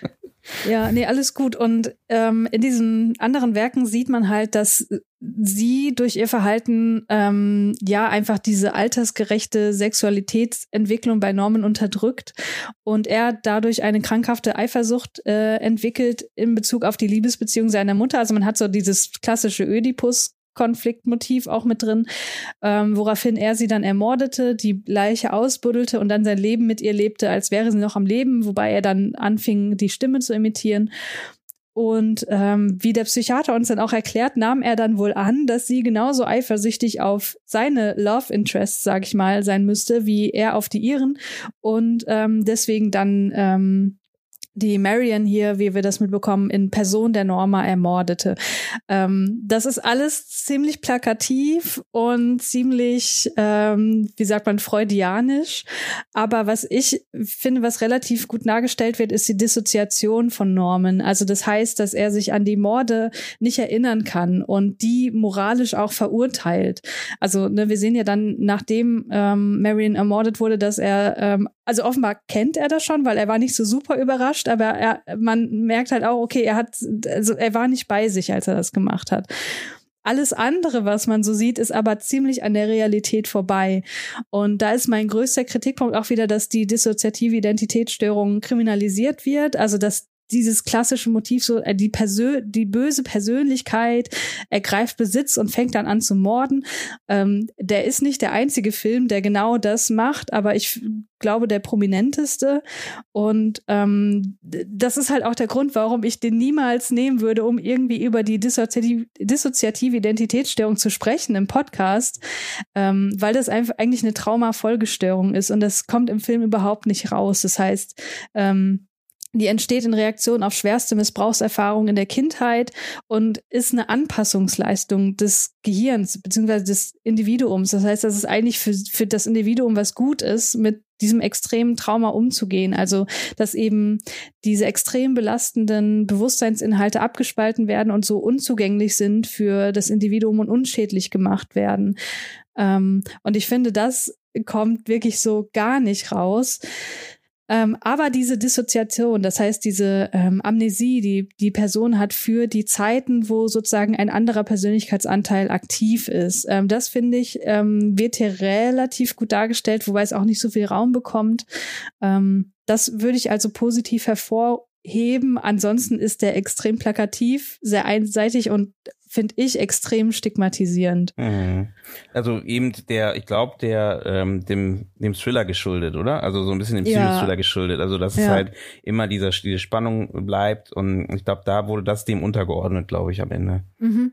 Ja, nee, alles gut. Und ähm, in diesen anderen Werken sieht man halt, dass sie durch ihr Verhalten ähm, ja einfach diese altersgerechte Sexualitätsentwicklung bei Norman unterdrückt und er dadurch eine krankhafte Eifersucht äh, entwickelt in Bezug auf die Liebesbeziehung seiner Mutter. Also man hat so dieses klassische Ödipus Konfliktmotiv auch mit drin, ähm, woraufhin er sie dann ermordete, die Leiche ausbuddelte und dann sein Leben mit ihr lebte, als wäre sie noch am Leben, wobei er dann anfing, die Stimme zu imitieren. Und ähm, wie der Psychiater uns dann auch erklärt, nahm er dann wohl an, dass sie genauso eifersüchtig auf seine Love Interests, sag ich mal, sein müsste, wie er auf die ihren. Und ähm, deswegen dann ähm, die Marion hier, wie wir das mitbekommen, in Person der Norma ermordete. Ähm, das ist alles ziemlich plakativ und ziemlich, ähm, wie sagt man, freudianisch. Aber was ich finde, was relativ gut dargestellt wird, ist die Dissoziation von Norman. Also das heißt, dass er sich an die Morde nicht erinnern kann und die moralisch auch verurteilt. Also ne, wir sehen ja dann, nachdem ähm, Marion ermordet wurde, dass er, ähm, also offenbar kennt er das schon, weil er war nicht so super überrascht, aber er, man merkt halt auch, okay, er hat, also er war nicht bei sich, als er das gemacht hat. Alles andere, was man so sieht, ist aber ziemlich an der Realität vorbei. Und da ist mein größter Kritikpunkt auch wieder, dass die dissoziative Identitätsstörung kriminalisiert wird, also dass dieses klassische Motiv, so die Persö- die böse Persönlichkeit ergreift Besitz und fängt dann an zu morden. Ähm, der ist nicht der einzige Film, der genau das macht, aber ich glaube, der prominenteste. Und ähm, das ist halt auch der Grund, warum ich den niemals nehmen würde, um irgendwie über die dissoziative, dissoziative Identitätsstörung zu sprechen im Podcast, ähm, weil das einfach eigentlich eine Traumafolgestörung ist und das kommt im Film überhaupt nicht raus. Das heißt, ähm, die entsteht in Reaktion auf schwerste Missbrauchserfahrungen in der Kindheit und ist eine Anpassungsleistung des Gehirns beziehungsweise des Individuums. Das heißt, dass es eigentlich für, für das Individuum was gut ist, mit diesem extremen Trauma umzugehen. Also, dass eben diese extrem belastenden Bewusstseinsinhalte abgespalten werden und so unzugänglich sind für das Individuum und unschädlich gemacht werden. Ähm, und ich finde, das kommt wirklich so gar nicht raus. Ähm, aber diese Dissoziation, das heißt diese ähm, Amnesie, die die Person hat für die Zeiten, wo sozusagen ein anderer Persönlichkeitsanteil aktiv ist, ähm, das finde ich, ähm, wird hier relativ gut dargestellt, wobei es auch nicht so viel Raum bekommt. Ähm, das würde ich also positiv hervorheben. Ansonsten ist der extrem plakativ, sehr einseitig und finde ich extrem stigmatisierend. Mhm. Also eben der, ich glaube, der ähm, dem dem Thriller geschuldet, oder? Also so ein bisschen dem Psychothriller Ja. geschuldet. Also dass Ja. es halt immer dieser diese Spannung bleibt und ich glaube, da wurde das dem untergeordnet, glaube ich, am Ende. Mhm.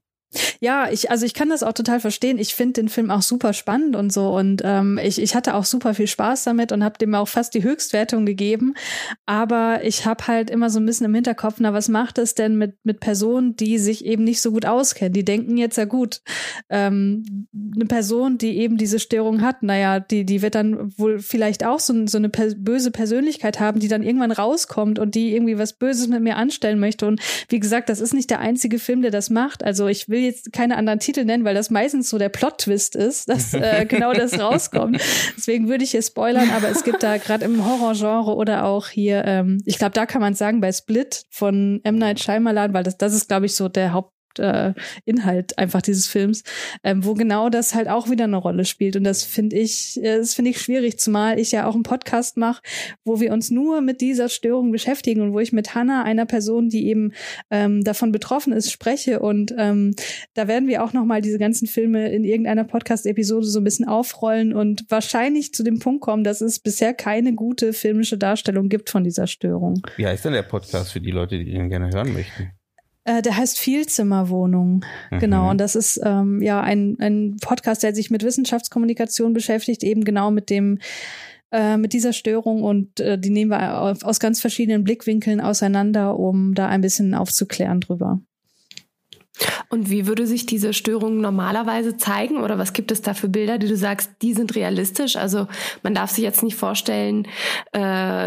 Ja, ich, also ich kann das auch total verstehen. Ich finde den Film auch super spannend und so und ähm, ich, ich hatte auch super viel Spaß damit und habe dem auch fast die Höchstwertung gegeben. Aber ich habe halt immer so ein bisschen im Hinterkopf, na, was macht es denn mit mit Personen, die sich eben nicht so gut auskennen? Die denken jetzt ja gut, ähm, eine Person, die eben diese Störung hat, naja, die die wird dann wohl vielleicht auch so, so eine per- böse Persönlichkeit haben, die dann irgendwann rauskommt und die irgendwie was Böses mit mir anstellen möchte. Und wie gesagt, das ist nicht der einzige Film, der das macht. Also ich will jetzt keine anderen Titel nennen, weil das meistens so der Plot-Twist ist, dass äh, genau das rauskommt. Deswegen würde ich hier spoilern, aber es gibt da gerade im Horrorgenre oder auch hier, ähm, ich glaube, da kann man sagen, bei Split von M. Night Shyamalan, weil das, das ist, glaube ich, so der Haupt Hauptinhalt äh, einfach dieses Films, ähm, wo genau das halt auch wieder eine Rolle spielt. Und das finde ich, äh, das finde ich schwierig, zumal ich ja auch einen Podcast mache, wo wir uns nur mit dieser Störung beschäftigen und wo ich mit Hannah, einer Person, die eben ähm, davon betroffen ist, spreche. Und ähm, da werden wir auch nochmal diese ganzen Filme in irgendeiner Podcast-Episode so ein bisschen aufrollen und wahrscheinlich zu dem Punkt kommen, dass es bisher keine gute filmische Darstellung gibt von dieser Störung. Wie heißt denn der Podcast für die Leute, die den gerne hören möchten? Äh, der heißt Vielzimmerwohnung, mhm. Genau. Und das ist ähm, ja ein, ein Podcast, der sich mit Wissenschaftskommunikation beschäftigt, eben genau mit dem mit dieser Störung, und äh, die nehmen wir aus ganz verschiedenen Blickwinkeln auseinander, um da ein bisschen aufzuklären drüber. Und wie würde sich diese Störung normalerweise zeigen? Oder was gibt es da für Bilder, die du sagst, die sind realistisch? Also man darf sich jetzt nicht vorstellen, äh,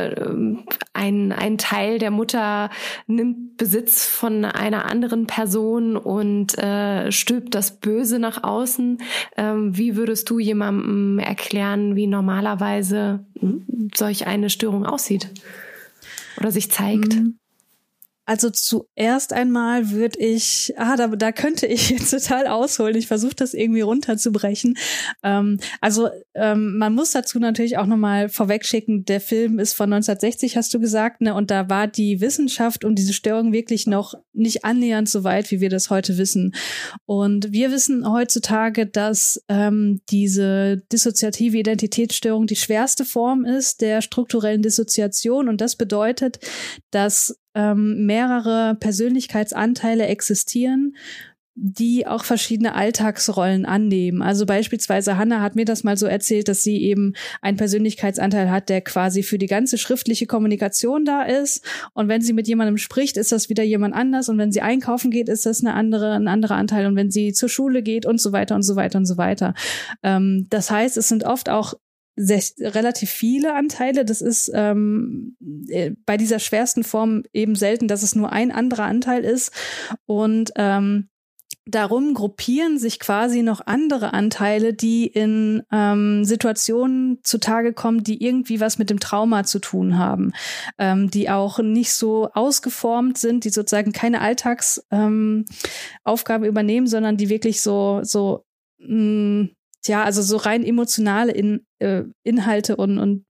ein, ein Teil der Mutter nimmt Besitz von einer anderen Person und äh, stülpt das Böse nach außen. Ähm, wie würdest du jemandem erklären, wie normalerweise solch eine Störung aussieht oder sich zeigt? Mhm. Also zuerst einmal würde ich, ah, da, da könnte ich jetzt total ausholen. Ich versuche das irgendwie runterzubrechen. Ähm, also ähm, man muss dazu natürlich auch nochmal vorwegschicken, der Film ist von neunzehnhundertsechzig, hast du gesagt, ne? Und da war die Wissenschaft um diese Störung wirklich noch nicht annähernd so weit, wie wir das heute wissen. Und wir wissen heutzutage, dass ähm, diese dissoziative Identitätsstörung die schwerste Form ist der strukturellen Dissoziation. Und das bedeutet, dass ähm, mehrere Persönlichkeitsanteile existieren, die auch verschiedene Alltagsrollen annehmen. Also beispielsweise Hannah hat mir das mal so erzählt, dass sie eben einen Persönlichkeitsanteil hat, der quasi für die ganze schriftliche Kommunikation da ist. Und wenn sie mit jemandem spricht, ist das wieder jemand anders. Und wenn sie einkaufen geht, ist das eine andere, ein anderer Anteil. Und wenn sie zur Schule geht und so weiter und so weiter und so weiter. Ähm, das heißt, es sind oft auch Sehr, relativ viele Anteile. Das ist ähm, bei dieser schwersten Form eben selten, dass es nur ein anderer Anteil ist. Und ähm, darum gruppieren sich quasi noch andere Anteile, die in ähm, Situationen zutage kommen, die irgendwie was mit dem Trauma zu tun haben, ähm, die auch nicht so ausgeformt sind, die sozusagen keine Alltagsaufgaben ähm, übernehmen, sondern die wirklich so so mh, ja, also so rein emotionale in, äh, Inhalte und, und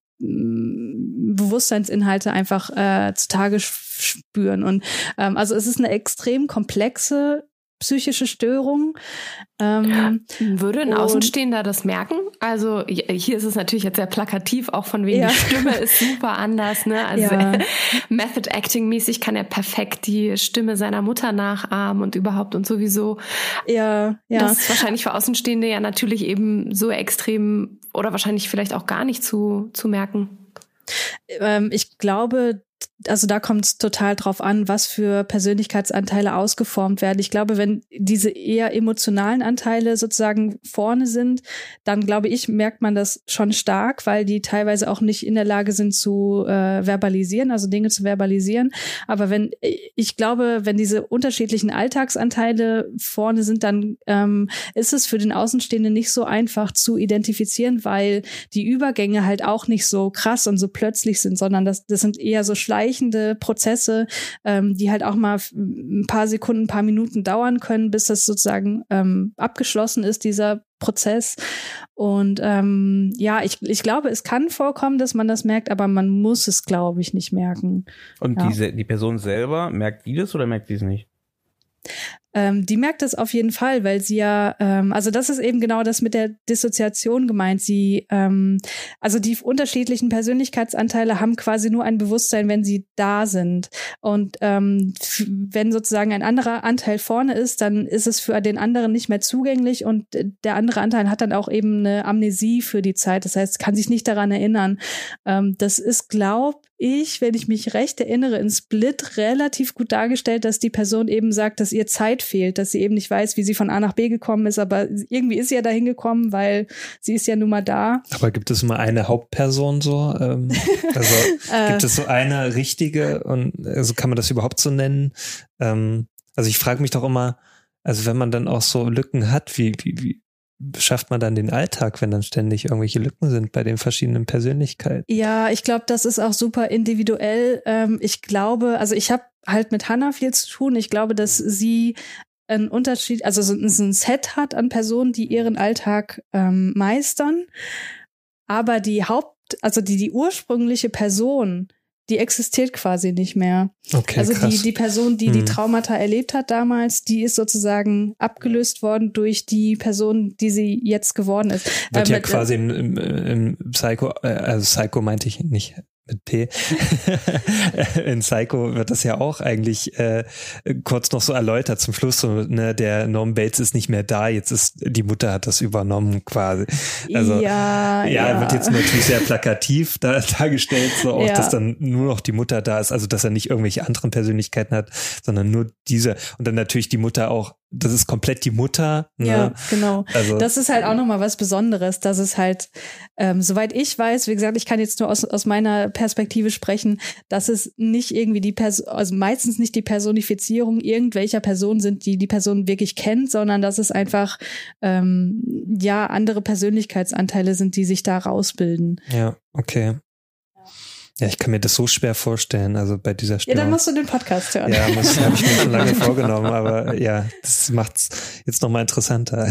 mh, Bewusstseinsinhalte einfach äh, zutage spüren. Und ähm, also es ist eine extrem komplexe psychische Störung. Ähm, Würde ein Außenstehender das merken? Also hier ist es natürlich jetzt sehr plakativ, auch von wegen, ja. Die Stimme ist super anders, ne? Also ja. Method Acting mäßig kann er perfekt die Stimme seiner Mutter nachahmen und überhaupt und sowieso. Ja, ja. Das ist wahrscheinlich für Außenstehende ja natürlich eben so extrem oder wahrscheinlich vielleicht auch gar nicht zu, zu merken. Ähm, ich glaube, also da kommt es total drauf an, was für Persönlichkeitsanteile ausgeformt werden. Ich glaube, wenn diese eher emotionalen Anteile sozusagen vorne sind, dann glaube ich, merkt man das schon stark, weil die teilweise auch nicht in der Lage sind zu äh, verbalisieren, also Dinge zu verbalisieren. Aber wenn, ich glaube, wenn diese unterschiedlichen Alltagsanteile vorne sind, dann ähm, ist es für den Außenstehenden nicht so einfach zu identifizieren, weil die Übergänge halt auch nicht so krass und so plötzlich sind, sondern das, das sind eher so schleichende Prozesse, ähm, die halt auch mal ein paar Sekunden, ein paar Minuten dauern können, bis das sozusagen ähm, abgeschlossen ist, dieser Prozess. Und ähm, ja, ich, ich glaube, es kann vorkommen, dass man das merkt, aber man muss es, glaube ich, nicht merken. Und ja. diese, die Person selber, merkt die das oder merkt die es nicht? Ähm, die merkt das auf jeden Fall, weil sie ja, ähm, also das ist eben genau das mit der Dissoziation gemeint. Sie, ähm, also die unterschiedlichen Persönlichkeitsanteile haben quasi nur ein Bewusstsein, wenn sie da sind. Und ähm, f- wenn sozusagen ein anderer Anteil vorne ist, dann ist es für den anderen nicht mehr zugänglich und der andere Anteil hat dann auch eben eine Amnesie für die Zeit. Das heißt, kann sich nicht daran erinnern. Ähm, das ist, glaube ich, wenn ich mich recht erinnere, in Split relativ gut dargestellt, dass die Person eben sagt, dass ihr Zeit fehlt, dass sie eben nicht weiß, wie sie von A nach B gekommen ist, aber irgendwie ist sie ja dahin gekommen, weil sie ist ja nun mal da. Aber gibt es mal eine Hauptperson so? Ähm, also gibt es so eine richtige und also kann man das überhaupt so nennen? Ähm, also ich frage mich doch immer, also wenn man dann auch so Lücken hat, wie, wie, wie schafft man dann den Alltag, wenn dann ständig irgendwelche Lücken sind bei den verschiedenen Persönlichkeiten? Ja, ich glaube, das ist auch super individuell. Ähm, ich glaube, also ich habe halt mit Hannah viel zu tun. Ich glaube, dass sie ein Unterschied, also so, so ein Set hat an Personen, die ihren Alltag ähm, meistern, aber die Haupt, also die die ursprüngliche Person, die existiert quasi nicht mehr. Okay, also krass. die die Person, die hm. die Traumata erlebt hat damals, die ist sozusagen abgelöst worden durch die Person, die sie jetzt geworden ist. Wird äh, ja mit, quasi im, im, im Psycho, äh, also Psycho meinte ich nicht mit P. In Psycho wird das ja auch eigentlich äh, kurz noch so erläutert zum Schluss, so, ne, der Norman Bates ist nicht mehr da, jetzt ist die Mutter hat das übernommen quasi. Also ja, ja, ja. wird jetzt natürlich sehr plakativ da, dargestellt, so auch, ja. dass dann nur noch die Mutter da ist, also dass er nicht irgendwelche anderen Persönlichkeiten hat, sondern nur diese und dann natürlich die Mutter auch, das ist komplett die Mutter. Ne? Ja, genau. Also, das ist halt auch nochmal was Besonderes, dass es halt, ähm, soweit ich weiß, wie gesagt, ich kann jetzt nur aus, aus meiner Perspektive sprechen, dass es nicht irgendwie die Person, also meistens nicht die Personifizierung irgendwelcher Personen sind, die die Person wirklich kennt, sondern dass es einfach, ähm, ja, andere Persönlichkeitsanteile sind, die sich da rausbilden. Ja, okay. Ja, ich kann mir das so schwer vorstellen, also bei dieser Stelle. Ja, dann musst du den Podcast hören. Ja, das habe ich mir schon lange vorgenommen, aber ja, das macht's jetzt nochmal interessanter.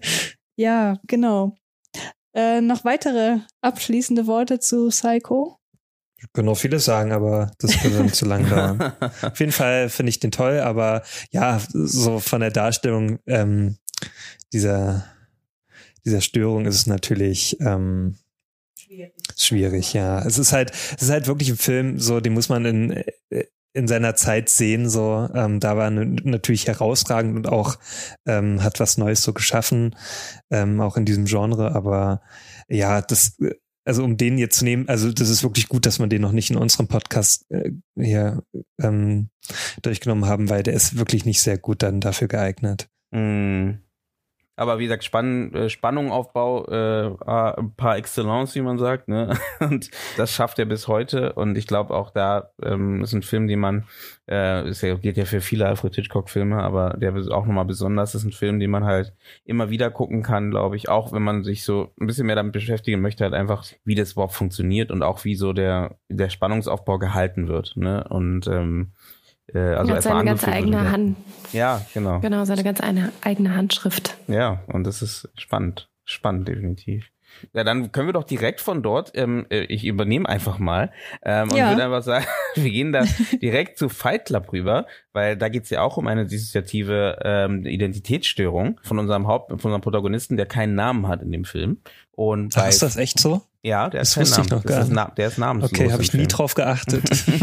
Ja, genau. Äh, noch weitere abschließende Worte zu Psycho? Ich kann noch vieles sagen, aber das würde dann zu lang dauern. Auf jeden Fall finde ich den toll, aber ja, so von der Darstellung ähm, dieser, dieser Störung ist es natürlich ähm, Schwierig. Schwierig, ja. Es ist halt, es ist halt wirklich ein Film, so, den muss man in, in seiner Zeit sehen, so, ähm, da war n- natürlich herausragend und auch, ähm, hat was Neues so geschaffen, ähm, auch in diesem Genre, aber ja, das, also um den jetzt zu nehmen, also das ist wirklich gut, dass wir den noch nicht in unserem Podcast äh, hier ähm, durchgenommen haben, weil der ist wirklich nicht sehr gut dann dafür geeignet. Mm. Aber wie gesagt, Spann, äh, Spannungaufbau äh, par excellence, wie man sagt, ne? Und das schafft er bis heute. Und ich glaube auch da ähm, ist ein Film, den man, äh, es geht ja für viele Alfred Hitchcock-Filme, aber der ist auch nochmal besonders, ist ein Film, den man halt immer wieder gucken kann, glaube ich. Auch wenn man sich so ein bisschen mehr damit beschäftigen möchte, halt einfach, wie das überhaupt funktioniert und auch wie so der der Spannungsaufbau gehalten wird, ne? Und ähm, Also hat seine ganz eigene Hand. Ja, genau. Genau, seine ganz eine, eigene Handschrift. Ja, und das ist spannend. Spannend, definitiv. Ja, dann können wir doch direkt von dort, ähm, ich übernehme einfach mal ähm, und ja. würde einfach sagen, wir gehen da direkt zu Fight Club rüber, weil da geht's ja auch um eine dissoziative ähm, Identitätsstörung von unserem Haupt, von unserem Protagonisten, der keinen Namen hat in dem Film. Und Ach, ist das echt so? Ja, der das ist kein wusste Name. Ich noch gar ist na- der ist namenslos. Okay, habe ich nie drauf geachtet.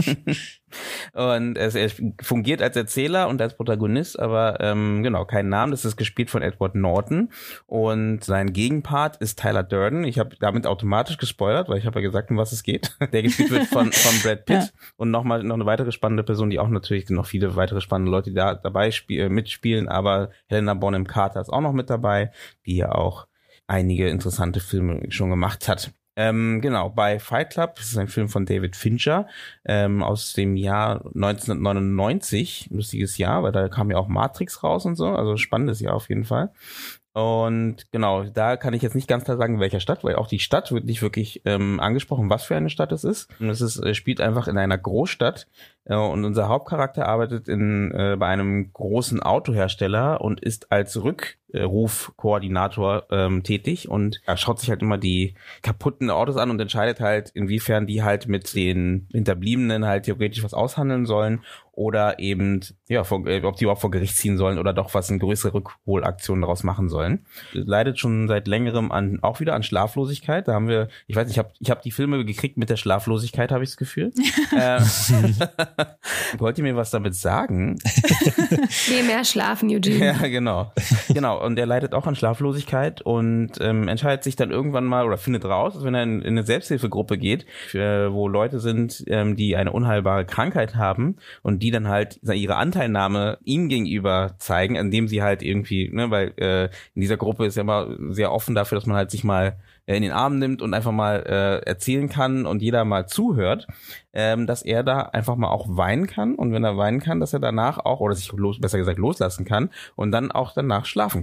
Und es, er fungiert als Erzähler und als Protagonist, aber ähm, genau, kein Namen. Das ist gespielt von Edward Norton und sein Gegenpart ist Tyler Durden. Ich habe damit automatisch gespoilert, weil ich habe ja gesagt, um was es geht. Der gespielt wird von, von Brad Pitt. Ja. Und nochmal noch eine weitere spannende Person, die auch natürlich noch viele weitere spannende Leute, die da dabei spiel, mitspielen, aber Helena Bonham Carter ist auch noch mit dabei, die ja auch einige interessante Filme schon gemacht hat. Ähm, genau, bei Fight Club, das ist ein Film von David Fincher ähm, aus dem Jahr neunzehnhundertneunundneunzig, lustiges Jahr, weil da kam ja auch Matrix raus und so, also spannendes Jahr auf jeden Fall. Und genau, da kann ich jetzt nicht ganz klar sagen, in welcher Stadt, weil auch die Stadt wird nicht wirklich ähm, angesprochen, was für eine Stadt es ist. Und es ist, äh, spielt einfach in einer Großstadt äh, und unser Hauptcharakter arbeitet in äh, bei einem großen Autohersteller und ist als Rückrufkoordinator ähm, tätig und er schaut sich halt immer die kaputten Autos an und entscheidet halt, inwiefern die halt mit den Hinterbliebenen halt theoretisch was aushandeln sollen oder eben, ja, vor, ob die überhaupt vor Gericht ziehen sollen oder doch was, eine größere Rückholaktion daraus machen sollen. Leidet schon seit längerem an, auch wieder an Schlaflosigkeit. Da haben wir, ich weiß nicht, ich habe ich hab die Filme gekriegt mit der Schlaflosigkeit, habe ich das Gefühl. äh, wollt ihr mir was damit sagen? Geh mehr schlafen, Eugene. Ja, genau. Genau, und er leidet auch an Schlaflosigkeit und ähm, entscheidet sich dann irgendwann mal oder findet raus, wenn er in, in eine Selbsthilfegruppe geht, für, wo Leute sind, ähm, die eine unheilbare Krankheit haben und die dann halt ihre Anteilnahme ihm gegenüber zeigen, indem sie halt irgendwie, ne, weil äh, in dieser Gruppe ist ja immer sehr offen dafür, dass man halt sich mal äh, in den Arm nimmt und einfach mal äh, erzählen kann und jeder mal zuhört, ähm, dass er da einfach mal auch weinen kann und wenn er weinen kann, dass er danach auch, oder sich los, besser gesagt loslassen kann und dann auch danach schlafen kann.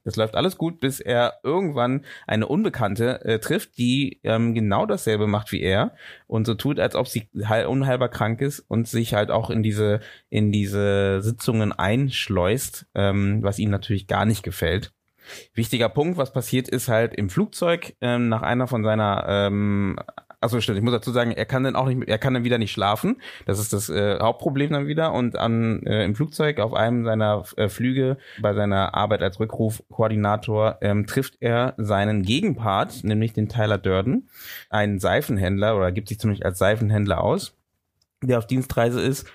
Das läuft alles gut, bis er irgendwann eine Unbekannte äh, trifft, die ähm, genau dasselbe macht wie er und so tut, als ob sie heil, unheilbar krank ist und sich halt auch in diese in diese Sitzungen einschleust, ähm, was ihm natürlich gar nicht gefällt. Wichtiger Punkt, was passiert ist halt im Flugzeug ähm, nach einer von seiner ähm, Achso, stimmt. Ich muss dazu sagen, er kann dann auch nicht, er kann dann wieder nicht schlafen. Das ist das äh, Hauptproblem dann wieder. Und an äh, im Flugzeug auf einem seiner äh, Flüge bei seiner Arbeit als Rückrufkoordinator ähm, trifft er seinen Gegenpart, nämlich den Tyler Durden, einen Seifenhändler oder gibt sich zumindest als Seifenhändler aus, der auf Dienstreise ist.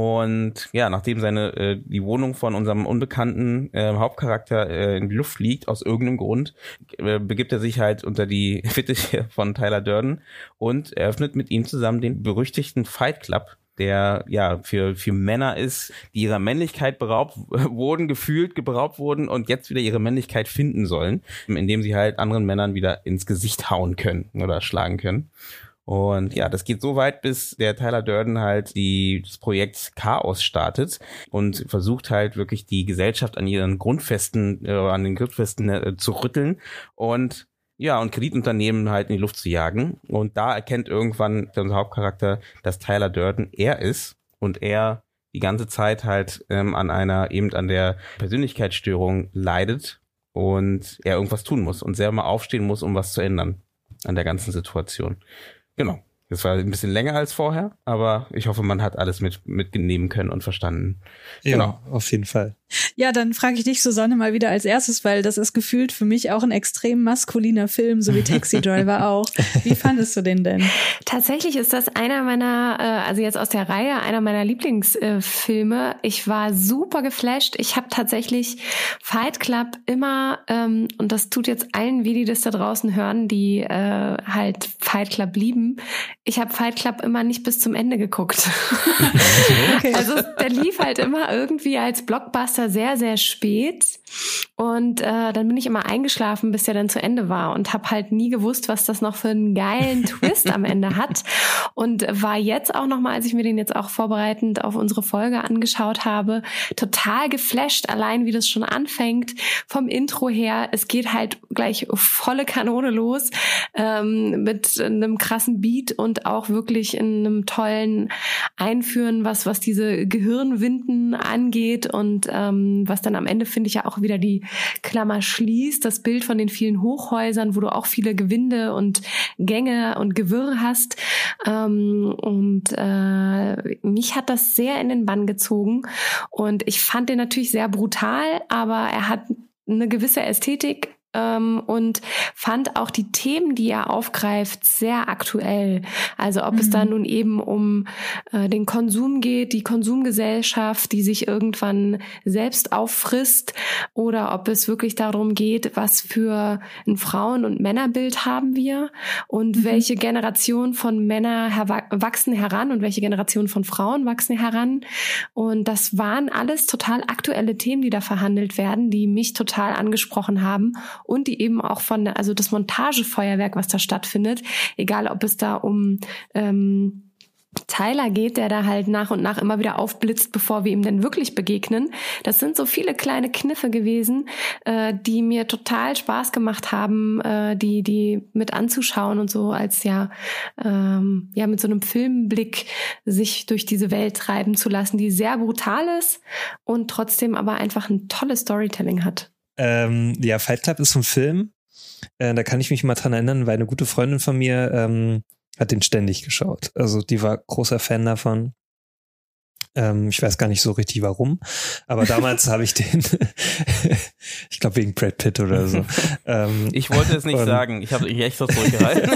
Und ja, nachdem seine äh, die Wohnung von unserem unbekannten äh, Hauptcharakter äh, in die Luft fliegt, aus irgendeinem Grund, äh, begibt er sich halt unter die Fittiche von Tyler Durden und eröffnet mit ihm zusammen den berüchtigten Fight Club, der ja für für Männer ist, die ihrer Männlichkeit beraubt wurden, gefühlt beraubt wurden und jetzt wieder ihre Männlichkeit finden sollen, indem sie halt anderen Männern wieder ins Gesicht hauen können oder schlagen können. Und ja, das geht so weit, bis der Tyler Durden halt die, das Projekt Chaos startet und versucht halt wirklich die Gesellschaft an ihren Grundfesten, äh, an den Grundfesten äh, zu rütteln und ja, und Kreditunternehmen halt in die Luft zu jagen. Und da erkennt irgendwann unser Hauptcharakter, dass Tyler Durden er ist und er die ganze Zeit halt ähm, an einer, eben an der Persönlichkeitsstörung leidet und er irgendwas tun muss und selber mal aufstehen muss, um was zu ändern an der ganzen Situation. Genau. Das war ein bisschen länger als vorher, aber ich hoffe, man hat alles mit mitnehmen können und verstanden. Ja, genau. Auf jeden Fall. Ja, dann frage ich dich, Susanne, mal wieder als erstes, weil das ist gefühlt für mich auch ein extrem maskuliner Film, so wie Taxi Driver auch. Wie fandest du den denn? Tatsächlich ist das einer meiner, äh, also jetzt aus der Reihe, einer meiner Lieblingsfilme. Ich war super geflasht. Ich habe tatsächlich Fight Club immer, ähm, und das tut jetzt allen weh, die das da draußen hören, die äh, halt Fight Club lieben. Ich habe Fight Club immer nicht bis zum Ende geguckt. Okay. Also der lief halt immer irgendwie als Blockbuster sehr, sehr spät. Und äh, dann bin ich immer eingeschlafen, bis der dann zu Ende war und habe halt nie gewusst, was das noch für einen geilen Twist am Ende hat. Und war jetzt auch nochmal, als ich mir den jetzt auch vorbereitend auf unsere Folge angeschaut habe, total geflasht, allein wie das schon anfängt, vom Intro her. Es geht halt gleich volle Kanone los, ähm, mit einem krassen Beat und auch wirklich in einem tollen Einführen, was was diese Gehirnwinden angeht und ähm, was dann am Ende, finde ich, ja auch wieder die Klammer schließt, das Bild von den vielen Hochhäusern, wo du auch viele Gewinde und Gänge und Gewirr hast. Ähm, und äh, mich hat das sehr in den Bann gezogen und ich fand den natürlich sehr brutal, aber er hat eine gewisse Ästhetik ähm, und fand auch die Themen, die er aufgreift, sehr aktuell. Also ob mhm. es da nun eben um äh, den Konsum geht, die Konsumgesellschaft, die sich irgendwann selbst auffrisst, oder ob es wirklich darum geht, was für ein Frauen- und Männerbild haben wir und mhm. welche Generation von Männern herwa- wachsen heran und welche Generation von Frauen wachsen heran. Und das waren alles total aktuelle Themen, die da verhandelt werden, die mich total angesprochen haben. Und die eben auch von, also das Montagefeuerwerk, was da stattfindet, egal ob es da um ähm, Tyler geht, der da halt nach und nach immer wieder aufblitzt, bevor wir ihm denn wirklich begegnen. Das sind so viele kleine Kniffe gewesen, äh, die mir total Spaß gemacht haben, äh, die die mit anzuschauen und so als ja ähm, ja mit so einem Filmblick sich durch diese Welt treiben zu lassen, die sehr brutal ist und trotzdem aber einfach ein tolles Storytelling hat. Ähm, ja, Fight Club ist ein Film, äh, da kann ich mich mal dran erinnern, weil eine gute Freundin von mir ähm, hat den ständig geschaut. Also die war großer Fan davon. Ähm, ich weiß gar nicht so richtig warum, aber damals habe ich den, ich glaube wegen Brad Pitt oder so. Ähm, ich wollte es nicht und, sagen, ich habe mich echt so zurückgehalten.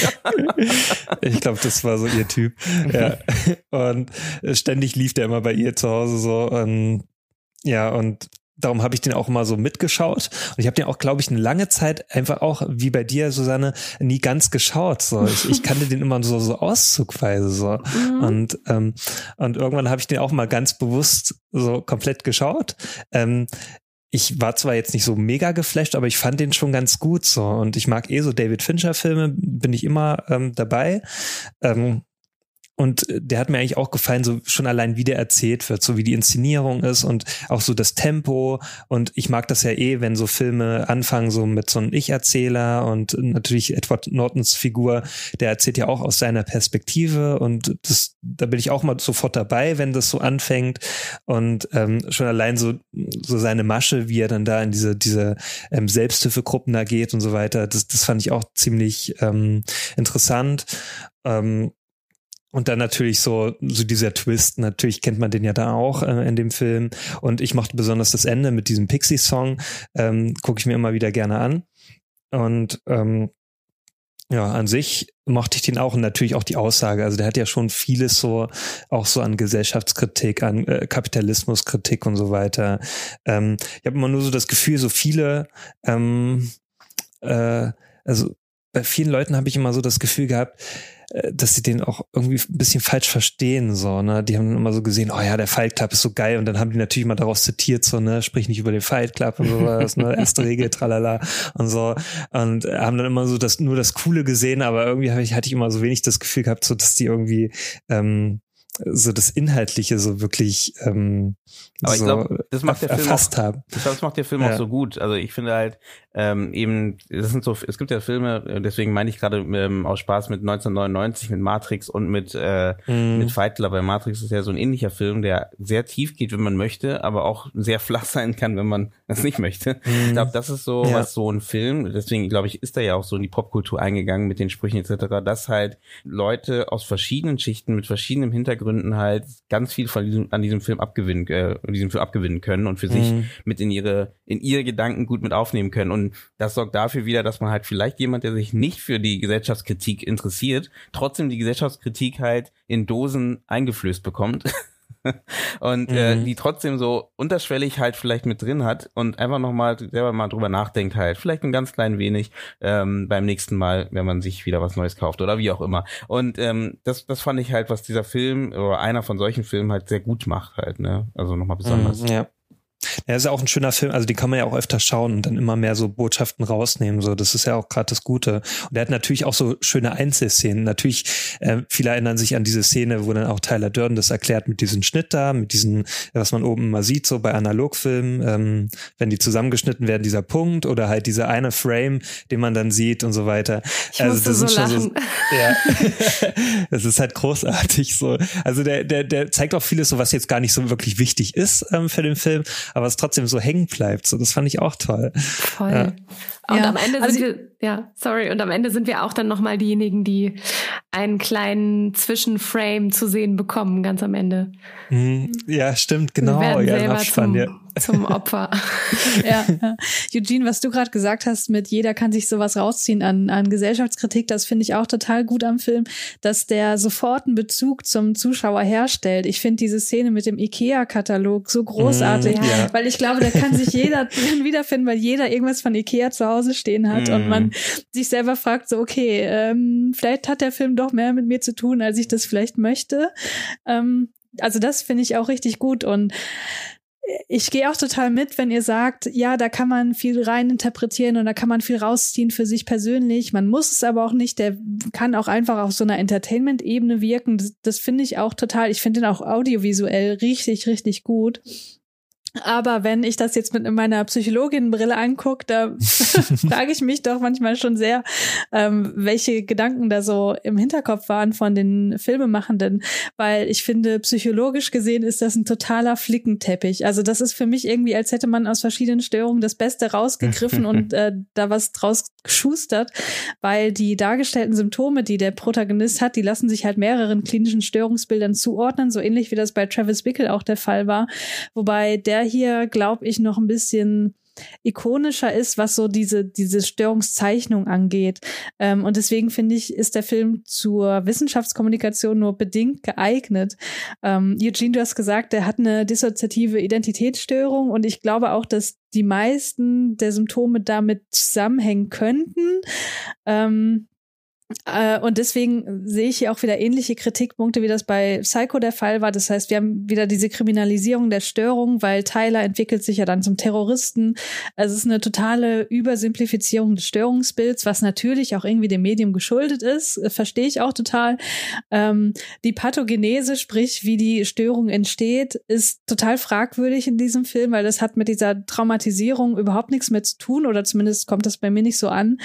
Ich glaube, das war so ihr Typ. Ja. Und ständig lief der immer bei ihr zu Hause so und ja, und darum habe ich den auch immer so mitgeschaut und ich habe den auch, glaube ich, eine lange Zeit einfach auch, wie bei dir, Susanne, nie ganz geschaut. So, ich, ich kannte den immer so so auszugweise so mhm. und ähm, und irgendwann habe ich den auch mal ganz bewusst so komplett geschaut. Ähm, ich war zwar jetzt nicht so mega geflasht, aber ich fand den schon ganz gut so und ich mag eh so David Fincher Filme, bin ich immer ähm, dabei. Ähm, Und der hat mir eigentlich auch gefallen, so schon allein wie der erzählt wird, so wie die Inszenierung ist und auch so das Tempo. Und ich mag das ja eh, wenn so Filme anfangen so mit so einem Ich-Erzähler, und natürlich Edward Nortons Figur, der erzählt ja auch aus seiner Perspektive, und das, da bin ich auch mal sofort dabei, wenn das so anfängt. Und ähm, schon allein so so seine Masche, wie er dann da in diese diese ähm, Selbsthilfegruppen da geht und so weiter, das das fand ich auch ziemlich ähm, interessant. Ähm, Und dann natürlich so, so dieser Twist, natürlich kennt man den ja da auch äh, in dem Film. Und ich mochte besonders das Ende mit diesem Pixies-Song, ähm, gucke ich mir immer wieder gerne an. Und ähm, ja, an sich mochte ich den auch, und natürlich auch die Aussage. Also der hat ja schon vieles so, auch so an Gesellschaftskritik, an äh, Kapitalismuskritik und so weiter. Ähm, ich habe immer nur so das Gefühl, so viele, ähm, äh, also bei vielen Leuten habe ich immer so das Gefühl gehabt, dass sie den auch irgendwie ein bisschen falsch verstehen, so, ne, die haben immer so gesehen, oh ja, der Fight Club ist so geil, und dann haben die natürlich mal daraus zitiert, so, ne, sprich nicht über den Fight Club und sowas, ne, erste Regel, tralala und so, und haben dann immer so das, nur das Coole gesehen, aber irgendwie hatte ich, hatte ich immer so wenig das Gefühl gehabt, so, dass die irgendwie, ähm, so das Inhaltliche so wirklich ähm, aber ich so glaube, das macht der Film erfasst auch, haben. Ich glaube, das macht der Film ja. auch so gut. Also ich finde halt ähm, eben, das sind so, es gibt ja Filme, deswegen meine ich gerade ähm, aus Spaß mit neunzehnhundertneunundneunzig, mit Matrix und mit äh, mm. mit Fight Club. Bei Matrix ist ja so ein ähnlicher Film, der sehr tief geht, wenn man möchte, aber auch sehr flach sein kann, wenn man es nicht möchte. Mm. Ich glaube, das ist so ja. was so ein Film. Deswegen glaube ich, ist er ja auch so in die Popkultur eingegangen mit den Sprüchen et cetera, dass halt Leute aus verschiedenen Schichten mit verschiedenen Hintergründen halt ganz viel von diesem, an diesem Film abgewinnen, äh, diesem Film abgewinnen können und für mm. sich mit in ihre in ihre Gedanken gut mit aufnehmen können. Und das sorgt dafür wieder, dass man halt vielleicht jemand, der sich nicht für die Gesellschaftskritik interessiert, trotzdem die Gesellschaftskritik halt in Dosen eingeflößt bekommt. und mhm. äh, die trotzdem so unterschwellig halt vielleicht mit drin hat und einfach nochmal selber mal drüber nachdenkt halt, vielleicht ein ganz klein wenig ähm, beim nächsten Mal, wenn man sich wieder was Neues kauft oder wie auch immer. Und ähm, das das fand ich halt, was dieser Film oder einer von solchen Filmen halt sehr gut macht halt, ne? Also nochmal besonders. Mhm, ja. Ja, ist ja auch ein schöner Film, also den kann man ja auch öfter schauen und dann immer mehr so Botschaften rausnehmen, so, das ist ja auch gerade das Gute. Und er hat natürlich auch so schöne Einzelszenen, natürlich, äh, viele erinnern sich an diese Szene, wo dann auch Tyler Durden das erklärt mit diesem Schnitt da, mit diesen, was man oben mal sieht, so bei Analogfilmen, ähm, wenn die zusammengeschnitten werden, dieser Punkt oder halt dieser eine Frame, den man dann sieht und so weiter. Ich also das so sind schon lachen. So, ja, das ist halt großartig so. Also der, der, der zeigt auch vieles, so was jetzt gar nicht so wirklich wichtig ist ähm, für den Film, aber es trotzdem so hängen bleibt. So, das fand ich auch toll. Voll. Ja. Und ja, am Ende also sind wir, ja, sorry, und am Ende sind wir auch dann nochmal diejenigen, die einen kleinen Zwischenframe zu sehen bekommen, ganz am Ende. Ja, stimmt, genau. Wir werden ja, selber Abspann, zum, ja. zum Opfer. ja, ja. Eugene, was du gerade gesagt hast, mit jeder kann sich sowas rausziehen an, an Gesellschaftskritik, das finde ich auch total gut am Film, dass der sofort einen Bezug zum Zuschauer herstellt. Ich finde diese Szene mit dem IKEA-Katalog so großartig, mm, ja. weil ich glaube, da kann sich jeder drin wiederfinden, weil jeder irgendwas von IKEA zu Hause stehen hat mm. und man sich selber fragt, so okay, ähm, vielleicht hat der Film doch mehr mit mir zu tun, als ich das vielleicht möchte. Ähm, also das finde ich auch richtig gut und ich gehe auch total mit, wenn ihr sagt, ja, da kann man viel rein interpretieren und da kann man viel rausziehen für sich persönlich. Man muss es aber auch nicht. Der kann auch einfach auf so einer Entertainment-Ebene wirken. Das, das finde ich auch total. Ich finde den auch audiovisuell richtig, richtig gut. Aber wenn ich das jetzt mit meiner Psychologinnenbrille angucke, da frage ich mich doch manchmal schon sehr, ähm, welche Gedanken da so im Hinterkopf waren von den Filmemachenden, weil ich finde, psychologisch gesehen ist das ein totaler Flickenteppich. Also das ist für mich irgendwie, als hätte man aus verschiedenen Störungen das Beste rausgegriffen und äh, da was draus geschustert, weil die dargestellten Symptome, die der Protagonist hat, die lassen sich halt mehreren klinischen Störungsbildern zuordnen, so ähnlich wie das bei Travis Bickle auch der Fall war, wobei der hier, glaube ich, noch ein bisschen ikonischer ist, was so diese diese Störungszeichnung angeht. Ähm, und deswegen finde ich, ist der Film zur Wissenschaftskommunikation nur bedingt geeignet. Ähm, Eugene, du hast gesagt, der hat eine dissoziative Identitätsstörung und ich glaube auch, dass die meisten der Symptome damit zusammenhängen könnten. Ähm, Äh, und deswegen sehe ich hier auch wieder ähnliche Kritikpunkte, wie das bei Psycho der Fall war. Das heißt, wir haben wieder diese Kriminalisierung der Störung, weil Tyler entwickelt sich ja dann zum Terroristen. Also es ist eine totale Übersimplifizierung des Störungsbilds, was natürlich auch irgendwie dem Medium geschuldet ist. Verstehe ich auch total. Ähm, die Pathogenese, sprich wie die Störung entsteht, ist total fragwürdig in diesem Film, weil das hat mit dieser Traumatisierung überhaupt nichts mehr zu tun, oder zumindest kommt das bei mir nicht so an.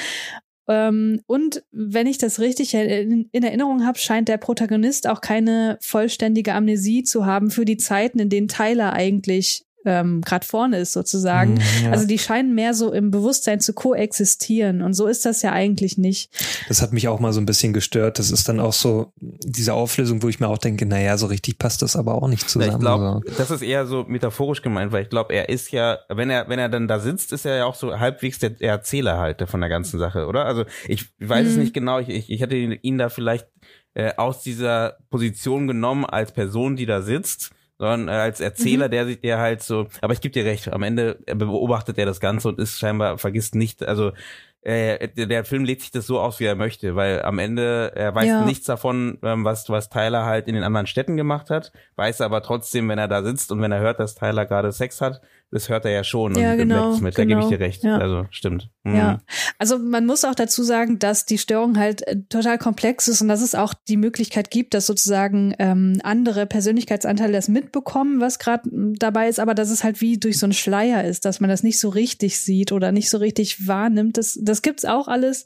Ähm, und wenn ich das richtig in, in Erinnerung habe, scheint der Protagonist auch keine vollständige Amnesie zu haben für die Zeiten, in denen Tyler eigentlich ähm, gerade vorne ist sozusagen. Mm, ja. Also die scheinen mehr so im Bewusstsein zu koexistieren, und so ist das ja eigentlich nicht. Das hat mich auch mal so ein bisschen gestört. Das ist dann auch so diese Auflösung, wo ich mir auch denke, naja, so richtig passt das aber auch nicht zusammen. Ich glaube, das ist eher so metaphorisch gemeint, weil ich glaube, er ist ja, wenn er wenn er dann da sitzt, ist er ja auch so halbwegs der, der Erzähler halt von der ganzen Sache, oder? Also ich weiß mm. es nicht genau, ich, ich, ich hätte ihn da vielleicht äh, aus dieser Position genommen als Person, die da sitzt, sondern als Erzähler, mhm. der sich der halt so, aber ich gebe dir recht, am Ende beobachtet er das Ganze und ist scheinbar, vergisst nicht, also äh, der, der Film legt sich das so aus, wie er möchte, weil am Ende, er weiß ja. nichts davon, ähm, was was Tyler halt in den anderen Städten gemacht hat, weiß aber trotzdem, wenn er da sitzt und wenn er hört, dass Tyler gerade Sex hat, das hört er ja schon ja, und genau, merkt es mit, genau. da gebe ich dir recht, ja. also stimmt. Mhm. Ja, also man muss auch dazu sagen, dass die Störung halt total komplex ist und dass es auch die Möglichkeit gibt, dass sozusagen ähm, andere Persönlichkeitsanteile das mitbekommen, was gerade dabei ist, aber dass es halt wie durch so einen Schleier ist, dass man das nicht so richtig sieht oder nicht so richtig wahrnimmt. Das, das gibt's auch alles,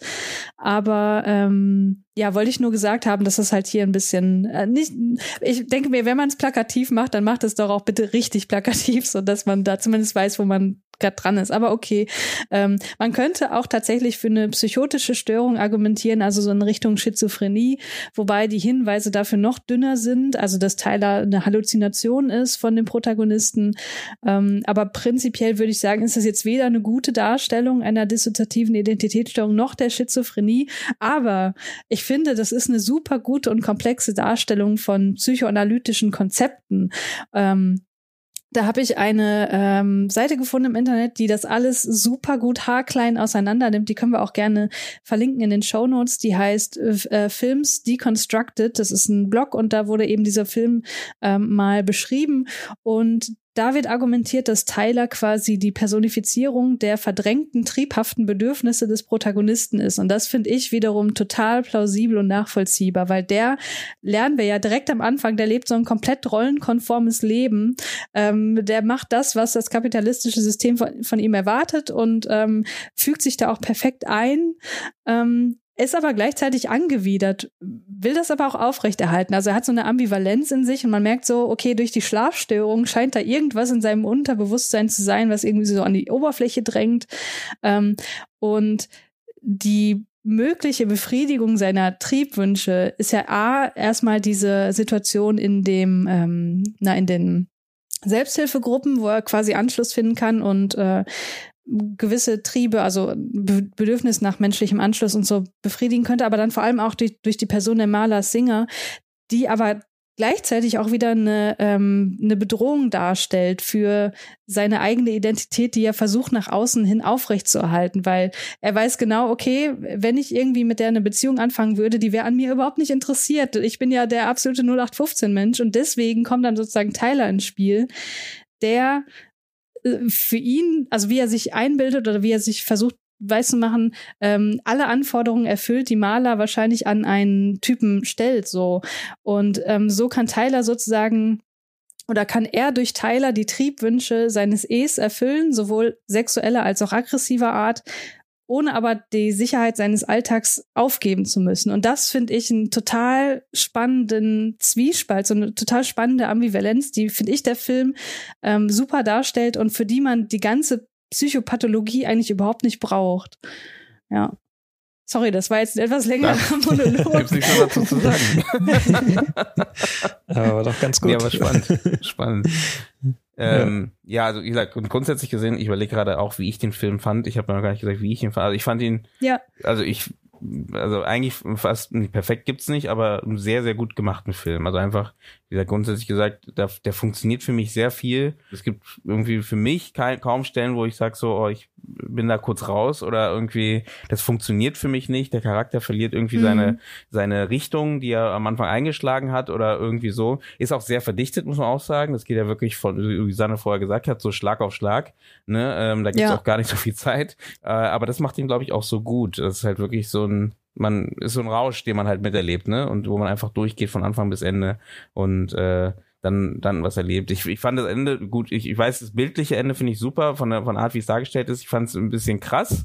aber ähm, ja, wollte ich nur gesagt haben, dass das halt hier ein bisschen äh, nicht, ich denke mir, wenn man es plakativ macht, dann macht es doch auch bitte richtig plakativ, so dass man da zumindest weiß, wo man gerade dran ist. Aber okay, ähm, man könnte auch tatsächlich für eine psychotische Störung argumentieren, also so in Richtung Schizophrenie, wobei die Hinweise dafür noch dünner sind, also dass Tyler eine Halluzination ist von dem Protagonisten. Ähm, aber prinzipiell würde ich sagen, ist das jetzt weder eine gute Darstellung einer dissoziativen Identitätsstörung noch der Schizophrenie, aber ich finde, das ist eine super gute und komplexe Darstellung von psychoanalytischen Konzepten. Ähm, Da habe ich eine ähm, Seite gefunden im Internet, die das alles super gut haarklein auseinander nimmt. Die können wir auch gerne verlinken in den Shownotes. Die heißt äh, Films Deconstructed. Das ist ein Blog und da wurde eben dieser Film ähm, mal beschrieben. Und da wird argumentiert, dass Tyler quasi die Personifizierung der verdrängten, triebhaften Bedürfnisse des Protagonisten ist. Und das finde ich wiederum total plausibel und nachvollziehbar, weil der, lernen wir ja direkt am Anfang, der lebt so ein komplett rollenkonformes Leben. Ähm, der macht das, was das kapitalistische System von, von ihm erwartet und ähm, fügt sich da auch perfekt ein. Ähm, ist aber gleichzeitig angewidert, will das aber auch aufrechterhalten. Also er hat so eine Ambivalenz in sich und man merkt so, okay, durch die Schlafstörung scheint da irgendwas in seinem Unterbewusstsein zu sein, was irgendwie so an die Oberfläche drängt. Ähm, und die mögliche Befriedigung seiner Triebwünsche ist ja A, erstmal diese Situation in dem, ähm, na, in den Selbsthilfegruppen, wo er quasi Anschluss finden kann und äh, gewisse Triebe, also Be- Bedürfnis nach menschlichem Anschluss und so befriedigen könnte, aber dann vor allem auch durch, durch die Person der Marla Singer, die aber gleichzeitig auch wieder eine, ähm, eine Bedrohung darstellt für seine eigene Identität, die er versucht nach außen hin aufrechtzuerhalten, weil er weiß genau, okay, wenn ich irgendwie mit der eine Beziehung anfangen würde, die wäre an mir überhaupt nicht interessiert. Ich bin ja der absolute null acht fünfzehn Mensch und deswegen kommt dann sozusagen Tyler ins Spiel, der für ihn, also wie er sich einbildet oder wie er sich versucht weiszumachen, ähm, alle Anforderungen erfüllt, die Marla wahrscheinlich an einen Typen stellt, so. Und ähm, so kann Tyler sozusagen oder kann er durch Tyler die Triebwünsche seines Ehs erfüllen, sowohl sexueller als auch aggressiver Art, ohne aber die Sicherheit seines Alltags aufgeben zu müssen. Und das finde ich einen total spannenden Zwiespalt, so eine total spannende Ambivalenz, die, finde ich, der Film ähm, super darstellt und für die man die ganze Psychopathologie eigentlich überhaupt nicht braucht. Ja. Sorry, das war jetzt ein etwas längerer Monolog. Gibt's nichts mehr dazu zu sagen. Aber doch ganz gut. Ja, aber spannend. Spannend. Ähm, ja. ja, also wie gesagt, und grundsätzlich gesehen, ich überlege gerade auch, wie ich den Film fand. Ich habe noch gar nicht gesagt, wie ich ihn fand. Also ich fand ihn, ja. also ich, also eigentlich fast nicht perfekt gibt's nicht, aber einen sehr, sehr gut gemachten Film. Also einfach wie gesagt, grundsätzlich gesagt, der, der funktioniert für mich sehr viel. Es gibt irgendwie für mich kein, kaum Stellen, wo ich sage so, oh, ich bin da kurz raus oder irgendwie, das funktioniert für mich nicht. Der Charakter verliert irgendwie mhm. seine seine Richtung, die er am Anfang eingeschlagen hat oder irgendwie so. Ist auch sehr verdichtet, muss man auch sagen. Das geht ja wirklich von, wie Sanne vorher gesagt hat, so Schlag auf Schlag. Ne? Ähm, da gibt's ja auch gar nicht so viel Zeit. Äh, aber das macht ihn, glaube ich, auch so gut. Das ist halt wirklich so ein man ist so ein Rausch, den man halt miterlebt, ne? Und wo man einfach durchgeht von Anfang bis Ende und äh, dann dann was erlebt. Ich, ich fand das Ende gut. Ich, ich weiß, das bildliche Ende finde ich super von der von der Art, wie es dargestellt ist. Ich fand es ein bisschen krass.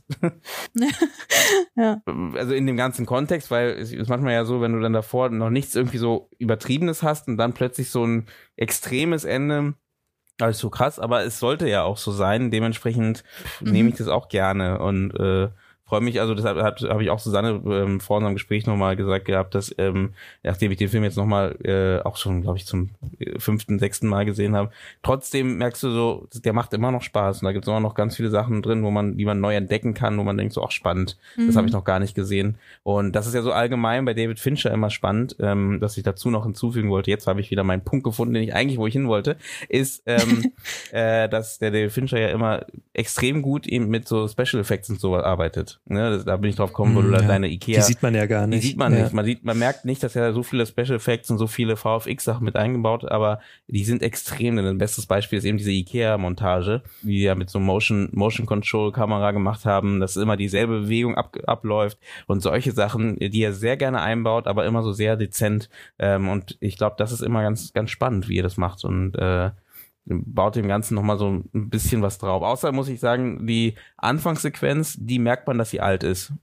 Ja. Also in dem ganzen Kontext, weil es ist manchmal ja so, wenn du dann davor noch nichts irgendwie so Übertriebenes hast und dann plötzlich so ein extremes Ende. Das ist so krass, aber es sollte ja auch so sein. Dementsprechend mhm. nehme ich das auch gerne und äh, freue mich, also deshalb habe hab ich auch Susanne ähm, vor unserem Gespräch nochmal gesagt gehabt, dass ähm, nachdem ich den Film jetzt nochmal äh, auch schon, glaube ich, zum fünften, sechsten Mal gesehen habe, trotzdem merkst du so, der macht immer noch Spaß und da gibt es immer noch ganz viele Sachen drin, wo man, die man neu entdecken kann, wo man denkt so, ach spannend, mhm. das habe ich noch gar nicht gesehen und das ist ja so allgemein bei David Fincher immer spannend, ähm, dass ich dazu noch hinzufügen wollte, jetzt habe ich wieder meinen Punkt gefunden, den ich eigentlich, wo ich hin wollte, ist, ähm, äh, dass der David Fincher ja immer extrem gut eben mit so Special Effects und so arbeitet. Ne, das, da bin ich drauf gekommen, wo du da ja. deine Ikea... Die sieht man ja gar nicht. Die sieht man ja. nicht. Man sieht, man merkt nicht, dass er so viele Special Effects und so viele V F X-Sachen mit eingebaut, aber die sind extrem. Denn ein bestes Beispiel ist eben diese Ikea-Montage, wie die ja mit so Motion, Motion Control Kamera gemacht haben, dass immer dieselbe Bewegung ab, abläuft und solche Sachen, die er sehr gerne einbaut, aber immer so sehr dezent. Ähm, und ich glaube, das ist immer ganz, ganz spannend, wie er das macht und äh, baut dem Ganzen nochmal so ein bisschen was drauf. Außer muss ich sagen, die Anfangssequenz, die merkt man, dass sie alt ist.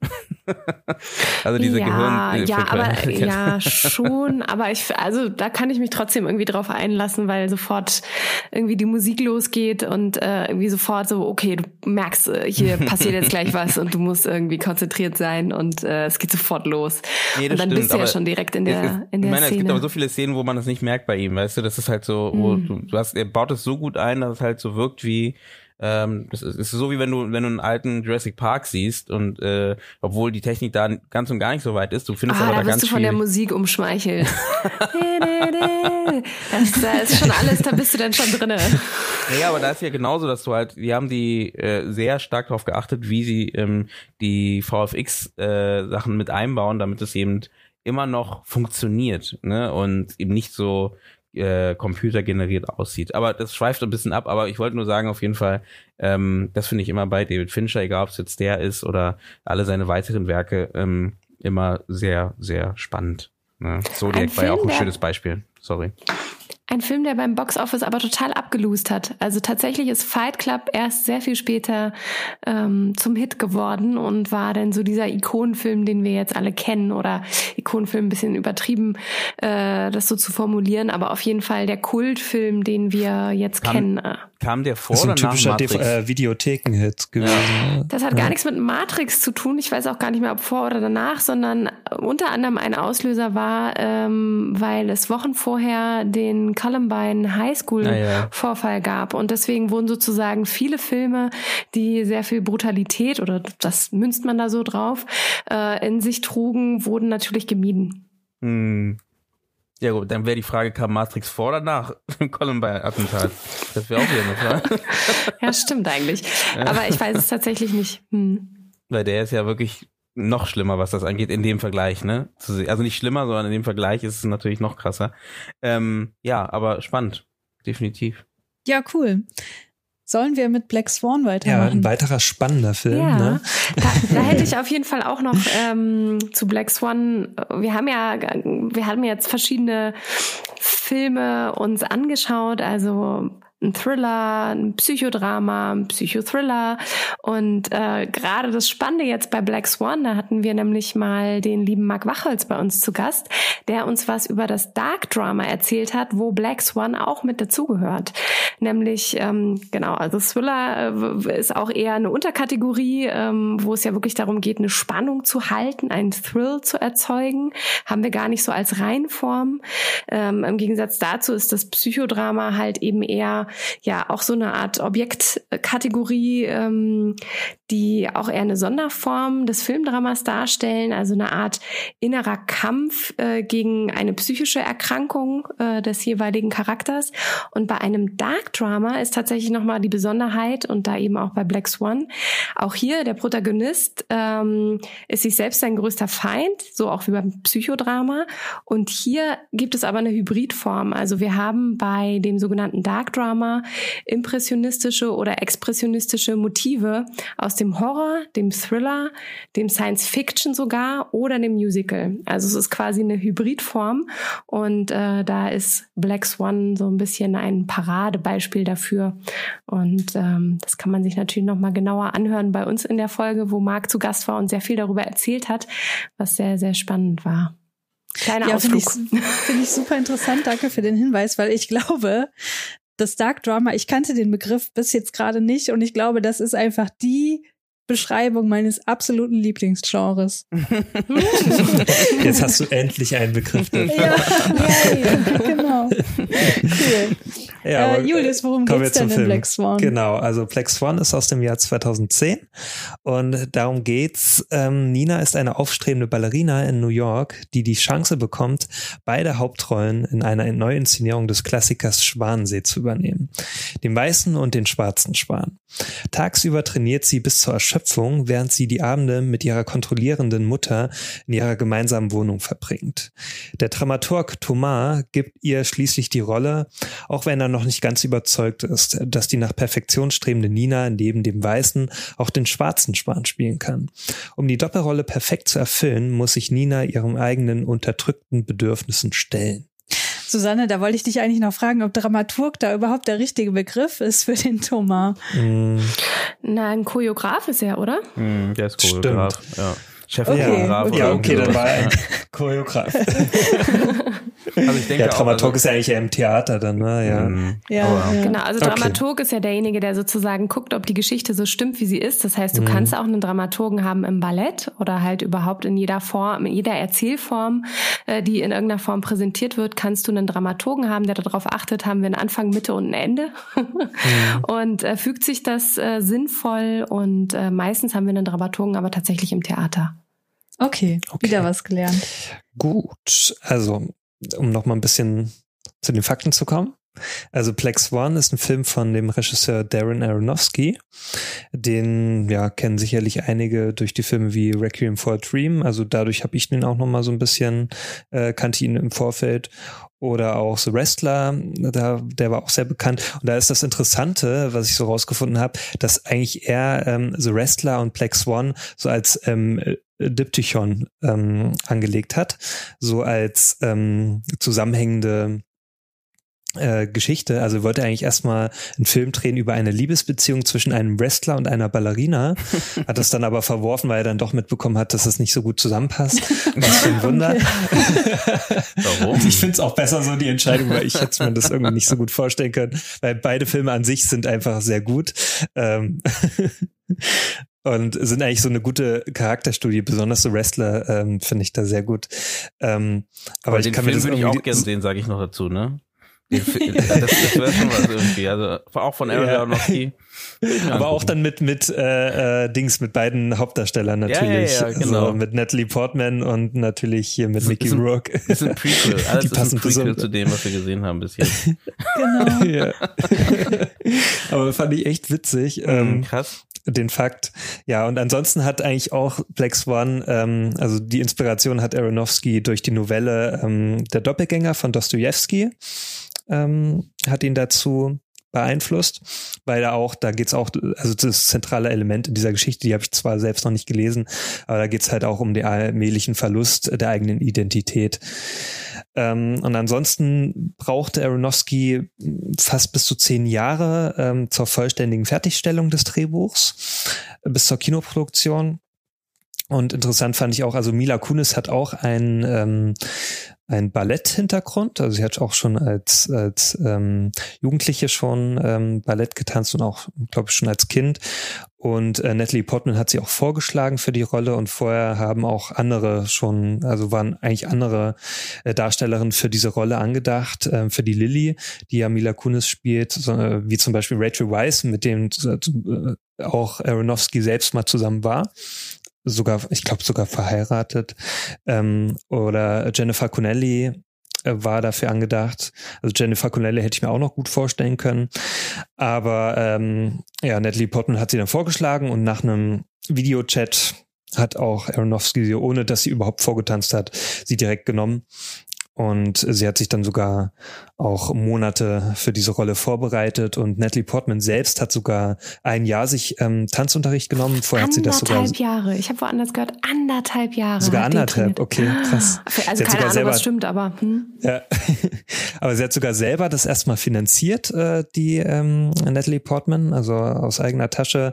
Also diese ja, Gehirn... Ja, aber, ja, schon. Aber ich, also da kann ich mich trotzdem irgendwie drauf einlassen, weil sofort irgendwie die Musik losgeht und äh, irgendwie sofort so, okay, du merkst, hier passiert jetzt gleich was und du musst irgendwie konzentriert sein und äh, es geht sofort los. Nee, und dann stimmt, bist du ja schon direkt in der, ist, in der ich meine, Szene. Es gibt aber so viele Szenen, wo man das nicht merkt bei ihm, weißt du? Das ist halt so, wo mm. du, du hast, er baut es so gut ein, dass es halt so wirkt wie Ähm, das ist, ist so wie wenn du wenn du einen alten Jurassic Park siehst und äh, obwohl die Technik da ganz und gar nicht so weit ist, du findest ah, aber da da ganz bist du von viel. Der Musik umschmeichelt. das, da ist schon alles, da bist du dann schon drinne. Ja, aber da ist ja genauso, dass du halt, die haben die äh, sehr stark darauf geachtet, wie sie ähm, die V F X äh, Sachen mit einbauen, damit es eben immer noch funktioniert, ne, und eben nicht so äh, computergeneriert aussieht. Aber das schweift ein bisschen ab, aber ich wollte nur sagen, auf jeden Fall, ähm, das finde ich immer bei David Fincher, egal ob es jetzt der ist oder alle seine weiteren Werke, ähm, immer sehr, sehr spannend. Ne? Zodiac war ja auch ein schönes Beispiel. Sorry. Ein Film, der beim Boxoffice aber total abgelost hat. Also tatsächlich ist Fight Club erst sehr viel später ähm, zum Hit geworden und war dann so dieser Ikonenfilm, den wir jetzt alle kennen, oder Ikonenfilm ein bisschen übertrieben, äh, das so zu formulieren, aber auf jeden Fall der Kultfilm, den wir jetzt kam, kennen. Kam der vor das ist oder ein typischer nach Matrix? Äh, Videotheken-Hit gewesen. Ja. Das hat ja. gar nichts mit Matrix zu tun. Ich weiß auch gar nicht mehr, ob vor oder danach, sondern unter anderem ein Auslöser war, ähm, weil es Wochen vorher den Columbine High School ah, ja. Vorfall gab und deswegen wurden sozusagen viele Filme, die sehr viel Brutalität, oder das münzt man da so drauf, äh, in sich trugen, wurden natürlich gemieden. Hm. Ja gut, dann wäre die Frage, kam Matrix vor oder nach dem Columbine-Attentat? Das wäre auch wieder eine Frage. Ja, stimmt eigentlich. Aber ich weiß es tatsächlich nicht. Hm. Weil der ist ja wirklich noch schlimmer, was das angeht, in dem Vergleich, ne? Also nicht schlimmer, sondern in dem Vergleich ist es natürlich noch krasser. Ähm, ja, aber spannend. Definitiv. Ja, cool. Sollen wir mit Black Swan weitermachen? Ja, ein weiterer spannender Film. Ja, ne? da, da hätte ich auf jeden Fall auch noch ähm, zu Black Swan, wir haben ja, wir haben jetzt verschiedene Filme uns angeschaut, also ein Thriller, ein Psychodrama, ein Psychothriller und äh, gerade das Spannende jetzt bei Black Swan, da hatten wir nämlich mal den lieben Mark Wachholz bei uns zu Gast, der uns was über das Dark Drama erzählt hat, wo Black Swan auch mit dazugehört. Nämlich, ähm, genau, also Thriller äh, ist auch eher eine Unterkategorie, ähm, wo es ja wirklich darum geht, eine Spannung zu halten, einen Thrill zu erzeugen. Haben wir gar nicht so als Reihenform. Ähm, im Gegensatz dazu ist das Psychodrama halt eben eher ja auch so eine Art Objektkategorie, ähm, die auch eher eine Sonderform des Filmdramas darstellen, also eine Art innerer Kampf äh, gegen eine psychische Erkrankung äh, des jeweiligen Charakters. Und bei einem Dark Drama ist tatsächlich nochmal die Besonderheit, und da eben auch bei Black Swan, auch hier der Protagonist ähm, ist sich selbst sein größter Feind, so auch wie beim Psychodrama. Und hier gibt es aber eine Hybridform. Also wir haben bei dem sogenannten Dark Drama impressionistische oder expressionistische Motive aus dem Horror, dem Thriller, dem Science Fiction sogar oder dem Musical. Also es ist quasi eine Hybridform, und äh, da ist Black Swan so ein bisschen ein Paradebeispiel dafür. Und ähm, das kann man sich natürlich noch mal genauer anhören bei uns in der Folge, wo Marc zu Gast war und sehr viel darüber erzählt hat, was sehr, sehr spannend war. Kleiner ja, Ausflug. Finde ich, find ich super interessant. Danke für den Hinweis, weil ich glaube, das Dark Drama, ich kannte den Begriff bis jetzt gerade nicht, und ich glaube, das ist einfach die Beschreibung meines absoluten Lieblingsgenres. Jetzt hast du endlich einen Begriff dafür. Ja, yay, genau. Cool. Ja, äh, Julius, worum geht's denn in Black Swan? Genau, also Black Swan ist aus dem Jahr zweitausendzehn, und darum geht's. Ähm, Nina ist eine aufstrebende Ballerina in New York, die die Chance bekommt, beide Hauptrollen in einer Neuinszenierung des Klassikers Schwanensee zu übernehmen. Den weißen und den schwarzen Schwan. Tagsüber trainiert sie bis zur Erschöpfung, während sie die Abende mit ihrer kontrollierenden Mutter in ihrer gemeinsamen Wohnung verbringt. Der Dramaturg Thomas gibt ihr schließlich die Rolle, auch wenn er noch nicht ganz überzeugt ist, dass die nach Perfektion strebende Nina neben dem weißen auch den schwarzen Schwan spielen kann. Um die Doppelrolle perfekt zu erfüllen, muss sich Nina ihren eigenen unterdrückten Bedürfnissen stellen. Susanne, da wollte ich dich eigentlich noch fragen, ob Dramaturg da überhaupt der richtige Begriff ist für den Thomas. Mm. Na, ein Choreograf ist er, oder? Mm, der ist Choreograf, Stimmt. ja. Chef Okay, Choreograf. okay. Ja, okay, dann war er ein Choreograf. Also ich denke ja, Dramaturg auch, also, ist ja eigentlich eher im Theater dann, ne? Ja. Mm, Ja, aber, ja. Genau, also Okay. Dramaturg ist ja derjenige, der sozusagen guckt, ob die Geschichte so stimmt, wie sie ist. Das heißt, du Mhm. kannst auch einen Dramaturgen haben im Ballett oder halt überhaupt in jeder Form, in jeder Erzählform, äh, die in irgendeiner Form präsentiert wird, kannst du einen Dramaturgen haben, der darauf achtet, haben wir einen Anfang, Mitte und ein Ende. Mhm. Und äh, fügt sich das äh, sinnvoll, und äh, meistens haben wir einen Dramaturgen aber tatsächlich im Theater. Okay, Okay. wieder was gelernt. Gut, also um noch mal ein bisschen zu den Fakten zu kommen. Also Black Swan ist ein Film von dem Regisseur Darren Aronofsky. Den ja kennen sicherlich einige durch die Filme wie Requiem for a Dream. Also dadurch habe ich den auch noch mal so ein bisschen, äh, kannte ihn im Vorfeld. Oder auch The Wrestler, da, der war auch sehr bekannt. Und da ist das Interessante, was ich so rausgefunden habe, dass eigentlich er ähm, The Wrestler und Black Swan so als ähm, Diptychon ähm, angelegt hat, so als ähm, zusammenhängende äh, Geschichte. Also wollte er eigentlich erstmal einen Film drehen über eine Liebesbeziehung zwischen einem Wrestler und einer Ballerina, hat das dann aber verworfen, weil er dann doch mitbekommen hat, dass es nicht so gut zusammenpasst. Was für ein Wunder. Warum? Und ich finde es auch besser so, die Entscheidung, weil ich hätte mir das irgendwie nicht so gut vorstellen können, weil beide Filme an sich sind einfach sehr gut. Ähm Und sind eigentlich so eine gute Charakterstudie, besonders so Wrestler ähm, finde ich da sehr gut. Ähm, aber, aber ich den kann Film mir das würde ich irgendwie auch gerne sehen, sage ich noch dazu, ne? Den Film, das das wäre schon was irgendwie, also auch von Aaron Ja. Aronofsky. aber auch dann mit mit äh, äh, Dings mit beiden Hauptdarstellern natürlich, Ja, ja, ja, genau. also mit Natalie Portman und natürlich hier mit Das Mickey ist ein- Rourke. Das ist ein Prequel, alles Die ist ein passen Prequel zusammen. zu dem, was wir gesehen haben bis jetzt. Genau. Ja. Aber fand ich echt witzig. Ähm, Krass. Den Fakt. Ja, und ansonsten hat eigentlich auch Black Swan, ähm, also die Inspiration hat Aronofsky durch die Novelle ähm, Der Doppelgänger von Dostojewski, ähm, hat ihn dazu beeinflusst, weil da auch, da geht's auch, also das zentrale Element in dieser Geschichte, die habe ich zwar selbst noch nicht gelesen, aber da geht's halt auch um den allmählichen Verlust der eigenen Identität. Ähm, und ansonsten brauchte Aronofsky fast bis zu zehn Jahre ähm, zur vollständigen Fertigstellung des Drehbuchs, äh, bis zur Kinoproduktion. Und interessant fand ich auch, also Mila Kunis hat auch ein ähm, ein Ballett-Hintergrund, also sie hat auch schon als als ähm, Jugendliche schon ähm, Ballett getanzt und auch, glaube ich, schon als Kind. Und äh, Natalie Portman hat sie auch vorgeschlagen für die Rolle, und vorher haben auch andere schon, also waren eigentlich andere äh, Darstellerinnen für diese Rolle angedacht, äh, für die Lily, die ja Mila Kunis spielt, so, äh, wie zum Beispiel Rachel Weisz, mit dem äh, auch Aronofsky selbst mal zusammen war. Sogar, ich glaube sogar verheiratet. Ähm, oder Jennifer Connelly war dafür angedacht. Also Jennifer Connelly hätte ich mir auch noch gut vorstellen können. Aber ähm, ja, Natalie Portman hat sie dann vorgeschlagen und nach einem Videochat hat auch Aronofsky sie, ohne dass sie überhaupt vorgetanzt hat, sie direkt genommen. Und sie hat sich dann sogar auch Monate für diese Rolle vorbereitet. Und Natalie Portman selbst hat sogar ein Jahr sich ähm, Tanzunterricht genommen. Vorher hat sie das sogar anderthalb Jahre. Ich habe woanders gehört, anderthalb Jahre. Sogar anderthalb, okay, krass. Also keine Ahnung, selber, was stimmt, aber hm. Ja, aber sie hat sogar selber das erstmal finanziert, äh, die ähm, Natalie Portman, also aus eigener Tasche.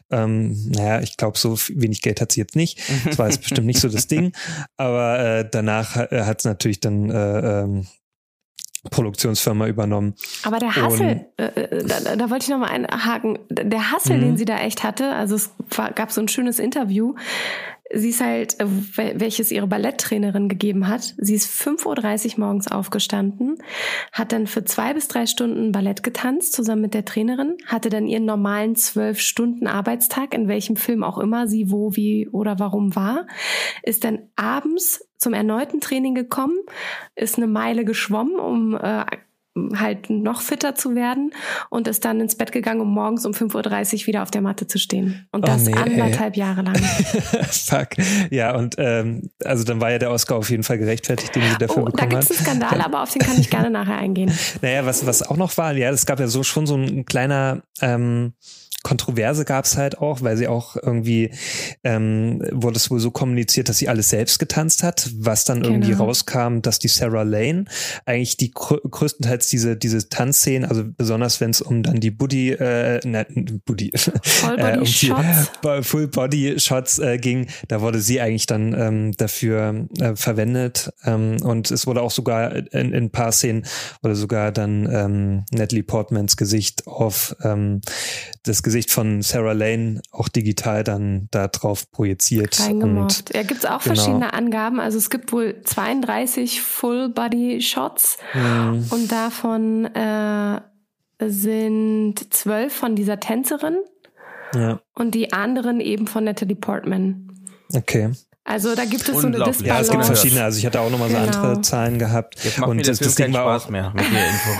Ähm, naja, ich glaube, so wenig Geld hat sie jetzt nicht. Das war jetzt bestimmt nicht so das Ding. Aber äh, danach äh, hat es natürlich dann Äh, ähm, Produktionsfirma übernommen. Aber der Hassel, äh, da, da wollte ich nochmal einhaken, der Hassel, mhm. den sie da echt hatte, also es war, gab so ein schönes Interview, sie ist halt, welches ihre Balletttrainerin gegeben hat, sie ist fünf Uhr dreißig morgens aufgestanden, hat dann für zwei bis drei Stunden Ballett getanzt, zusammen mit der Trainerin, hatte dann ihren normalen zwölf Stunden Arbeitstag, in welchem Film auch immer sie wo, wie oder warum war, ist dann abends zum erneuten Training gekommen, ist eine Meile geschwommen, um äh, halt noch fitter zu werden und ist dann ins Bett gegangen, um morgens um fünf Uhr dreißig wieder auf der Matte zu stehen. Und das oh nee, anderthalb ey. Jahre lang. Fuck. Ja, und ähm, also dann war ja der Oscar auf jeden Fall gerechtfertigt, den sie dafür oh, bekommen hat. Da gibt es einen Skandal, aber auf den kann ich gerne nachher eingehen. Naja, was, was auch noch war, ja, es gab ja so schon so ein kleiner ähm, Kontroverse gab es halt auch, weil sie auch irgendwie ähm, wurde es wohl so kommuniziert, dass sie alles selbst getanzt hat, was dann genau. irgendwie rauskam, dass die Sarah Lane eigentlich die grö- größtenteils diese diese Tanzszenen, also besonders wenn es um dann die Buddy, äh, ne, Buddy, Full Body äh, um Shots, die Full Body Shots äh, ging, da wurde sie eigentlich dann ähm, dafür äh, verwendet ähm, und es wurde auch sogar in, in ein paar Szenen wurde sogar dann ähm, Natalie Portmans Gesicht auf ähm, das Gesicht von Sarah Lane auch digital dann da drauf projiziert. Reingemorft. Ja, gibt es auch genau. verschiedene Angaben. Also es gibt wohl zweiunddreißig Full-Body-Shots hm. und davon äh, sind zwölf von dieser Tänzerin ja. und die anderen eben von Natalie Portman. Okay. Also da gibt es so eine Disbalance. Ja, es gibt verschiedene. Also ich hatte auch nochmal so genau. andere Zahlen gehabt. Jetzt macht und mir der das, Film das Ding keinen war Spaß auch mehr mit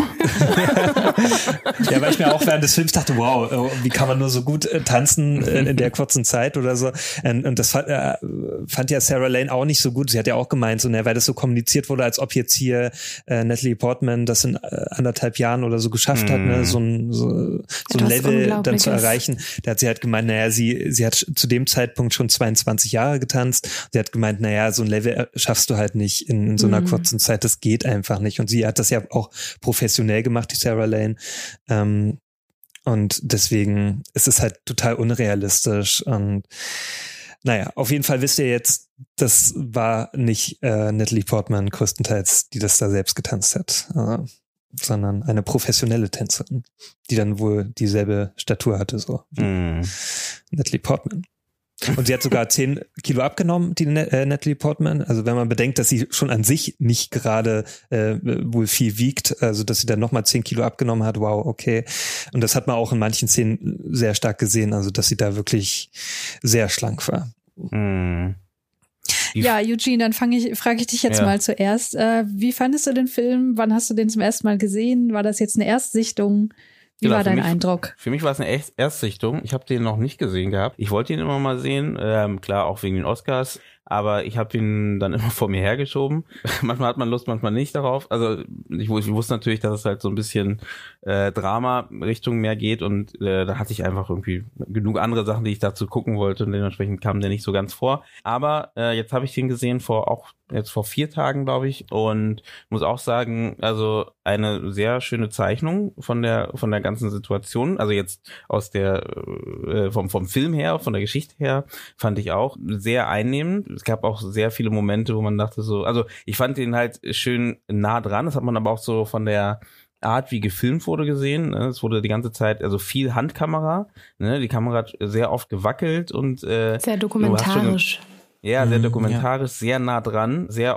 der Info. Ja, weil ich mir auch während des Films dachte, wow, wie kann man nur so gut äh, tanzen äh, in der kurzen Zeit oder so. Und, und das fand, äh, fand ja Sarah Lane auch nicht so gut. Sie hat ja auch gemeint, so, ne, weil das so kommuniziert wurde, als ob jetzt hier äh, Natalie Portman das in äh, anderthalb Jahren oder so geschafft mm. hat, ne, so ein, so, so ein Level dann zu erreichen. Da hat sie halt gemeint, naja, sie, sie hat zu dem Zeitpunkt schon zweiundzwanzig Jahre getanzt. Sie hat gemeint, naja, ja, so ein Level schaffst du halt nicht in, in so einer mhm. kurzen Zeit. Das geht einfach nicht. Und sie hat das ja auch professionell gemacht, die Sarah Lane. Ähm, und deswegen ist es halt total unrealistisch. Und naja, auf jeden Fall wisst ihr jetzt, das war nicht äh, Natalie Portman größtenteils, die das da selbst getanzt hat, äh, sondern eine professionelle Tänzerin, die dann wohl dieselbe Statur hatte, so wie mhm. Natalie Portman. Und sie hat sogar zehn Kilo abgenommen, die äh, Natalie Portman. Also wenn man bedenkt, dass sie schon an sich nicht gerade äh, wohl viel wiegt, also dass sie dann nochmal zehn Kilo abgenommen hat, wow, okay. Und das hat man auch in manchen Szenen sehr stark gesehen, also dass sie da wirklich sehr schlank war. Hm. Ja, Eugene, dann fange ich, frage ich dich jetzt ja. mal zuerst. Äh, wie fandest du den Film? Wann hast du den zum ersten Mal gesehen? War das jetzt eine Erstsichtung? Wie genau, war dein mich, Eindruck? Für mich war es eine Erstsichtung. Ich habe den noch nicht gesehen gehabt. Ich wollte ihn immer mal sehen, ähm, klar auch wegen den Oscars, aber ich habe ihn dann immer vor mir hergeschoben. Manchmal hat man Lust, manchmal nicht darauf. Also ich, ich wusste natürlich, dass es halt so ein bisschen äh, Drama-Richtung mehr geht und äh, da hatte ich einfach irgendwie genug andere Sachen, die ich dazu gucken wollte und dementsprechend kam der nicht so ganz vor. Aber äh, jetzt habe ich den gesehen vor auch jetzt vor vier Tagen, glaube ich, und muss auch sagen, also eine sehr schöne Zeichnung von der von der ganzen Situation, also jetzt aus der äh, vom vom Film her, von der Geschichte her, fand ich auch sehr einnehmend. Es gab auch sehr viele Momente, wo man dachte so, also ich fand den halt schön nah dran, das hat man aber auch so von der Art, wie gefilmt wurde, gesehen. Es wurde die ganze Zeit, also viel Handkamera, ne? Die Kamera hat sehr oft gewackelt und äh, sehr dokumentarisch. Ja, sehr dokumentarisch, ja. Sehr nah dran, sehr oft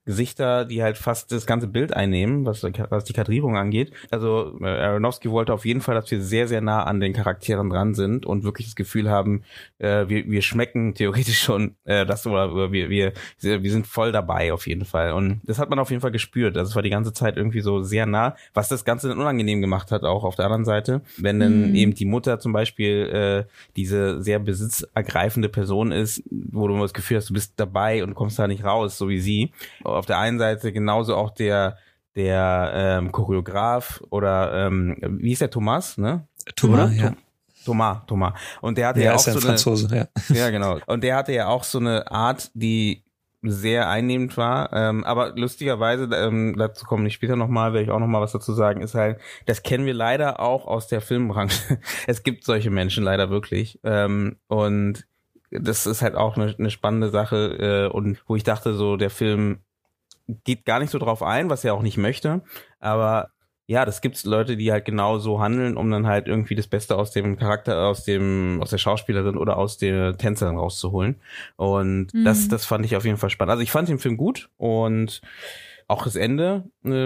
Gesichter, die halt fast das ganze Bild einnehmen, was, was die Kadrierung angeht. Also äh, Aronofsky wollte auf jeden Fall, dass wir sehr, sehr nah an den Charakteren dran sind und wirklich das Gefühl haben, äh, wir, wir schmecken theoretisch schon äh, das oder wir, wir, wir sind voll dabei auf jeden Fall. Und das hat man auf jeden Fall gespürt. Also es war die ganze Zeit irgendwie so sehr nah, was das Ganze dann unangenehm gemacht hat, auch auf der anderen Seite. Wenn dann mhm. eben die Mutter zum Beispiel äh, diese sehr besitzergreifende Person ist, wo du das Gefühl hast, du bist dabei und kommst da nicht raus, so wie sie. Auf der einen Seite genauso auch der der ähm, Choreograf oder ähm, wie ist der, Thomas, ne? Thomas, ja. Thomas, Thomas. Und der hatte ja, ja auch ist ein so Franzose, eine, ja. Ja, genau. Und der hatte ja auch so eine Art, die sehr einnehmend war, ähm, aber lustigerweise, ähm, dazu komme ich später nochmal, werde ich auch nochmal was dazu sagen, ist halt, das kennen wir leider auch aus der Filmbranche. Es gibt solche Menschen leider wirklich, ähm, und das ist halt auch eine, eine spannende Sache, äh, und wo ich dachte, so der Film geht gar nicht so drauf ein, was er auch nicht möchte, aber ja, das gibt's Leute, die halt genau so handeln, um dann halt irgendwie das Beste aus dem Charakter, aus dem, aus der Schauspielerin oder aus der Tänzerin rauszuholen. Und mhm. das, das fand ich auf jeden Fall spannend. Also ich fand den Film gut und auch das Ende,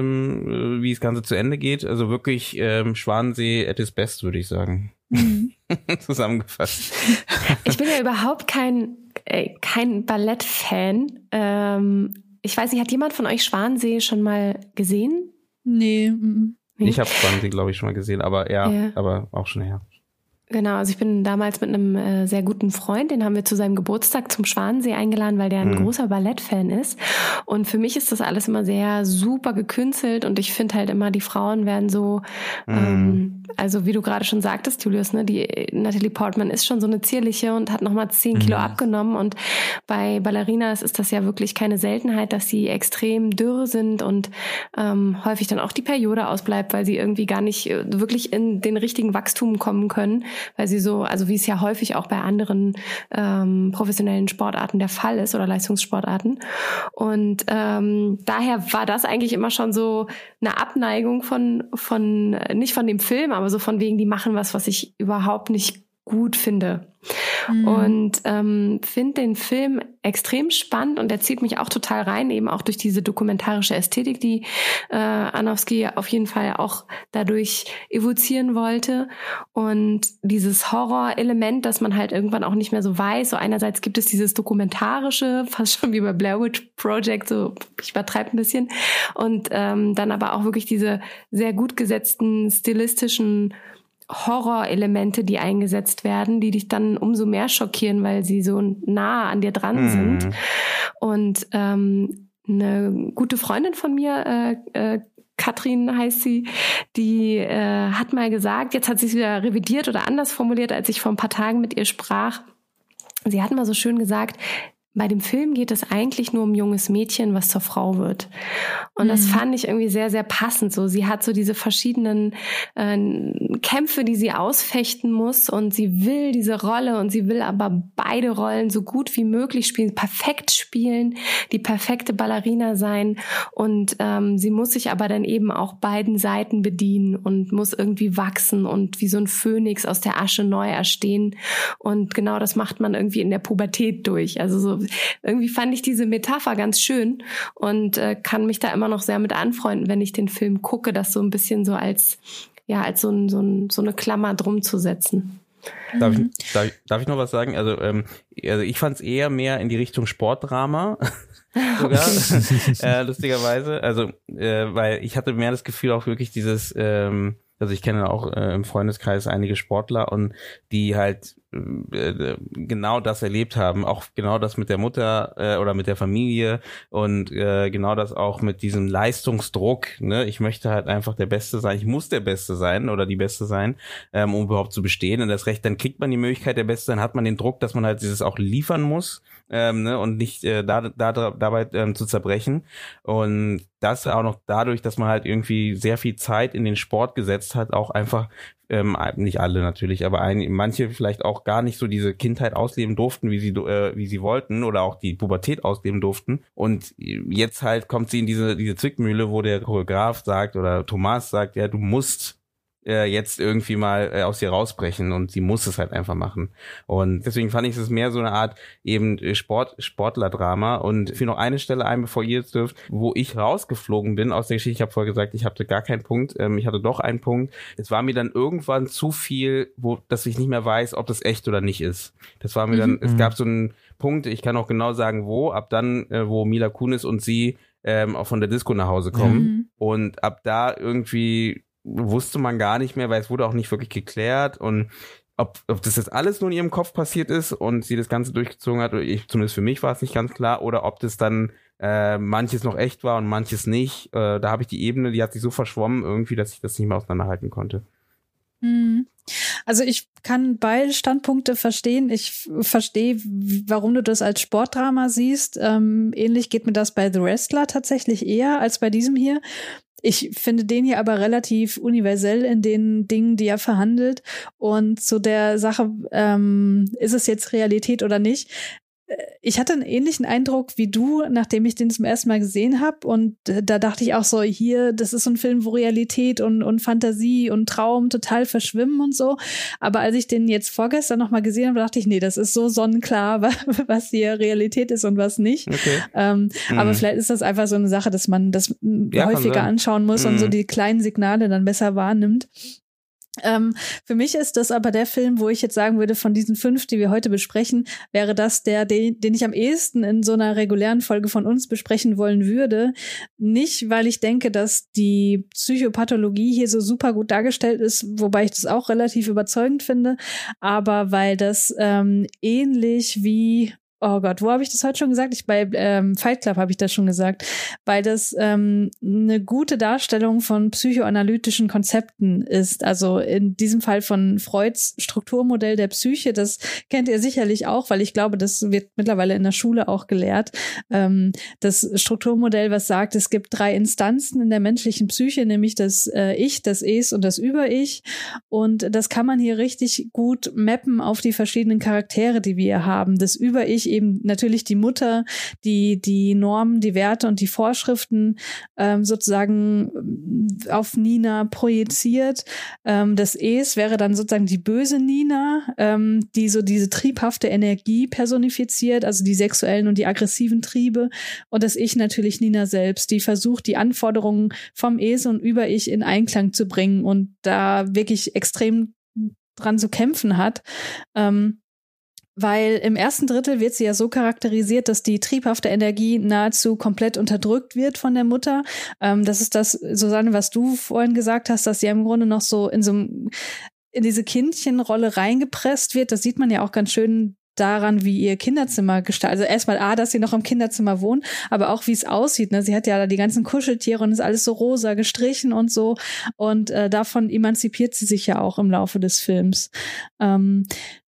ähm, wie das Ganze zu Ende geht, also wirklich ähm, Schwanensee at its best, würde ich sagen. Mhm. Zusammengefasst. Ich bin ja überhaupt kein, äh, kein Ballett-Fan. Ähm, ich weiß nicht, hat jemand von euch Schwanensee schon mal gesehen? Nee. Ich habe Schwanensee, glaube ich, schon mal gesehen, aber ja, ja, aber auch schon her. Genau, also ich bin damals mit einem äh, sehr guten Freund, den haben wir zu seinem Geburtstag zum Schwanensee eingeladen, weil der ein mhm. großer Ballettfan ist. Und für mich ist das alles immer sehr super gekünstelt und ich finde halt immer, die Frauen werden so, mhm. ähm, also wie du gerade schon sagtest, Julius, ne, die Natalie Portman ist schon so eine zierliche und hat nochmal zehn Kilo mhm. abgenommen. Und bei Ballerinas ist das ja wirklich keine Seltenheit, dass sie extrem dürr sind und ähm, häufig dann auch die Periode ausbleibt, weil sie irgendwie gar nicht wirklich in den richtigen Wachstum kommen können. Weil sie so, also wie es ja häufig auch bei anderen ähm, professionellen Sportarten der Fall ist oder Leistungssportarten. Und ähm, daher war das eigentlich immer schon so eine Abneigung von, von nicht von dem Film, aber so von wegen, die machen was, was ich überhaupt nicht gut finde. Mhm. Und ähm, finde den Film extrem spannend und er zieht mich auch total rein, eben auch durch diese dokumentarische Ästhetik, die äh, Aronofsky auf jeden Fall auch dadurch evozieren wollte. Und dieses Horror-Element, dass man halt irgendwann auch nicht mehr so weiß. So einerseits gibt es dieses dokumentarische, fast schon wie bei Blair Witch Project, so ich übertreibe ein bisschen. Und ähm, dann aber auch wirklich diese sehr gut gesetzten stilistischen Horrorelemente, die eingesetzt werden, die dich dann umso mehr schockieren, weil sie so nah an dir dran mm. sind. Und ähm, eine gute Freundin von mir, äh, äh, Katrin heißt sie, die äh, hat mal gesagt, jetzt hat sie es wieder revidiert oder anders formuliert, als ich vor ein paar Tagen mit ihr sprach. Sie hat mal so schön gesagt, bei dem Film geht es eigentlich nur um ein junges Mädchen, was zur Frau wird. Und mhm. das fand ich irgendwie sehr, sehr passend. So, sie hat so diese verschiedenen äh, Kämpfe, die sie ausfechten muss und sie will diese Rolle und sie will aber beide Rollen so gut wie möglich spielen, perfekt spielen, die perfekte Ballerina sein und ähm, sie muss sich aber dann eben auch beiden Seiten bedienen und muss irgendwie wachsen und wie so ein Phönix aus der Asche neu erstehen. Und genau das macht man irgendwie in der Pubertät durch. Also so irgendwie fand ich diese Metapher ganz schön und äh, kann mich da immer noch sehr mit anfreunden, wenn ich den Film gucke, das so ein bisschen so als ja als so, ein, so, ein, so eine Klammer drum zu setzen. Darf ich, darf, ich, darf ich noch was sagen? Also, ähm, also ich fand es eher mehr in die Richtung Sportdrama. Sogar, äh, lustigerweise. Also, äh, weil ich hatte mehr das Gefühl auch wirklich dieses, ähm, also ich kenne auch äh, im Freundeskreis einige Sportler und die halt äh, genau das erlebt haben, auch genau das mit der Mutter äh, oder mit der Familie und äh, genau das auch mit diesem Leistungsdruck, ne? Ich möchte halt einfach der Beste sein, ich muss der Beste sein oder die Beste sein, ähm, um überhaupt zu bestehen und das Recht, dann kriegt man die Möglichkeit der Beste, dann hat man den Druck, dass man halt dieses auch liefern muss, ähm, ne? Und nicht äh, da, da, dabei ähm, zu zerbrechen und das auch noch dadurch, dass man halt irgendwie sehr viel Zeit in den Sport gesetzt hat, auch einfach Ähm, nicht alle natürlich, aber ein, manche vielleicht auch gar nicht so diese Kindheit ausleben durften, wie sie äh, wie sie wollten oder auch die Pubertät ausleben durften. Und jetzt halt kommt sie in diese diese Zwickmühle, wo der Choreograf sagt oder Thomas sagt, ja, du musst äh, jetzt irgendwie mal äh, aus ihr rausbrechen und sie muss es halt einfach machen. Und deswegen fand ich es mehr so eine Art eben Sport, Sportlerdrama. Und ich fiel noch eine Stelle ein, bevor ihr jetzt dürft, wo ich rausgeflogen bin aus der Geschichte. Ich habe vorher gesagt, ich hatte gar keinen Punkt. Ähm, ich hatte doch einen Punkt. Es war mir dann irgendwann zu viel, wo, dass ich nicht mehr weiß, ob das echt oder nicht ist. Das war mir dann, mhm. es gab so einen Punkt, ich kann auch genau sagen, wo, ab dann, äh, wo Mila Kunis und sie ähm, auch von der Disco nach Hause kommen. Mhm. Und ab da irgendwie wusste man gar nicht mehr, weil es wurde auch nicht wirklich geklärt und ob, ob das jetzt alles nur in ihrem Kopf passiert ist und sie das Ganze durchgezogen hat, oder ich, zumindest für mich war es nicht ganz klar, oder ob das dann äh, manches noch echt war und manches nicht. Äh, da habe ich die Ebene, die hat sich so verschwommen irgendwie, dass ich das nicht mehr auseinanderhalten konnte. Hm. Also ich kann beide Standpunkte verstehen. Ich verstehe, warum du das als Sportdrama siehst. Ähm, ähnlich geht mir das bei The Wrestler tatsächlich eher als bei diesem hier. Ich finde den hier aber relativ universell in den Dingen, die er verhandelt. Und zu der Sache, ähm, ist es jetzt Realität oder nicht? Ich hatte einen ähnlichen Eindruck wie du, nachdem ich den zum ersten Mal gesehen habe. Und da dachte ich auch so, hier, das ist so ein Film, wo Realität und, und Fantasie und Traum total verschwimmen und so. Aber als ich den jetzt vorgestern noch mal gesehen habe, dachte ich, nee, das ist so sonnenklar, was hier Realität ist und was nicht. Okay. Ähm, mhm. Aber vielleicht ist das einfach so eine Sache, dass man das ja, häufiger anschauen muss mhm. und so die kleinen Signale dann besser wahrnimmt. Ähm, für mich ist das aber der Film, wo ich jetzt sagen würde, von diesen fünf, die wir heute besprechen, wäre das der, den, den ich am ehesten in so einer regulären Folge von uns besprechen wollen würde. Nicht, weil ich denke, dass die Psychopathologie hier so super gut dargestellt ist, wobei ich das auch relativ überzeugend finde, aber weil das ähm, ähnlich wie Oh Gott, wo habe ich das heute schon gesagt? Ich bei ähm, Fight Club habe ich das schon gesagt, weil das ähm, eine gute Darstellung von psychoanalytischen Konzepten ist. Also in diesem Fall von Freuds Strukturmodell der Psyche. Das kennt ihr sicherlich auch, weil ich glaube, das wird mittlerweile in der Schule auch gelehrt. Ähm, das Strukturmodell, was sagt, es gibt drei Instanzen in der menschlichen Psyche, nämlich das äh, Ich, das Es und das Über-Ich. Und das kann man hier richtig gut mappen auf die verschiedenen Charaktere, die wir hier haben. Das Über-Ich eben natürlich die Mutter, die die Normen, die Werte und die Vorschriften ähm, sozusagen auf Nina projiziert. Ähm, das Es wäre dann sozusagen die böse Nina, ähm, die so diese triebhafte Energie personifiziert, also die sexuellen und die aggressiven Triebe. Und das Ich natürlich Nina selbst, die versucht, die Anforderungen vom Es und Über-Ich in Einklang zu bringen und da wirklich extrem dran zu kämpfen hat. Ähm, Weil im ersten Drittel wird sie ja so charakterisiert, dass die triebhafte Energie nahezu komplett unterdrückt wird von der Mutter. Ähm, das ist das, Susanne, was du vorhin gesagt hast, dass sie im Grunde noch so in so einem, in diese Kindchenrolle reingepresst wird. Das sieht man ja auch ganz schön daran, wie ihr Kinderzimmer gestaltet. Also erstmal A, dass sie noch im Kinderzimmer wohnt, aber auch wie es aussieht. Ne? Sie hat ja die ganzen Kuscheltiere und ist alles so rosa gestrichen und so. Und äh, davon emanzipiert sie sich ja auch im Laufe des Films. Ähm,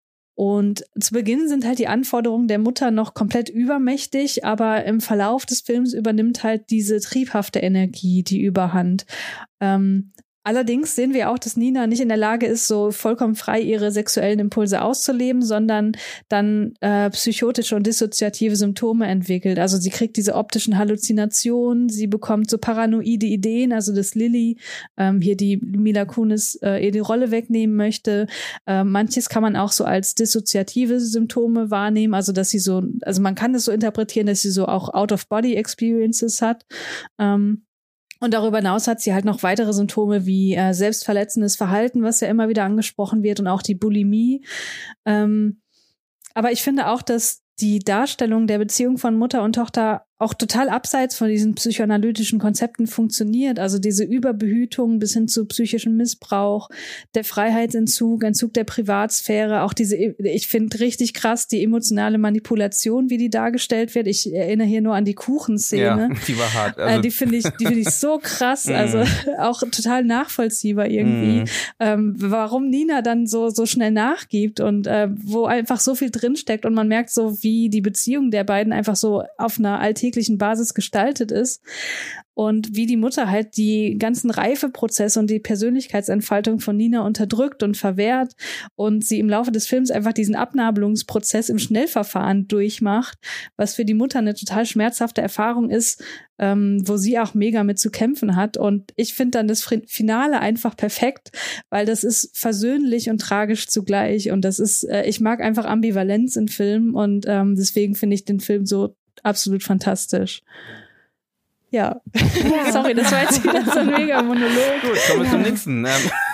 Und zu Beginn sind halt die Anforderungen der Mutter noch komplett übermächtig, aber im Verlauf des Films übernimmt halt diese triebhafte Energie die Überhand. Ähm, allerdings sehen wir auch, dass Nina nicht in der Lage ist, so vollkommen frei ihre sexuellen Impulse auszuleben, sondern dann äh, psychotische und dissoziative Symptome entwickelt. Also sie kriegt diese optischen Halluzinationen, sie bekommt so paranoide Ideen, also dass Lily ähm, hier die Mila Kunis äh, ihr die Rolle wegnehmen möchte. Äh, manches kann man auch so als dissoziative Symptome wahrnehmen, also dass sie so, also man kann das so interpretieren, dass sie so auch Out-of-Body-Experiences hat. Ähm, Und darüber hinaus hat sie halt noch weitere Symptome wie äh, selbstverletzendes Verhalten, was ja immer wieder angesprochen wird, und auch die Bulimie. Ähm, aber ich finde auch, dass die Darstellung der Beziehung von Mutter und Tochter auch total abseits von diesen psychoanalytischen Konzepten funktioniert. Also diese Überbehütung bis hin zu psychischem Missbrauch, der Freiheitsentzug, Entzug der Privatsphäre, auch diese, ich finde richtig krass, die emotionale Manipulation, wie die dargestellt wird. Ich erinnere hier nur an die Kuchenszene. Ja, die war hart. Also äh, die finde ich, die finde ich so krass, also auch total nachvollziehbar irgendwie. Mm. Ähm, warum Nina dann so, so schnell nachgibt und äh, wo einfach so viel drinsteckt und man merkt so, wie die Beziehung der beiden einfach so auf einer alltäglichen alltäglichen Basis gestaltet ist und wie die Mutter halt die ganzen Reifeprozesse und die Persönlichkeitsentfaltung von Nina unterdrückt und verwehrt und sie im Laufe des Films einfach diesen Abnabelungsprozess im Schnellverfahren durchmacht, was für die Mutter eine total schmerzhafte Erfahrung ist, ähm, wo sie auch mega mit zu kämpfen hat. Und ich finde dann das Finale einfach perfekt, weil das ist versöhnlich und tragisch zugleich. Und das ist, äh, ich mag einfach Ambivalenz in Filmen und ähm, deswegen finde ich den Film so absolut fantastisch. Ja. ja. Sorry, das war jetzt wieder so ein mega Monolog. Gut, kommen wir ja. zum nächsten.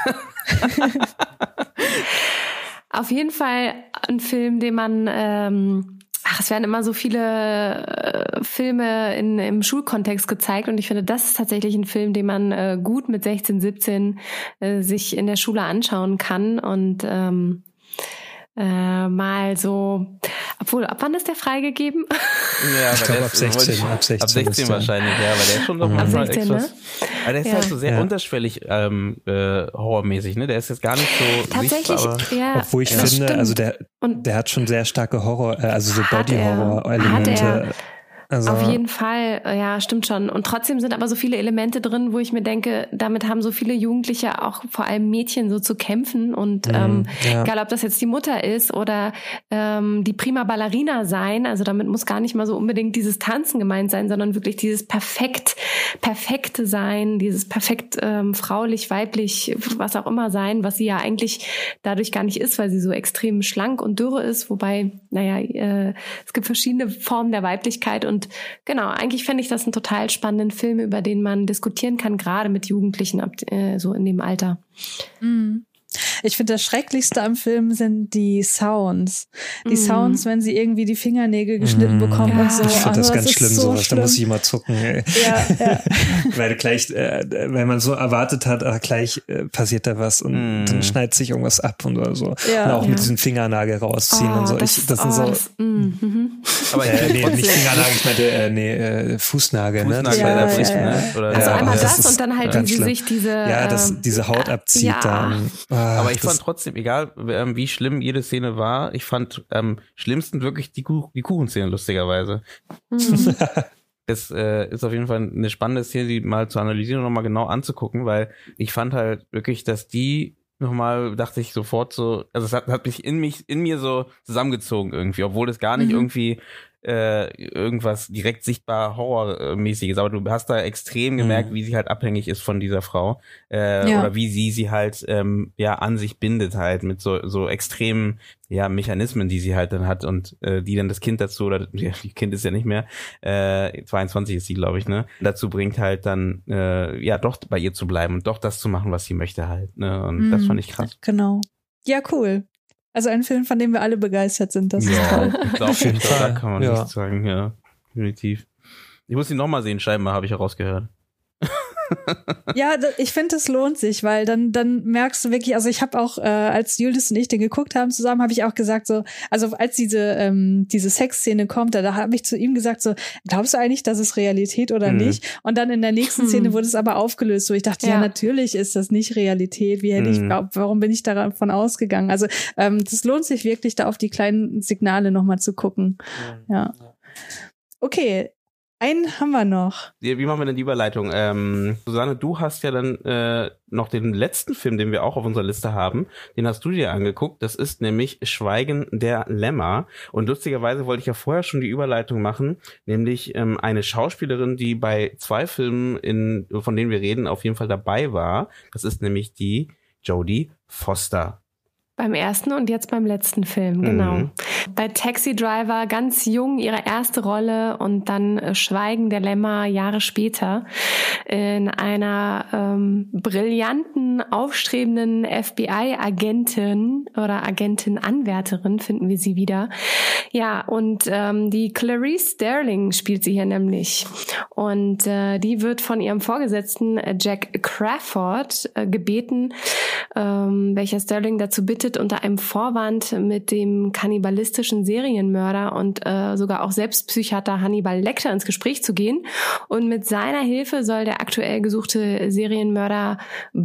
Auf jeden Fall ein Film, den man ähm, ach, es werden immer so viele äh, Filme in, im Schulkontext gezeigt und ich finde, das ist tatsächlich ein Film, den man äh, gut mit sechzehn, siebzehn äh, sich in der Schule anschauen kann und ähm, äh, mal so, obwohl, ab wann ist der freigegeben? Ja, ich glaube ab sechzehn, ab sechzehn. Ab sechzehn wahrscheinlich, ja, weil der ist schon noch mhm. manchmal ab sechzehn, extra. Ne? Aber der ist ja. halt so sehr ja. unterschwellig ähm, äh, horrormäßig, ne? Der ist jetzt gar nicht so tatsächlich, sichtbar, ja. Obwohl ich ja. finde, Stimmt. also der, und der hat schon sehr starke Horror, äh, also so Hat Body-Horror-Elemente. Also, auf jeden Fall, ja, stimmt schon. Und trotzdem sind aber so viele Elemente drin, wo ich mir denke, damit haben so viele Jugendliche, auch vor allem Mädchen, so zu kämpfen. Und ähm, ja. egal, ob das jetzt die Mutter ist oder ähm, die Prima Ballerina sein, also damit muss gar nicht mal so unbedingt dieses Tanzen gemeint sein, sondern wirklich dieses perfekt, perfekte Sein, dieses perfekt ähm, fraulich, weiblich, was auch immer sein, was sie ja eigentlich dadurch gar nicht ist, weil sie so extrem schlank und dürre ist. Wobei, naja, äh, es gibt verschiedene Formen der Weiblichkeit und Und genau, eigentlich fände ich das einen total spannenden Film, über den man diskutieren kann, gerade mit Jugendlichen ab, äh, so in dem Alter. Mhm. Ich finde, das Schrecklichste am Film sind die Sounds. Die mm. Sounds, wenn sie irgendwie die Fingernägel geschnitten mm. bekommen ja. und so. Ich finde also, das ganz das schlimm, so sowas. schlimm. Da muss ich immer zucken. Ey. Ja, ja. Weil gleich, äh, wenn man so erwartet hat, ach, gleich äh, passiert da was und mm. dann schneidet sich irgendwas ab und oder so. Ja. Und auch ja. mit diesem Fingernagel rausziehen oh, und so. Das, ich, das oh, sind so. Das, mm, aber ich äh, nee, nicht Fingernagel, ich meinte, äh, nee, äh, Fußnagel. Fußnagel, ne? ja, das ja, ja, ja. Ne? Oder also ja, einmal das, das und dann halt, wie sie sich diese ja, das, ähm, diese Haut abzieht ja. dann. Ah, aber ich fand trotzdem, egal ähm, wie schlimm jede Szene war, ich fand am ähm, schlimmsten wirklich die, Kuh- die Kuchenszene, lustigerweise. Mhm. Das äh, ist auf jeden Fall eine spannende Szene, die mal zu analysieren und nochmal genau anzugucken, weil ich fand halt wirklich, dass die nochmal, dachte ich sofort so, also es hat, hat mich in mich, in mir so zusammengezogen irgendwie, obwohl es gar nicht mhm. irgendwie äh, irgendwas direkt sichtbar Horrormäßiges, aber du hast da extrem gemerkt, mhm. wie sie halt abhängig ist von dieser Frau äh, ja. oder wie sie sie halt ähm, ja an sich bindet halt mit so so extremen ja Mechanismen, die sie halt dann hat und äh, die dann das Kind dazu, oder ja, die Kind ist ja nicht mehr, äh, zweiundzwanzig ist sie, glaube ich, ne, dazu bringt halt dann äh, ja doch bei ihr zu bleiben und doch das zu machen, was sie möchte halt, ne, und mhm. das fand ich krass. Genau. Ja, cool. Also ein Film, von dem wir alle begeistert sind, das ja, ist toll. Ich glaube, auf jeden Fall, da kann man ja. nichts sagen, ja, definitiv. Ich muss ihn nochmal sehen, scheinbar, habe ich herausgehört. Ja, ich finde, es lohnt sich, weil dann dann merkst du wirklich, also ich habe auch, äh, als Julius und ich den geguckt haben zusammen, habe ich auch gesagt so, also als diese ähm, diese Sexszene kommt, da, da habe ich zu ihm gesagt so, glaubst du eigentlich, das ist Realität oder mhm. nicht? Und dann in der nächsten mhm. Szene wurde es aber aufgelöst, so ich dachte, ja, ja natürlich ist das nicht Realität, wie hätte mhm. ich, glaub, warum bin ich davon ausgegangen? Also ähm, das lohnt sich wirklich, da auf die kleinen Signale nochmal zu gucken. Mhm. Ja. Okay. Einen haben wir noch. Wie machen wir denn die Überleitung? Ähm, Susanne, du hast ja dann äh, noch den letzten Film, den wir auch auf unserer Liste haben, den hast du dir angeguckt. Das ist nämlich Schweigen der Lämmer. Und lustigerweise wollte ich ja vorher schon die Überleitung machen, nämlich ähm, eine Schauspielerin, die bei zwei Filmen, in, von denen wir reden, auf jeden Fall dabei war. Das ist nämlich die Jodie Foster. Beim ersten und jetzt beim letzten Film, genau. Mhm. Bei Taxi Driver ganz jung, ihre erste Rolle und dann äh, Schweigen der Lämmer Jahre später in einer ähm, brillanten, aufstrebenden F B I-Agentin oder Agentin-Anwärterin finden wir sie wieder. Ja, und ähm, die Clarice Sterling spielt sie hier nämlich. Und äh, die wird von ihrem Vorgesetzten äh, Jack Crawford äh, gebeten, ähm, welcher Sterling dazu bittet, unter einem Vorwand mit dem kannibalistischen Serienmörder und äh, sogar auch Selbstpsychiater Hannibal Lecter ins Gespräch zu gehen. Und mit seiner Hilfe soll der aktuell gesuchte Serienmörder Buffalo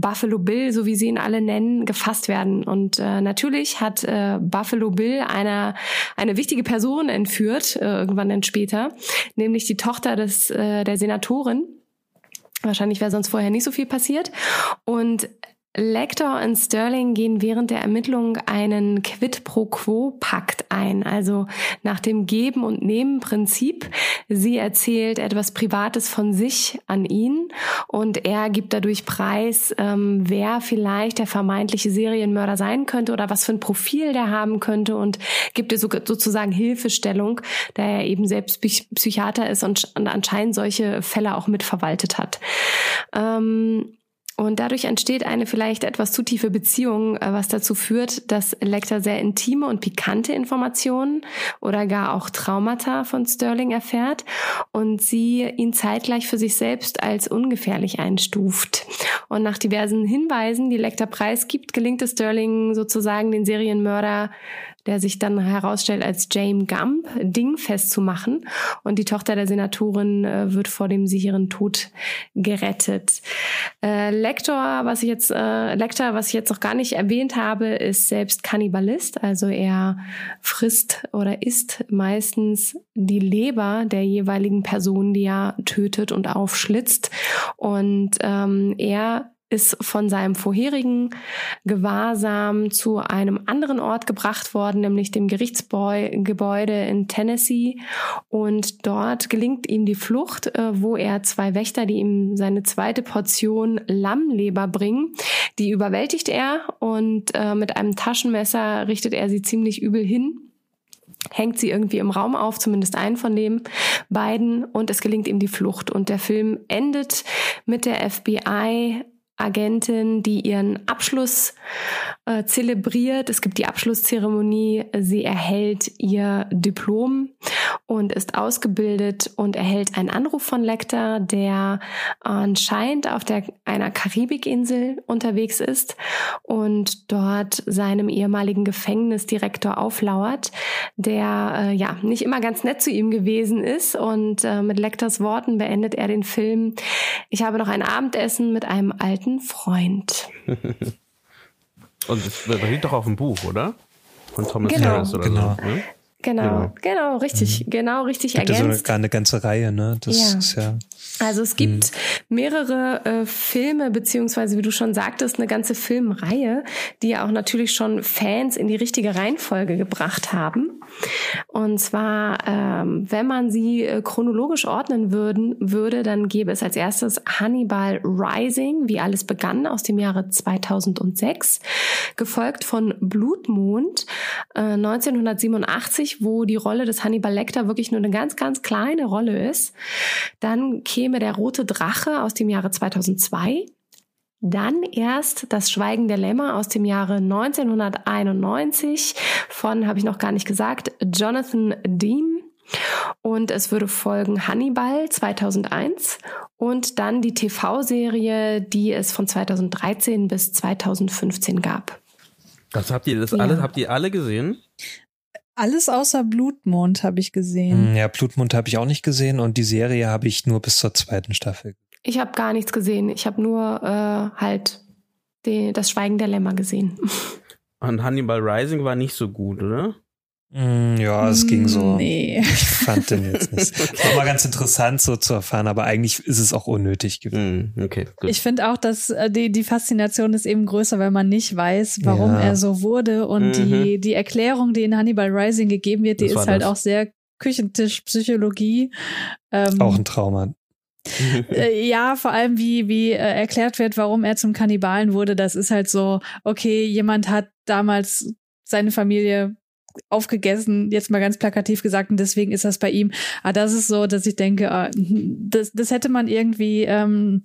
Bill, so wie sie ihn alle nennen, gefasst werden. Und äh, natürlich hat äh, Buffalo Bill eine, eine wichtige Person entführt, äh, irgendwann dann später, nämlich die Tochter des äh, der Senatorin. Wahrscheinlich wäre sonst vorher nicht so viel passiert. Und Lecter und Sterling gehen während der Ermittlungen einen Quid-pro-Quo-Pakt ein, also nach dem Geben- und Nehmen-Prinzip. Sie erzählt etwas Privates von sich an ihn und er gibt dadurch preis, ähm, wer vielleicht der vermeintliche Serienmörder sein könnte oder was für ein Profil der haben könnte und gibt ihr so, sozusagen Hilfestellung, da er eben selbst Psychiater ist und, und anscheinend solche Fälle auch mitverwaltet hat. Ähm, Und dadurch entsteht eine vielleicht etwas zu tiefe Beziehung, was dazu führt, dass Lecter sehr intime und pikante Informationen oder gar auch Traumata von Sterling erfährt und sie ihn zeitgleich für sich selbst als ungefährlich einstuft. Und nach diversen Hinweisen, die Lecter preisgibt, gelingt es Sterling sozusagen, den Serienmörder, der sich dann herausstellt als Jane Gump, dingfest zu machen. Und die Tochter der Senatorin äh, wird vor dem sicheren Tod gerettet. Äh, Lecter, was ich jetzt, äh, Lecter, was ich jetzt noch gar nicht erwähnt habe, ist selbst Kannibalist. Also er frisst oder isst meistens die Leber der jeweiligen Person, die er tötet und aufschlitzt. Und ähm, er ist von seinem vorherigen Gewahrsam zu einem anderen Ort gebracht worden, nämlich dem Gerichtsgebäude in Tennessee. Und dort gelingt ihm die Flucht, wo er zwei Wächter, die ihm seine zweite Portion Lammleber bringen, die überwältigt er und mit einem Taschenmesser richtet er sie ziemlich übel hin. Hängt sie irgendwie im Raum auf, zumindest einen von den beiden, und es gelingt ihm die Flucht. Und der Film endet mit der F B I Agentin, die ihren Abschluss äh, zelebriert. Es gibt die Abschlusszeremonie. Sie erhält ihr Diplom und ist ausgebildet und erhält einen Anruf von Lecter, der anscheinend auf der, einer Karibikinsel unterwegs ist und dort seinem ehemaligen Gefängnisdirektor auflauert, der äh, ja nicht immer ganz nett zu ihm gewesen ist. Und äh, mit Lecters Worten beendet er den Film: Ich habe noch ein Abendessen mit einem alten Freund. Und das basiert doch auf dem Buch, oder? Von Thomas Genau. Harris oder Genau. so. Ne? Genau, genau, genau, richtig, mhm. genau, richtig Gibt ergänzt. ja so eine, eine ganze Reihe, ne? Das ja. ist ja. Also es gibt mhm. mehrere äh, Filme, beziehungsweise wie du schon sagtest, eine ganze Filmreihe, die ja auch natürlich schon Fans in die richtige Reihenfolge gebracht haben. Und zwar, ähm, wenn man sie äh, chronologisch ordnen würden, würde, dann gäbe es als erstes Hannibal Rising, wie alles begann, aus dem Jahre zweitausendsechs, gefolgt von Blutmond äh, neunzehnhundertsiebenundachtzig, wo die Rolle des Hannibal Lecter wirklich nur eine ganz, ganz kleine Rolle ist. Dann käme Der rote Drache aus dem Jahre zweitausendzwei. Dann erst Das Schweigen der Lämmer aus dem Jahre neunzehnhunderteinundneunzig von, habe ich noch gar nicht gesagt, Jonathan Demme. Und es würde folgen Hannibal zweitausendeins und dann die T V-Serie, die es von zweitausenddreizehn bis zweitausendfünfzehn gab. Also habt ihr das Ja. alle, habt ihr alle gesehen? Alles außer Blutmond habe ich gesehen. Ja, Blutmond habe ich auch nicht gesehen und die Serie habe ich nur bis zur zweiten Staffel. Ich habe gar nichts gesehen. Ich habe nur äh, halt die, Das Schweigen der Lämmer gesehen. Und Hannibal Rising war nicht so gut, oder? Mm, ja, es ging so. Nee. Ich fand den jetzt nicht. War mal ganz interessant so zu erfahren, aber eigentlich ist es auch unnötig gewesen. Mm, okay, gut. Ich finde auch, dass äh, die, die Faszination ist eben größer, weil man nicht weiß, warum Ja. er so wurde. Und Mhm. die, die Erklärung, die in Hannibal Rising gegeben wird, die Das war ist halt das. auch sehr Küchentischpsychologie. Ähm, Auch ein Trauma. Äh, ja, vor allem wie wie äh, erklärt wird, warum er zum Kannibalen wurde. Das ist halt so, okay, jemand hat damals seine Familie aufgegessen, jetzt mal ganz plakativ gesagt, und deswegen ist das bei ihm. Aber das ist so, dass ich denke, äh, das, das hätte man irgendwie ähm,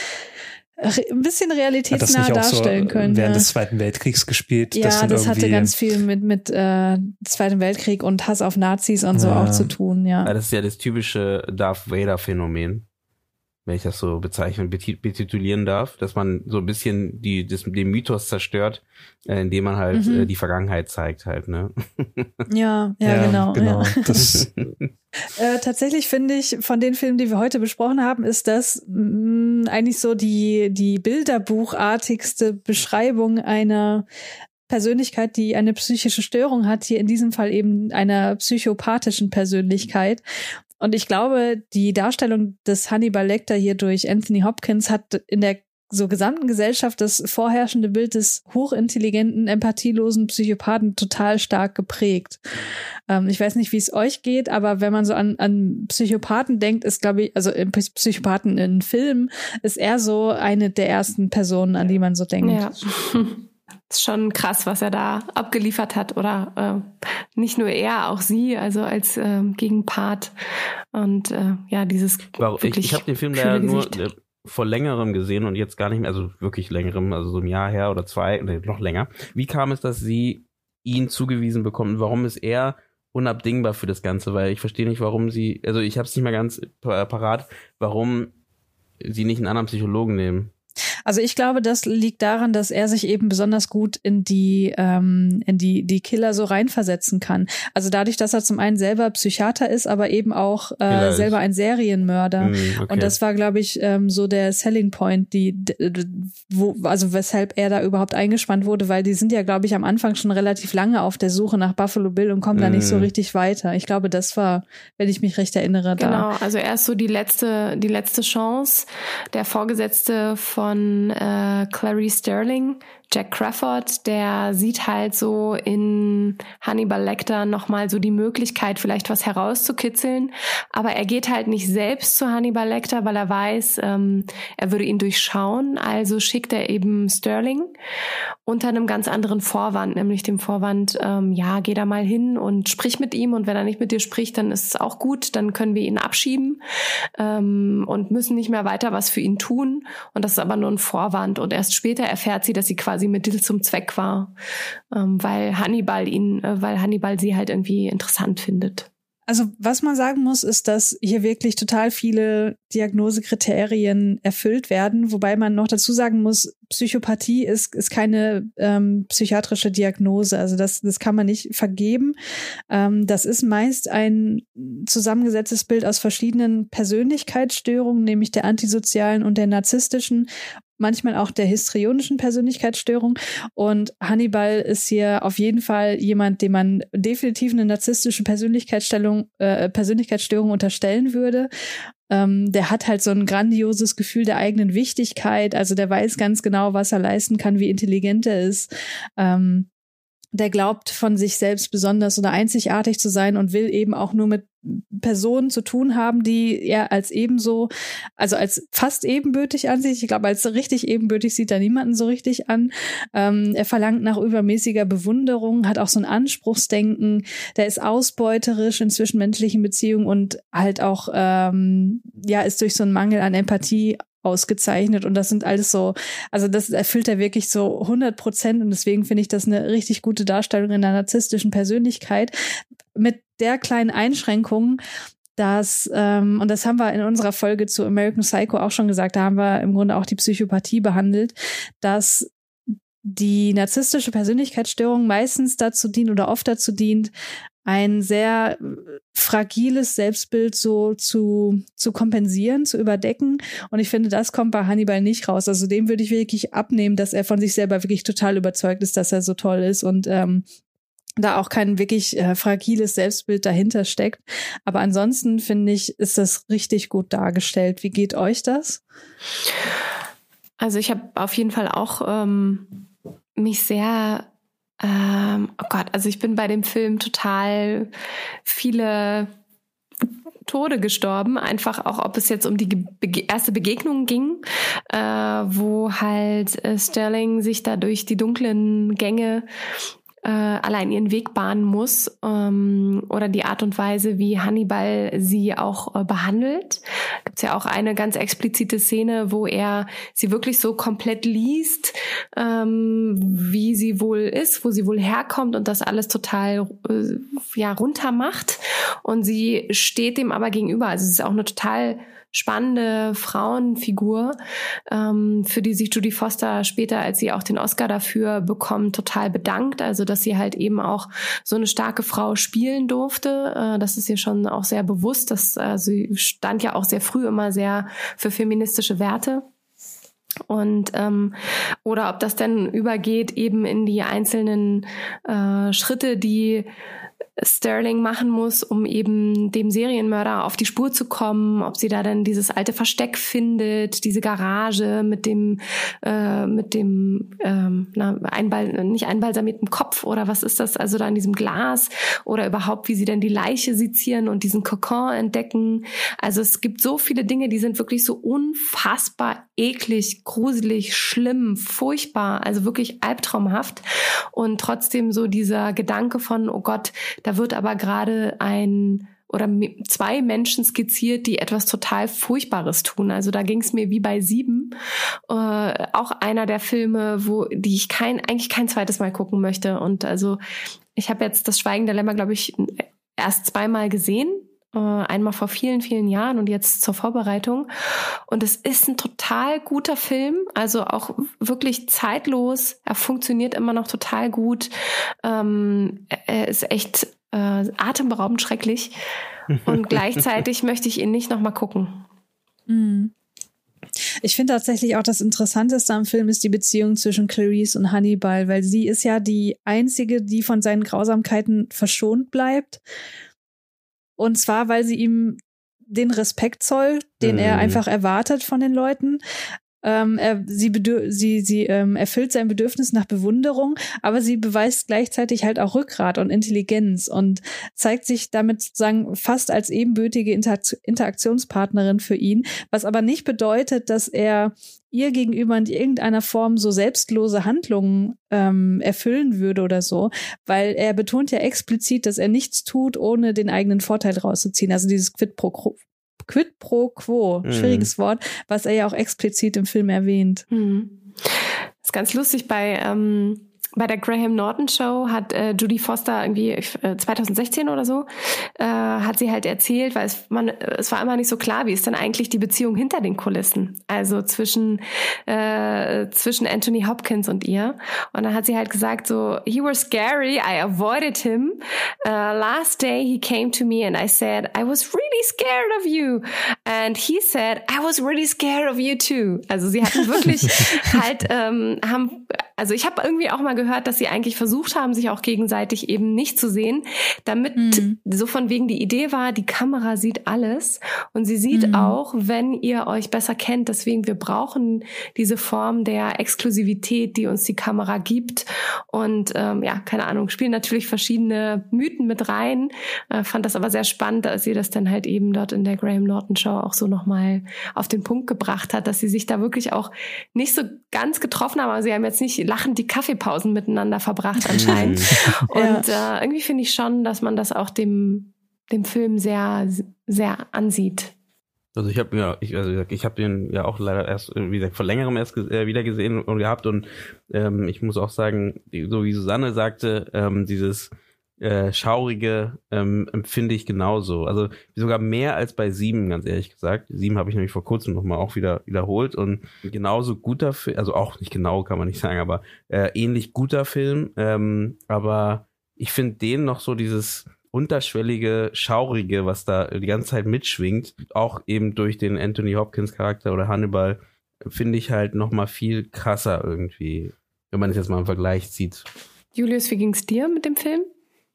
ein bisschen Hat das realitätsnah nicht auch so darstellen können. während ja. des Zweiten Weltkriegs gespielt? Ja, das, dann das hatte irgendwie- ganz viel mit mit äh, Zweiten Weltkrieg und Hass auf Nazis und so Ja. auch zu tun, ja. Ja, das ist ja das typische Darth Vader-Phänomen. wenn ich das so bezeichnen, betitulieren darf, dass man so ein bisschen die, das, den Mythos zerstört, äh, indem man halt mhm. äh, die Vergangenheit zeigt halt, ne? Ja, ja, ja genau. genau. Ja. Das äh, tatsächlich finde ich, von den Filmen, die wir heute besprochen haben, ist das mh, eigentlich so die, die bilderbuchartigste Beschreibung einer Persönlichkeit, die eine psychische Störung hat, hier in diesem Fall eben einer psychopathischen Persönlichkeit. Und ich glaube, die Darstellung des Hannibal Lecter hier durch Anthony Hopkins hat in der so gesamten Gesellschaft das vorherrschende Bild des hochintelligenten, empathielosen Psychopathen total stark geprägt. Ähm, ich weiß nicht, wie es euch geht, aber wenn man so an, an Psychopathen denkt, ist, glaube ich, also Psychopathen in Filmen, ist er so eine der ersten Personen, an die man so denkt. Ja. Ist schon krass, was er da abgeliefert hat, oder äh, nicht nur er, auch sie, also als äh, Gegenpart und äh, ja, dieses Warum, ich ich habe den Film leider nur äh, vor längerem gesehen und jetzt gar nicht mehr, also wirklich längerem, also so ein Jahr her oder zwei, nee, noch länger. Wie kam es, dass sie ihn zugewiesen bekommen? Warum ist er unabdingbar für das Ganze? Weil ich verstehe nicht, warum sie, also ich habe es nicht mehr ganz parat, warum sie nicht einen anderen Psychologen nehmen. Also ich glaube, das liegt daran, dass er sich eben besonders gut in die ähm, in die die Killer so reinversetzen kann. Also dadurch, dass er zum einen selber Psychiater ist, aber eben auch äh, selber ein Serienmörder. Mm, okay. Und das war, glaube ich, ähm, so der Selling Point, die wo also weshalb er da überhaupt eingespannt wurde, weil die sind ja, glaube ich, am Anfang schon relativ lange auf der Suche nach Buffalo Bill und kommen mm. da nicht so richtig weiter. Ich glaube, das war, wenn ich mich recht erinnere, da. Genau, also er ist so die letzte die letzte Chance, der Vorgesetzte von von äh, Clarice Sterling, Jack Crawford, der sieht halt so in Hannibal Lecter nochmal so die Möglichkeit, vielleicht was herauszukitzeln. Aber er geht halt nicht selbst zu Hannibal Lecter, weil er weiß, ähm, er würde ihn durchschauen. Also schickt er eben Sterling unter einem ganz anderen Vorwand, nämlich dem Vorwand, ähm, ja, geh da mal hin und sprich mit ihm. Und wenn er nicht mit dir spricht, dann ist es auch gut. Dann können wir ihn abschieben ähm, und müssen nicht mehr weiter was für ihn tun. Und das ist aber nur ein Vorwand. Und erst später erfährt sie, dass sie quasi Mittel zum Zweck war, ähm, weil Hannibal ihn, äh, weil Hannibal sie halt irgendwie interessant findet. Also was man sagen muss, ist, dass hier wirklich total viele Diagnosekriterien erfüllt werden, wobei man noch dazu sagen muss, Psychopathie ist ist keine ähm, psychiatrische Diagnose, also das das kann man nicht vergeben. Ähm, das ist meist ein zusammengesetztes Bild aus verschiedenen Persönlichkeitsstörungen, nämlich der antisozialen und der narzisstischen, manchmal auch der histrionischen Persönlichkeitsstörung. Und Hannibal ist hier auf jeden Fall jemand, dem man definitiv eine narzisstische Persönlichkeitsstellung, äh, Persönlichkeitsstörung unterstellen würde. Ähm, der hat halt so ein grandioses Gefühl der eigenen Wichtigkeit. Also der weiß ganz genau, was er leisten kann, wie intelligent er ist. Ähm, der glaubt, von sich selbst besonders oder einzigartig zu sein und will eben auch nur mit Personen zu tun haben, die er als ebenso, also als fast ebenbürtig ansieht. Ich glaube, als richtig ebenbürtig sieht er niemanden so richtig an. Ähm, er verlangt nach übermäßiger Bewunderung, hat auch so ein Anspruchsdenken, der ist ausbeuterisch in zwischenmenschlichen Beziehungen und halt auch, ähm, ja, ist durch so einen Mangel an Empathie ausgezeichnet, und das sind alles so, also das erfüllt er wirklich so hundert Prozent, und deswegen finde ich das eine richtig gute Darstellung in einer narzisstischen Persönlichkeit, mit der kleinen Einschränkung, dass, ähm, und das haben wir in unserer Folge zu American Psycho auch schon gesagt, da haben wir im Grunde auch die Psychopathie behandelt, dass die narzisstische Persönlichkeitsstörung meistens dazu dient oder oft dazu dient, ein sehr fragiles Selbstbild so zu zu kompensieren, zu überdecken. Und ich finde, das kommt bei Hannibal nicht raus. Also dem würde ich wirklich abnehmen, dass er von sich selber wirklich total überzeugt ist, dass er so toll ist und ähm, da auch kein wirklich äh, fragiles Selbstbild dahinter steckt. Aber ansonsten finde ich, ist das richtig gut dargestellt. Wie geht euch das? Also ich habe auf jeden Fall auch ähm, mich sehr Ähm, oh Gott, also ich bin bei dem Film total viele Tode gestorben, einfach auch, ob es jetzt um die Be- erste Begegnung ging, äh, wo halt äh, Sterling sich da durch die dunklen Gänge äh, allein ihren Weg bahnen muss, ähm, oder die Art und Weise, wie Hannibal sie auch äh, behandelt. Gibt's ja auch eine ganz explizite Szene, wo er sie wirklich so komplett liest, ähm, wie sie wohl ist, wo sie wohl herkommt, und das alles total äh, ja runter macht. Und sie steht dem aber gegenüber. Also es ist auch eine total spannende Frauenfigur, ähm, für die sich Jodie Foster später, als sie auch den Oscar dafür bekommt, total bedankt. Also, dass sie halt eben auch so eine starke Frau spielen durfte. Äh, das ist ihr schon auch sehr bewusst. Dass, äh, sie stand ja auch sehr früh immer sehr für feministische Werte. Und ähm, oder ob das dann übergeht eben in die einzelnen äh, Schritte, die Sterling machen muss, um eben dem Serienmörder auf die Spur zu kommen, ob sie da dann dieses alte Versteck findet, diese Garage mit dem äh, mit dem ähm, na, einbal nicht einbalsamierten Kopf oder was ist das, also da in diesem Glas, oder überhaupt, wie sie dann die Leiche sezieren und diesen Kokon entdecken. Also es gibt so viele Dinge, die sind wirklich so unfassbar eklig, gruselig, schlimm, furchtbar, also wirklich albtraumhaft, und trotzdem so dieser Gedanke von, oh Gott, da wird aber gerade ein oder zwei Menschen skizziert, die etwas total Furchtbares tun. Also da ging es mir wie bei Sieben, äh, auch einer der Filme, wo die ich kein eigentlich kein zweites Mal gucken möchte. Und also ich habe jetzt das Schweigen der Lämmer, glaube ich, erst zweimal gesehen. Äh, einmal vor vielen, vielen Jahren und jetzt zur Vorbereitung. Und es ist ein total guter Film, also auch wirklich zeitlos. Er funktioniert immer noch total gut. Ähm, er ist echt äh, atemberaubend schrecklich. Und gleichzeitig möchte ich ihn nicht nochmal gucken. Mhm. Ich finde tatsächlich auch, das Interessanteste am Film ist die Beziehung zwischen Clarice und Hannibal, weil sie ist ja die Einzige, die von seinen Grausamkeiten verschont bleibt. Und zwar, weil sie ihm den Respekt zollt, den mhm. er einfach erwartet von den Leuten. Ähm, er, sie bedür- sie, sie ähm, erfüllt sein Bedürfnis nach Bewunderung, aber sie beweist gleichzeitig halt auch Rückgrat und Intelligenz und zeigt sich damit sozusagen fast als ebenbürtige Interak- Interaktionspartnerin für ihn, was aber nicht bedeutet, dass er ihr gegenüber in irgendeiner Form so selbstlose Handlungen ähm, erfüllen würde oder so, weil er betont ja explizit, dass er nichts tut, ohne den eigenen Vorteil rauszuziehen. Also dieses Quid pro Quo. Quid pro quo, mhm. schwieriges Wort, was er ja auch explizit im Film erwähnt. Mhm. Das ist ganz lustig, bei ähm, bei der Graham Norton Show hat äh, Jodie Foster irgendwie äh, zwanzig sechzehn oder so, äh, hat sie halt erzählt, weil es, man, es war immer nicht so klar, wie ist denn eigentlich die Beziehung hinter den Kulissen, also zwischen äh, zwischen Anthony Hopkins und ihr. Und dann hat sie halt gesagt so, he was scary, I avoided him. Uh, last day he came to me and I said, I was really scared of you. And he said, I was really scared of you too. Also sie hatten wirklich halt, ähm, haben, also ich habe irgendwie auch mal gehört, dass sie eigentlich versucht haben, sich auch gegenseitig eben nicht zu sehen, damit mhm. so von wegen die Idee war, die Kamera sieht alles und sie sieht mhm. auch, wenn ihr euch besser kennt. Deswegen, wir brauchen diese Form der Exklusivität, die uns die Kamera gibt. Und ähm, ja, keine Ahnung, spielen natürlich verschiedene Mythen mit rein. Äh, fand das aber sehr spannend, dass sie das dann halt eben dort in der Graham Norton Show auch so nochmal auf den Punkt gebracht hat, dass sie sich da wirklich auch nicht so ganz getroffen haben. Aber sie haben jetzt nicht lachend die Kaffeepausen miteinander verbracht anscheinend. Und ja. äh, irgendwie finde ich schon, dass man das auch dem, dem Film sehr, sehr ansieht. Also ich habe ja, ich, also ich habe den ja auch leider erst, wie gesagt, vor längerem erst äh, wieder gesehen und gehabt und ähm, ich muss auch sagen, so wie Susanne sagte, ähm, dieses äh, Schaurige ähm, empfinde ich genauso. Also sogar mehr als bei Sieben, ganz ehrlich gesagt. Sieben habe ich nämlich vor kurzem nochmal auch wieder wiederholt und genauso guter Film, also auch nicht genau, kann man nicht sagen, aber äh, ähnlich guter Film. Ähm, aber ich finde den noch so dieses unterschwellige, Schaurige, was da die ganze Zeit mitschwingt, auch eben durch den Anthony Hopkins Charakter oder Hannibal, finde ich halt nochmal viel krasser irgendwie, wenn man es jetzt mal im Vergleich zieht. Julius, wie ging's dir mit dem Film?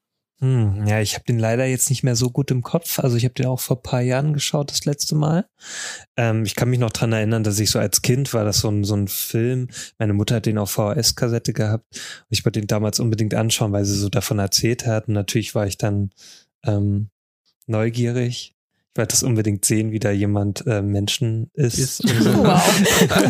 Hm, ja, ich habe den leider jetzt nicht mehr so gut im Kopf. Also ich habe den auch vor ein paar Jahren geschaut, das letzte Mal. Ähm, ich kann mich noch dran erinnern, dass ich so als Kind war das so ein, so ein Film. Meine Mutter hat den auf V H S-Kassette gehabt. Und ich wollte den damals unbedingt anschauen, weil sie so davon erzählt hat. Und natürlich war ich dann ähm, neugierig. Ich wollte das unbedingt sehen, wie da jemand äh, Menschen ist. ist. Und so. Wow.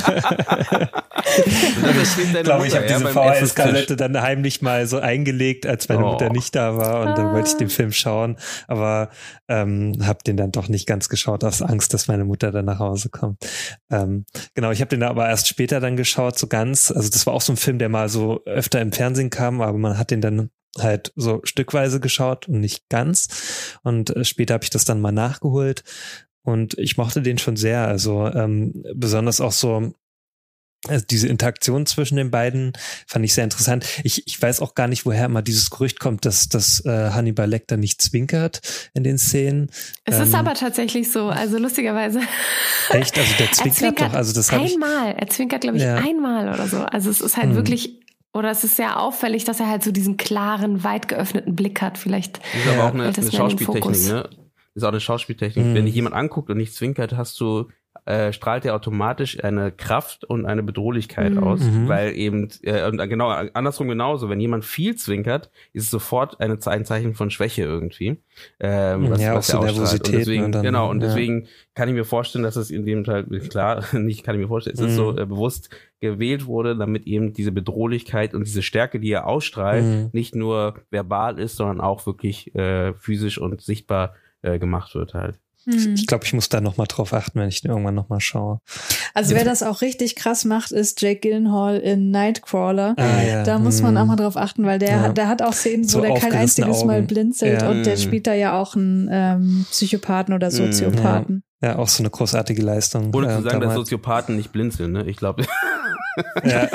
Ich glaube, ich habe diese V H S-Kassette dann heimlich mal so eingelegt, als meine oh. Mutter nicht da war und dann wollte ich den Film schauen, aber ähm, habe den dann doch nicht ganz geschaut, aus Angst, dass meine Mutter dann nach Hause kommt. Ähm, genau, ich habe den aber erst später dann geschaut, so ganz, also das war auch so ein Film, der mal so öfter im Fernsehen kam, aber man hat den dann halt so stückweise geschaut und nicht ganz und äh, später habe ich das dann mal nachgeholt. und ich mochte den schon sehr. Also ähm, besonders auch so also diese Interaktion zwischen den beiden fand ich sehr interessant. Ich, ich weiß auch gar nicht, woher immer dieses Gerücht kommt, dass, dass äh, Hannibal Lecter nicht zwinkert in den Szenen. Es ähm, ist aber tatsächlich so, also lustigerweise. Echt? Also der zwinkert, zwinkert doch. Also das habe ich einmal. Er zwinkert, glaube ich, ja. einmal oder so. Also es ist halt hm. wirklich, oder es ist sehr auffällig, dass er halt so diesen klaren, weit geöffneten Blick hat. Vielleicht. Das ist aber auch eine, eine Schauspieltechnik, ne? Das ist auch eine Schauspieltechnik. Hm. Wenn dich jemand anguckt und nicht zwinkert, hast du Äh, strahlt er automatisch eine Kraft und eine Bedrohlichkeit mhm. aus, weil eben, äh, und genau, andersrum genauso, wenn jemand viel zwinkert, ist es sofort eine, ein Zeichen von Schwäche irgendwie. Ähm, was, ja, was auch so er ausstrahlt. Und deswegen, ne, dann, genau, und ja. deswegen kann ich mir vorstellen, dass es in dem Teil, klar, nicht kann ich mir vorstellen, es ist mhm. so äh, bewusst gewählt wurde, damit eben diese Bedrohlichkeit und diese Stärke, die er ausstrahlt, mhm. nicht nur verbal ist, sondern auch wirklich äh, physisch und sichtbar äh, gemacht wird halt. Ich glaube, ich muss da nochmal drauf achten, wenn ich den irgendwann nochmal schaue. Also wer das auch richtig krass macht, ist Jake Gyllenhaal in Nightcrawler. Ah, ja. Da muss man auch mal drauf achten, weil der, ja. der hat auch Szenen, wo so der kein einziges Augen. Mal blinzelt ja. und der spielt da ja auch einen ähm, Psychopathen oder Soziopathen. Ja. ja, auch so eine großartige Leistung. Ohne zu äh, sagen, dass Soziopathen nicht blinzeln, ne? Ich glaube... Ja.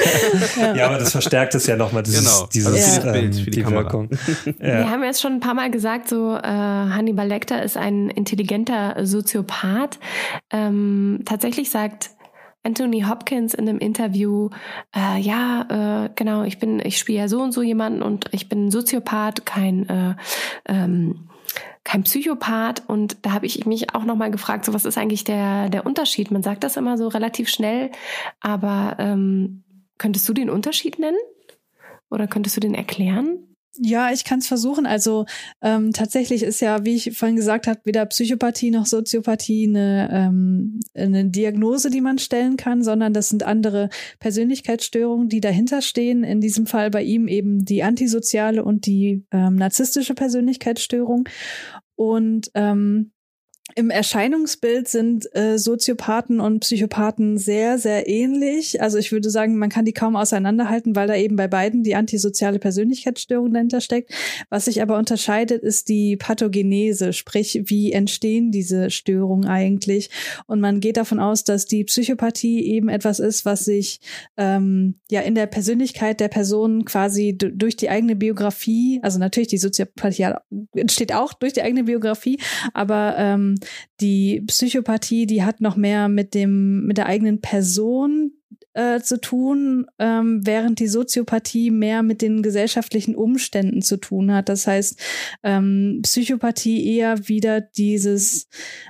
ja, aber das verstärkt es ja nochmal, dieses, genau. dieses also ähm, Bild für die, die Kamera. Wirkung. Ja. Wir haben jetzt schon ein paar Mal gesagt, so äh, Hannibal Lecter ist ein intelligenter Soziopath. Ähm, tatsächlich sagt Anthony Hopkins in einem Interview, äh, ja, äh, genau, ich bin, ich spiele ja so und so jemanden und ich bin ein Soziopath, kein äh, ähm, kein Psychopath, und da habe ich mich auch nochmal gefragt, so was ist eigentlich der der Unterschied? Man sagt das immer so relativ schnell, aber ähm, könntest du den Unterschied nennen? Oder könntest du den erklären? Ja, ich kann es versuchen. Also ähm, tatsächlich ist ja, wie ich vorhin gesagt habe, weder Psychopathie noch Soziopathie eine, ähm, eine Diagnose, die man stellen kann, sondern das sind andere Persönlichkeitsstörungen, die dahinter stehen. In diesem Fall bei ihm eben die antisoziale und die ähm, narzisstische Persönlichkeitsstörung. Und ähm, im Erscheinungsbild sind äh, Soziopathen und Psychopathen sehr, sehr ähnlich. Also ich würde sagen, man kann die kaum auseinanderhalten, weil da eben bei beiden die antisoziale Persönlichkeitsstörung dahinter steckt. Was sich aber unterscheidet, ist die Pathogenese, sprich, wie entstehen diese Störungen eigentlich? Und man geht davon aus, dass die Psychopathie eben etwas ist, was sich ähm, ja in der Persönlichkeit der Person quasi d- durch die eigene Biografie, also natürlich die Soziopathie entsteht auch durch die eigene Biografie, aber ähm, die Psychopathie, die hat noch mehr mit dem, mit der eigenen Person äh, zu tun, ähm, während die Soziopathie mehr mit den gesellschaftlichen Umständen zu tun hat. Das heißt, ähm, Psychopathie eher wieder dieses,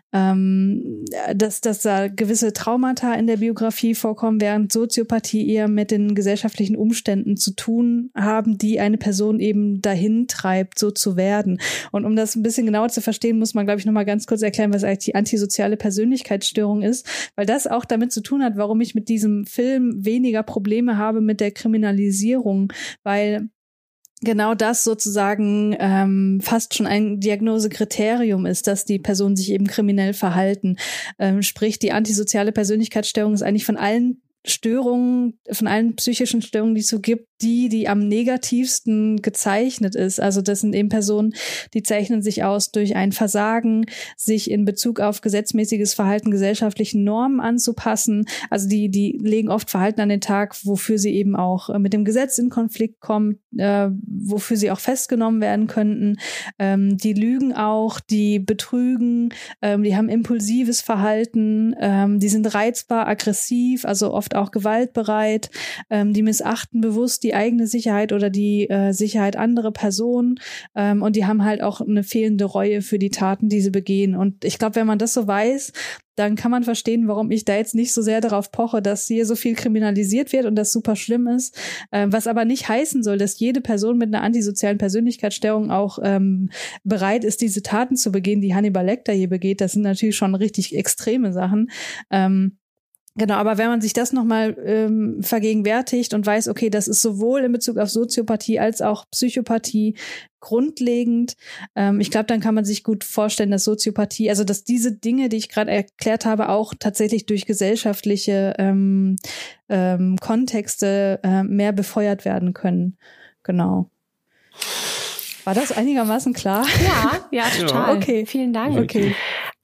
ähm, dass, dass da gewisse Traumata in der Biografie vorkommen, während Soziopathie eher mit den gesellschaftlichen Umständen zu tun haben, die eine Person eben dahin treibt, so zu werden. Und um das ein bisschen genauer zu verstehen, muss man, glaube ich, nochmal ganz kurz erklären, was eigentlich die antisoziale Persönlichkeitsstörung ist, weil das auch damit zu tun hat, warum ich mit diesem Film weniger Probleme habe mit der Kriminalisierung, weil genau das sozusagen ähm, fast schon ein Diagnosekriterium ist, dass die Personen sich eben kriminell verhalten. Ähm, sprich, die antisoziale Persönlichkeitsstörung ist eigentlich von allen Störungen, von allen psychischen Störungen, die es so gibt, die, die am negativsten gezeichnet ist. Also das sind eben Personen, die zeichnen sich aus durch ein Versagen, sich in Bezug auf gesetzmäßiges Verhalten gesellschaftlichen Normen anzupassen. Also die, die legen oft Verhalten an den Tag, wofür sie eben auch mit dem Gesetz in Konflikt kommen, äh, wofür sie auch festgenommen werden könnten. Ähm, die lügen auch, die betrügen, ähm, die haben impulsives Verhalten, ähm, die sind reizbar, aggressiv, also oft auch gewaltbereit, ähm, die missachten bewusst die eigene Sicherheit oder die äh, Sicherheit anderer Personen, ähm, und die haben halt auch eine fehlende Reue für die Taten, die sie begehen. Und ich glaube, wenn man das so weiß, dann kann man verstehen, warum ich da jetzt nicht so sehr darauf poche, dass hier so viel kriminalisiert wird und das super schlimm ist, äh, was aber nicht heißen soll, dass jede Person mit einer antisozialen Persönlichkeitsstörung auch ähm, bereit ist, diese Taten zu begehen, die Hannibal Lecter hier begeht. Das sind natürlich schon richtig extreme Sachen. Ähm, Genau, aber wenn man sich das nochmal ähm, vergegenwärtigt und weiß, okay, das ist sowohl in Bezug auf Soziopathie als auch Psychopathie grundlegend, ähm, ich glaube, dann kann man sich gut vorstellen, dass Soziopathie, also dass diese Dinge, die ich gerade erklärt habe, auch tatsächlich durch gesellschaftliche ähm, ähm, Kontexte äh, mehr befeuert werden können. Genau. War das einigermaßen klar? Ja, ja, total. Okay. Vielen Dank. Okay.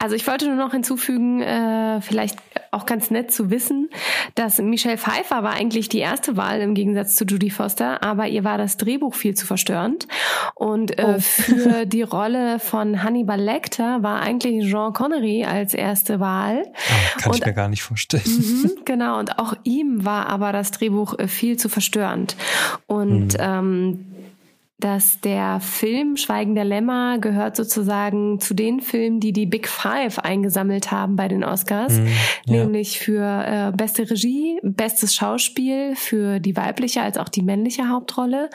Also ich wollte nur noch hinzufügen, äh, vielleicht auch ganz nett zu wissen, dass Michelle Pfeiffer war eigentlich die erste Wahl im Gegensatz zu Jodie Foster, aber ihr war das Drehbuch viel zu verstörend. Und äh, oh. für die Rolle von Hannibal Lecter war eigentlich Sean Connery als erste Wahl. Oh, kann und, ich mir gar nicht vorstellen. Mhm, genau, und auch ihm war aber das Drehbuch äh, viel zu verstörend. Und mhm. ähm, dass der Film Schweigen der Lämmer gehört sozusagen zu den Filmen, die die Big Five eingesammelt haben bei den Oscars, mm, ja. nämlich für äh, beste Regie, bestes Schauspiel für die weibliche als auch die männliche Hauptrolle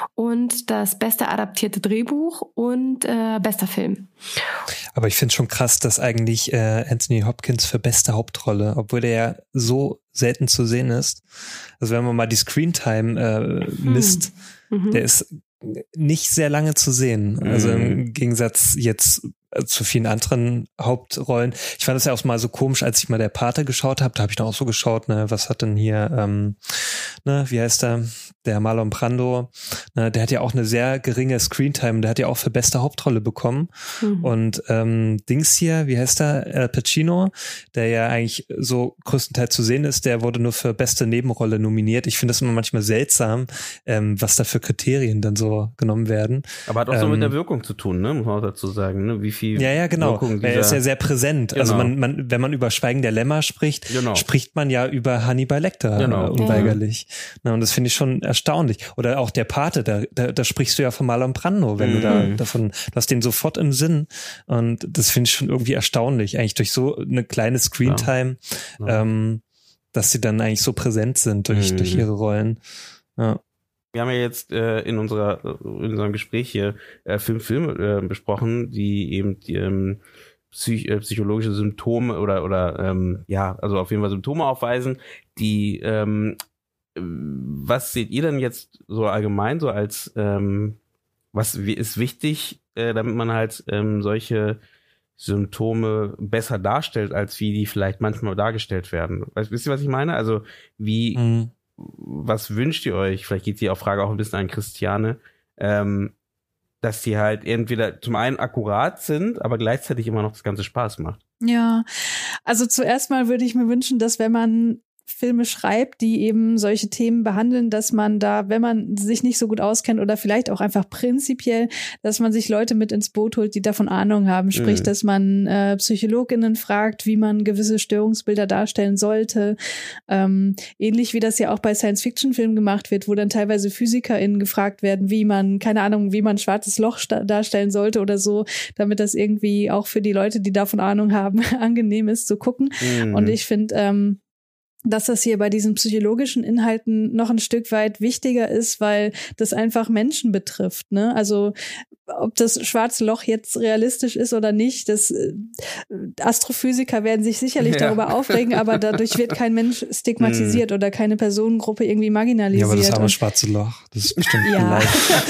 und das beste adaptierte Drehbuch und äh, bester Film. Aber ich finde es schon krass, dass eigentlich äh, Anthony Hopkins für beste Hauptrolle, obwohl der ja so selten zu sehen ist, also wenn man mal die Screentime äh, misst, hm. mhm. der ist nicht sehr lange zu sehen. Also im Gegensatz jetzt zu vielen anderen Hauptrollen. Ich fand das ja auch mal so komisch, als ich mal der Pate geschaut habe. Da habe ich dann auch so geschaut, ne, was hat denn hier, ähm, ne, wie heißt der? Der Marlon Brando. Ne, der hat ja auch eine sehr geringe Screentime. Der hat ja auch für beste Hauptrolle bekommen. Mhm. Und ähm, Dings hier, wie heißt der? Al Pacino, der ja eigentlich so größtenteils zu sehen ist, der wurde nur für beste Nebenrolle nominiert. Ich finde das immer manchmal seltsam, ähm, was da für Kriterien dann so genommen werden. Aber hat auch ähm, so mit der Wirkung zu tun, ne? Muss man auch dazu sagen, ne? Wie viel Ja, ja, genau. Wirkung Er ist ja sehr präsent. Genau. Also man, man, wenn man über Schweigen der Lämmer spricht, genau. spricht man ja über Hannibal Lecter genau. äh, unweigerlich. Ja. Na, und das finde ich schon erstaunlich. Oder auch der Pate, da, da, da sprichst du ja von Marlon Brando, wenn mhm. du da davon, du hast den sofort im Sinn. Und das finde ich schon irgendwie erstaunlich, eigentlich durch so eine kleine Screentime, ja. Ja. Ähm, dass sie dann eigentlich so präsent sind durch, mhm. durch ihre Rollen. Ja. Wir haben ja jetzt äh, in unserer in unserem Gespräch hier äh, fünf Filme äh, besprochen, die eben die, ähm, psych, äh, psychologische Symptome oder oder ähm, ja, also auf jeden Fall Symptome aufweisen, die ähm, was seht ihr denn jetzt so allgemein so als ähm, was ist wichtig, äh, damit man halt ähm, solche Symptome besser darstellt, als wie die vielleicht manchmal dargestellt werden? Weißt, wisst ihr, was ich meine? Also wie mhm. was wünscht ihr euch? Vielleicht geht die auch Frage auch ein bisschen an Christiane, ähm, dass die halt entweder zum einen akkurat sind, aber gleichzeitig immer noch das Ganze Spaß macht. Ja, also zuerst mal würde ich mir wünschen, dass wenn man Filme schreibt, die eben solche Themen behandeln, dass man da, wenn man sich nicht so gut auskennt oder vielleicht auch einfach prinzipiell, dass man sich Leute mit ins Boot holt, die davon Ahnung haben. Sprich, mhm. dass man äh, PsychologInnen fragt, wie man gewisse Störungsbilder darstellen sollte. Ähm, ähnlich wie das ja auch bei Science-Fiction-Filmen gemacht wird, wo dann teilweise PhysikerInnen gefragt werden, wie man, keine Ahnung, wie man ein schwarzes Loch sta- darstellen sollte oder so, damit das irgendwie auch für die Leute, die davon Ahnung haben, angenehm ist zu gucken. Mhm. Und ich finde, ähm, dass das hier bei diesen psychologischen Inhalten noch ein Stück weit wichtiger ist, weil das einfach Menschen betrifft, ne? Also ob das schwarze Loch jetzt realistisch ist oder nicht, das äh, Astrophysiker werden sich sicherlich ja. darüber aufregen, aber dadurch wird kein Mensch stigmatisiert mm. oder keine Personengruppe irgendwie marginalisiert. Ja, aber das arme schwarze Loch, das ist bestimmt ja.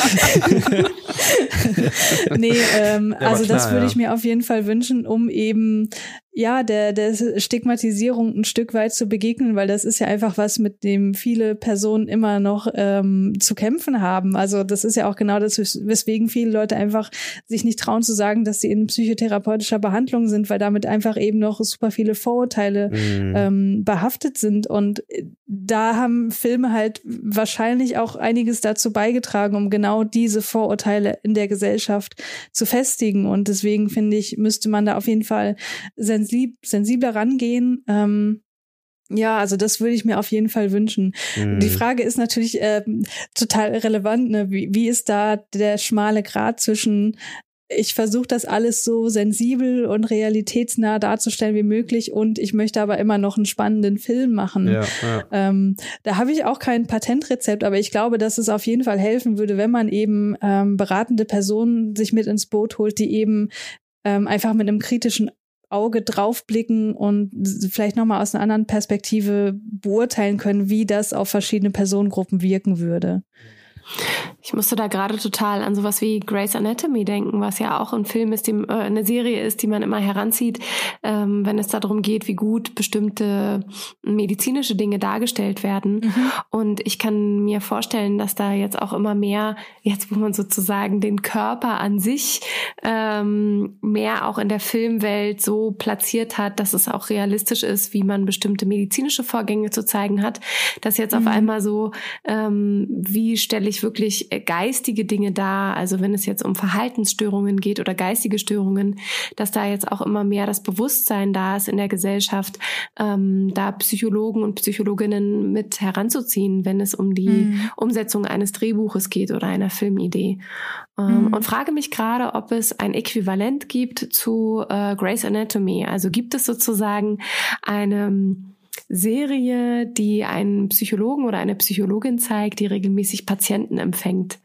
Nee, ähm, ja, also klar, das würde ja. ich mir auf jeden Fall wünschen, um eben ja, der, der Stigmatisierung ein Stück weit zu begegnen, weil das ist ja einfach was, mit dem viele Personen immer noch ähm, zu kämpfen haben. Also das ist ja auch genau das, weswegen viele Leute einfach sich nicht trauen zu sagen, dass sie in psychotherapeutischer Behandlung sind, weil damit einfach eben noch super viele Vorurteile mhm. ähm, behaftet sind. Und da haben Filme halt wahrscheinlich auch einiges dazu beigetragen, um genau diese Vorurteile in der Gesellschaft zu festigen. Und deswegen finde ich, müsste man da auf jeden Fall sensibler rangehen. Ähm, ja, also das würde ich mir auf jeden Fall wünschen. Mhm. Die Frage ist natürlich äh, total relevant, ne? Wie, wie ist da der schmale Grat zwischen ich versuche das alles so sensibel und realitätsnah darzustellen wie möglich und ich möchte aber immer noch einen spannenden Film machen. Ja, ja. Ähm, da habe ich auch kein Patentrezept, aber ich glaube, dass es auf jeden Fall helfen würde, wenn man eben ähm, beratende Personen sich mit ins Boot holt, die eben ähm, einfach mit einem kritischen Auge draufblicken und vielleicht nochmal aus einer anderen Perspektive beurteilen können, wie das auf verschiedene Personengruppen wirken würde. Ich musste da gerade total an sowas wie Grey's Anatomy denken, was ja auch ein Film ist, die, äh, eine Serie ist, die man immer heranzieht, ähm, wenn es darum geht, wie gut bestimmte medizinische Dinge dargestellt werden. Mhm. Und ich kann mir vorstellen, dass da jetzt auch immer mehr, jetzt wo man sozusagen den Körper an sich ähm, mehr auch in der Filmwelt so platziert hat, dass es auch realistisch ist, wie man bestimmte medizinische Vorgänge zu zeigen hat, dass jetzt mhm. auf einmal so, ähm, wie stelle ich wirklich geistige Dinge dar, also wenn es jetzt um Verhaltensstörungen geht oder geistige Störungen, dass da jetzt auch immer mehr das Bewusstsein da ist in der Gesellschaft, ähm, da Psychologen und Psychologinnen mit heranzuziehen, wenn es um die mhm. Umsetzung eines Drehbuches geht oder einer Filmidee. Ähm, mhm. Und frage mich gerade, ob es ein Äquivalent gibt zu äh, Grey's Anatomy. Also gibt es sozusagen eine Serie, die einen Psychologen oder eine Psychologin zeigt, die regelmäßig Patienten empfängt?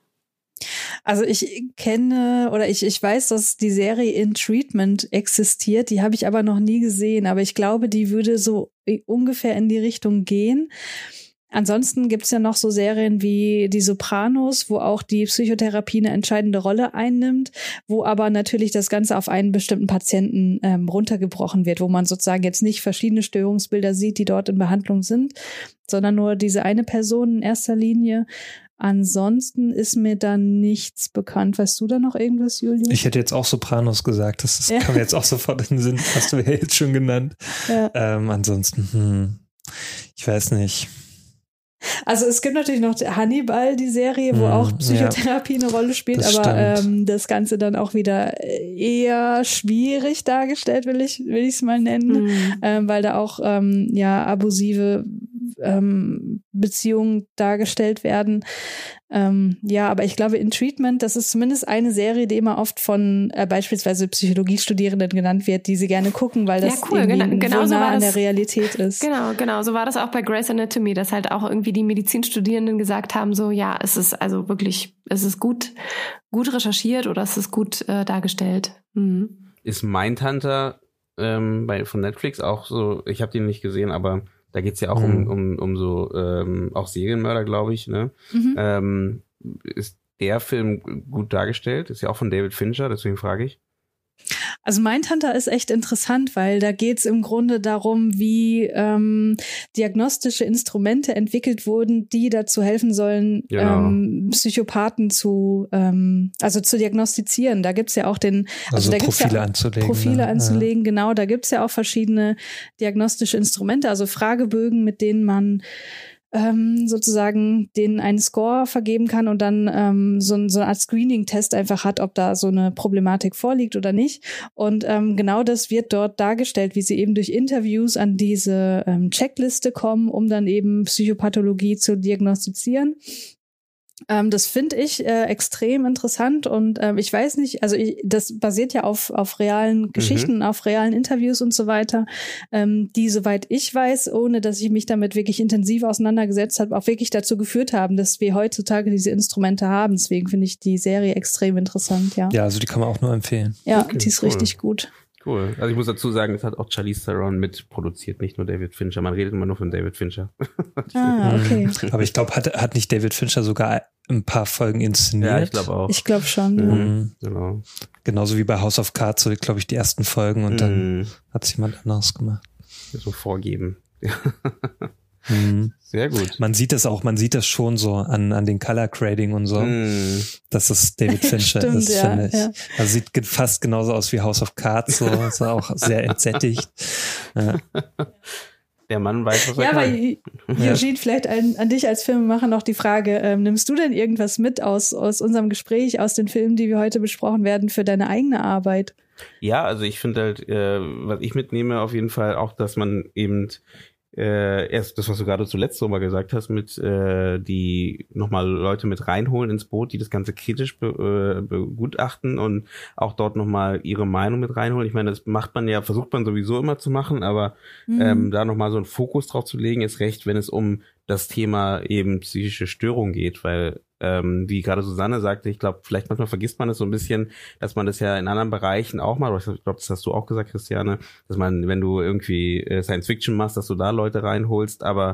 Also ich kenne oder ich ich weiß, dass die Serie In Treatment existiert, die habe ich aber noch nie gesehen, aber ich glaube, die würde so ungefähr in die Richtung gehen. Ansonsten gibt's ja noch so Serien wie Die Sopranos, wo auch die Psychotherapie eine entscheidende Rolle einnimmt, wo aber natürlich das Ganze auf einen bestimmten Patienten ähm, runtergebrochen wird, wo man sozusagen jetzt nicht verschiedene Störungsbilder sieht, die dort in Behandlung sind, sondern nur diese eine Person in erster Linie. Ansonsten ist mir da nichts bekannt. Weißt du da noch irgendwas, Julius? Ich hätte jetzt auch Sopranos gesagt. Das, das ja. kam mir jetzt auch sofort in den Sinn. Hast du ja jetzt schon genannt. Ja. Ähm, ansonsten, hm, ich weiß nicht. Also es gibt natürlich noch Hannibal, die Serie, wo mm, auch Psychotherapie ja, eine Rolle spielt, das aber ähm, das Ganze dann auch wieder eher schwierig dargestellt, will ich will ich es mal nennen, mm. ähm, weil da auch ähm, ja abusive ähm, Beziehungen dargestellt werden. Ähm, ja, aber ich glaube, In Treatment, das ist zumindest eine Serie, die immer oft von äh, beispielsweise Psychologiestudierenden genannt wird, die sie gerne gucken, weil das ja, cool, irgendwie genau, genau so nah an der Realität ist. Genau, genau. So war das auch bei Grey's Anatomy, dass halt auch irgendwie die Medizinstudierenden gesagt haben, so ja, es ist also wirklich, es ist gut, gut recherchiert oder es ist gut äh, dargestellt. Mhm. Ist Mindhunter ähm, bei von Netflix auch so, ich habe den nicht gesehen, aber da geht's ja auch mhm. um, um, um so ähm, auch Serienmörder, glaube ich. Ne? Mhm. Ähm, ist der Film gut dargestellt? Ist ja auch von David Fincher, deswegen frage ich. Also Mindhunter ist echt interessant, weil da geht's im Grunde darum, wie ähm, diagnostische Instrumente entwickelt wurden, die dazu helfen sollen, genau. ähm, Psychopathen zu, ähm, also zu diagnostizieren. Da gibt's ja auch den, also, also da Profile gibt's ja anzulegen. Profile ne? anzulegen, ja. genau. Da gibt's ja auch verschiedene diagnostische Instrumente, also Fragebögen, mit denen man ähm, sozusagen denen einen Score vergeben kann und dann ähm, so, so eine Art Screening-Test einfach hat, ob da so eine Problematik vorliegt oder nicht. Und ähm, genau das wird dort dargestellt, wie sie eben durch Interviews an diese ähm, Checkliste kommen, um dann eben Psychopathologie zu diagnostizieren. Ähm, das finde ich äh, extrem interessant und ähm, ich weiß nicht, also ich, das basiert ja auf auf realen Geschichten, mhm. auf realen Interviews und so weiter, ähm, die, soweit ich weiß, ohne dass ich mich damit wirklich intensiv auseinandergesetzt habe, auch wirklich dazu geführt haben, dass wir heutzutage diese Instrumente haben. Deswegen finde ich die Serie extrem interessant, ja. Ja, also die kann man auch nur empfehlen. Ja, okay, die ist cool. richtig gut. Cool. Also ich muss dazu sagen, es hat auch Charlize Theron mitproduziert, nicht nur David Fincher. Man redet immer nur von David Fincher. Ah, okay. Aber ich glaube, hat, hat nicht David Fincher sogar ein paar Folgen inszeniert? Ja, ich glaube auch. Ich glaube schon. Mhm. Ja. Genau. Genauso wie bei House of Cards, so glaube ich die ersten Folgen und dann mhm. hat es jemand anderes gemacht. So vorgeben. Mhm. Sehr gut. Man sieht das auch, man sieht das schon so an, an den Color Grading und so, mm. dass es David Fincher Stimmt, ist, ja, finde ich. Ja. Also sieht fast genauso aus wie House of Cards, so, ist auch sehr entsättigt. Ja. Der Mann weiß, was er ja, kann. Ja, aber Eugene, vielleicht an, an dich als Filmemacher noch die Frage, ähm, nimmst du denn irgendwas mit aus, aus unserem Gespräch, aus den Filmen, die wir heute besprochen werden, für deine eigene Arbeit? Ja, also ich finde halt, äh, was ich mitnehme auf jeden Fall auch, dass man eben Äh, erst das, was du gerade zuletzt so mal gesagt hast, mit äh, die nochmal Leute mit reinholen ins Boot, die das Ganze kritisch be, äh, begutachten und auch dort nochmal ihre Meinung mit reinholen. Ich meine, das macht man ja, versucht man sowieso immer zu machen, aber mhm. ähm, da nochmal so einen Fokus drauf zu legen, ist recht, wenn es um das Thema eben psychische Störung geht, weil ähm, wie gerade Susanne sagte, ich glaube, vielleicht manchmal vergisst man es so ein bisschen, dass man das ja in anderen Bereichen auch mal, ich glaube, das hast du auch gesagt, Christiane, dass man, wenn du irgendwie äh, Science Fiction machst, dass du da Leute reinholst, aber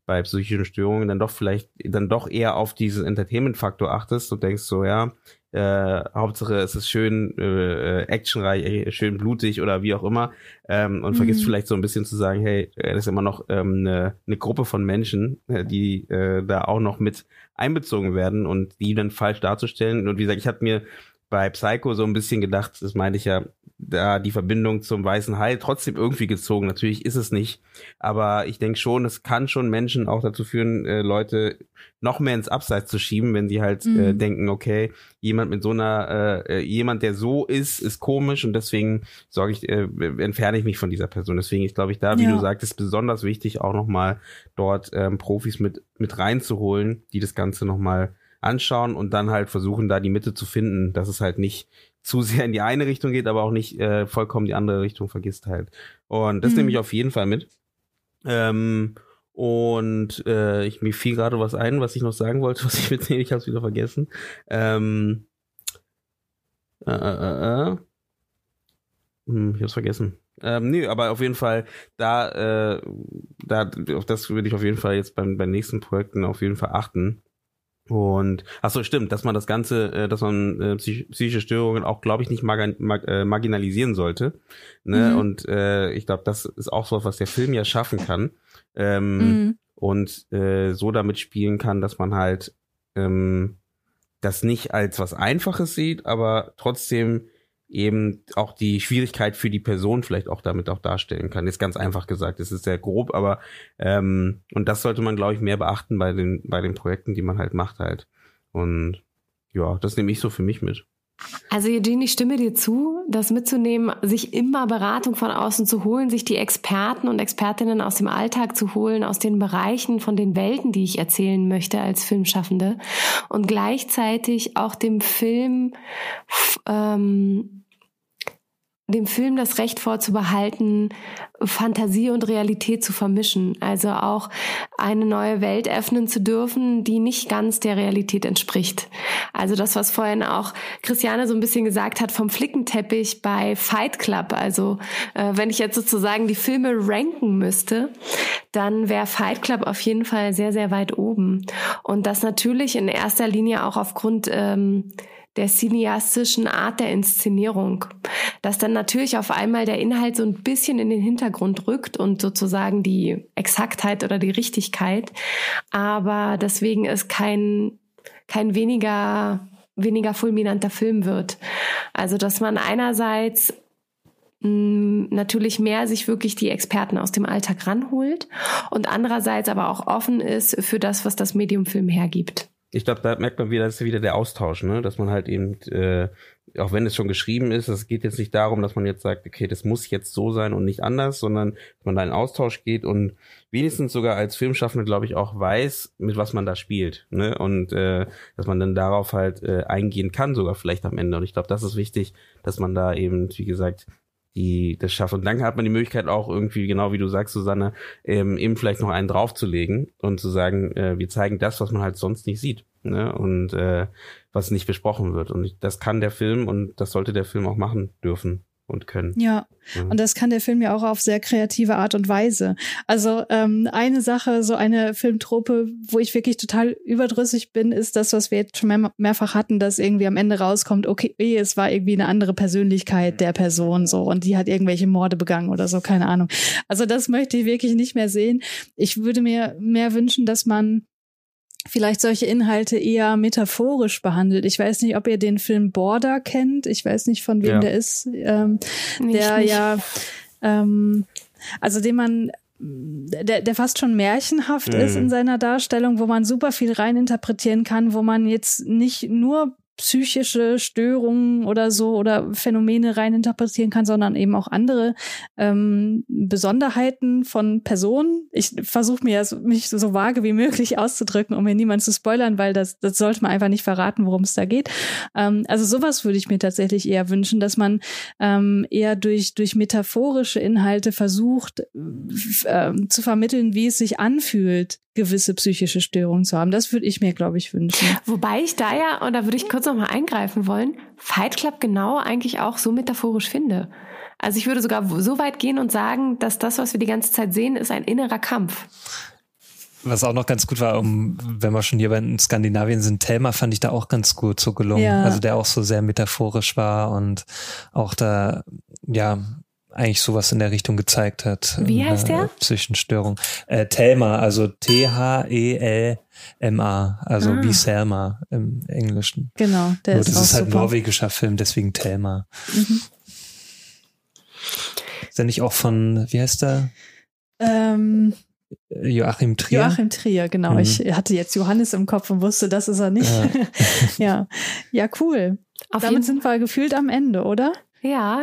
bei psychischen Störungen dann doch vielleicht dann doch eher auf diesen Entertainment-Faktor achtest und denkst so, ja, äh, Hauptsache es ist schön äh, actionreich, äh, schön blutig oder wie auch immer ähm, und mhm. vergisst vielleicht so ein bisschen zu sagen, hey, das ist immer noch ähm, eine, eine Gruppe von Menschen, äh, die äh, da auch noch mit einbezogen werden und die dann falsch darzustellen. Und wie gesagt, ich hatte mir bei Psycho so ein bisschen gedacht, das meinte ich ja, da die Verbindung zum Weißen Hai trotzdem irgendwie gezogen. Natürlich ist es nicht, aber ich denke schon, es kann schon Menschen auch dazu führen, äh, Leute noch mehr ins Abseits zu schieben, wenn sie halt mhm. äh, denken, okay, jemand mit so einer, äh, jemand, der so ist, ist komisch und deswegen sorge ich, äh, entferne ich mich von dieser Person. Deswegen ist, glaube ich, da, wie ja. du sagtest, besonders wichtig, auch nochmal dort ähm, Profis mit mit reinzuholen, die das Ganze nochmal anschauen und dann halt versuchen, da die Mitte zu finden, dass es halt nicht zu sehr in die eine Richtung geht, aber auch nicht äh, vollkommen die andere Richtung vergisst halt. Und das mhm. nehme ich auf jeden Fall mit. Ähm, und äh, ich, mir fiel gerade was ein, was ich noch sagen wollte, was ich mitnehme, ich habe es wieder vergessen. Ähm, äh, äh, äh, hm, ich hab's vergessen. Ähm, nee, aber auf jeden Fall, da, äh, da, auf das würde ich auf jeden Fall jetzt beim, bei nächsten Projekten auf jeden Fall achten. Und, ach so, stimmt, dass man das Ganze, äh, dass man äh, psych- psychische Störungen auch, glaube ich, nicht marg- mag- äh, marginalisieren sollte. Ne? Mhm. Und äh, ich glaube, das ist auch so, was der Film ja schaffen kann. Ähm, mhm. Und äh, so damit spielen kann, dass man halt ähm, das nicht als was Einfaches sieht, aber trotzdem eben auch die Schwierigkeit für die Person vielleicht auch damit auch darstellen kann. Ist ganz einfach gesagt, es ist sehr grob, aber ähm, und das sollte man, glaube ich, mehr beachten bei den bei den Projekten, die man halt macht halt. Und ja, das nehme ich so für mich mit. Also Eugene, ich stimme dir zu, das mitzunehmen, sich immer Beratung von außen zu holen, sich die Experten und Expertinnen aus dem Alltag zu holen, aus den Bereichen, von den Welten, die ich erzählen möchte als Filmschaffende und gleichzeitig auch dem Film ähm, dem Film das Recht vorzubehalten, Fantasie und Realität zu vermischen. Also auch eine neue Welt öffnen zu dürfen, die nicht ganz der Realität entspricht. Also das, was vorhin auch Christiane so ein bisschen gesagt hat vom Flickenteppich bei Fight Club. Also äh, wenn ich jetzt sozusagen die Filme ranken müsste, dann wäre Fight Club auf jeden Fall sehr, sehr weit oben. Und das natürlich in erster Linie auch aufgrund ähm, der cineastischen Art der Inszenierung, dass dann natürlich auf einmal der Inhalt so ein bisschen in den Hintergrund rückt und sozusagen die Exaktheit oder die Richtigkeit, aber deswegen es kein kein weniger weniger fulminanter Film wird. Also dass man einerseits mh, natürlich mehr sich wirklich die Experten aus dem Alltag ranholt und andererseits aber auch offen ist für das, was das Medium Film hergibt. Ich glaube, da merkt man wieder, das ist wieder der Austausch, ne, dass man halt eben, äh, auch wenn es schon geschrieben ist, es geht jetzt nicht darum, dass man jetzt sagt, okay, das muss jetzt so sein und nicht anders, sondern dass man da in Austausch geht und wenigstens sogar als Filmschaffende, glaube ich, auch weiß, mit was man da spielt, ne, und äh, dass man dann darauf halt äh, eingehen kann, sogar vielleicht am Ende. Und ich glaube, das ist wichtig, dass man da eben, wie gesagt, die das schafft. Und dann hat man die Möglichkeit auch irgendwie, genau wie du sagst, Susanne, ähm, eben vielleicht noch einen draufzulegen und zu sagen, äh, wir zeigen das, was man halt sonst nicht sieht, ne? Und äh, was nicht besprochen wird. Und das kann der Film und das sollte der Film auch machen dürfen und können. Ja, ja. Und das kann der Film ja auch auf sehr kreative Art und Weise. Also ähm, eine Sache, so eine Filmtrope, wo ich wirklich total überdrüssig bin, ist das, was wir jetzt schon mehr, mehrfach hatten, dass irgendwie am Ende rauskommt, okay, es war irgendwie eine andere Persönlichkeit der Person so und die hat irgendwelche Morde begangen oder so, keine Ahnung. Also das möchte ich wirklich nicht mehr sehen. Ich würde mir mehr wünschen, dass man vielleicht solche Inhalte eher metaphorisch behandelt. Ich weiß nicht, ob ihr den Film Border kennt. Ich weiß nicht, von wem ja. der ist. Ähm, der nicht. ja, ähm, also den man, der, der fast schon märchenhaft mhm. ist in seiner Darstellung, wo man super viel reininterpretieren kann, wo man jetzt nicht nur psychische Störungen oder so oder Phänomene reininterpretieren kann, sondern eben auch andere ähm, Besonderheiten von Personen. Ich versuche mir das, mich so vage wie möglich auszudrücken, um hier niemanden zu spoilern, weil das, das sollte man einfach nicht verraten, worum es da geht. Ähm, also sowas würde ich mir tatsächlich eher wünschen, dass man ähm, eher durch, durch metaphorische Inhalte versucht äh, zu vermitteln, wie es sich anfühlt, gewisse psychische Störungen zu haben. Das würde ich mir, glaube ich, wünschen. Wobei ich da ja, und da würde ich kurz noch mal eingreifen wollen, Fight Club genau eigentlich auch so metaphorisch finde. Also ich würde sogar so weit gehen und sagen, dass das, was wir die ganze Zeit sehen, ist ein innerer Kampf. Was auch noch ganz gut war, um, wenn wir schon hier bei Skandinavien sind, Thelma fand ich da auch ganz gut so gelungen. Ja. Also der auch so sehr metaphorisch war und auch da, ja, eigentlich sowas in der Richtung gezeigt hat. Wie heißt der? Psychischen Störung. Äh, Thelma, also T H E L M A, also Ah. wie Selma im Englischen. Genau, der Nur ist das auch ist halt ein super. norwegischer Film, deswegen Thelma. Mhm. Ist der nicht auch von, wie heißt der? Ähm, Joachim Trier? Joachim Trier, genau. Mhm. Ich hatte jetzt Johannes im Kopf und wusste, das ist er nicht. Ja, ja, cool. Auf Damit jeden sind wir gefühlt am Ende, oder? Ja.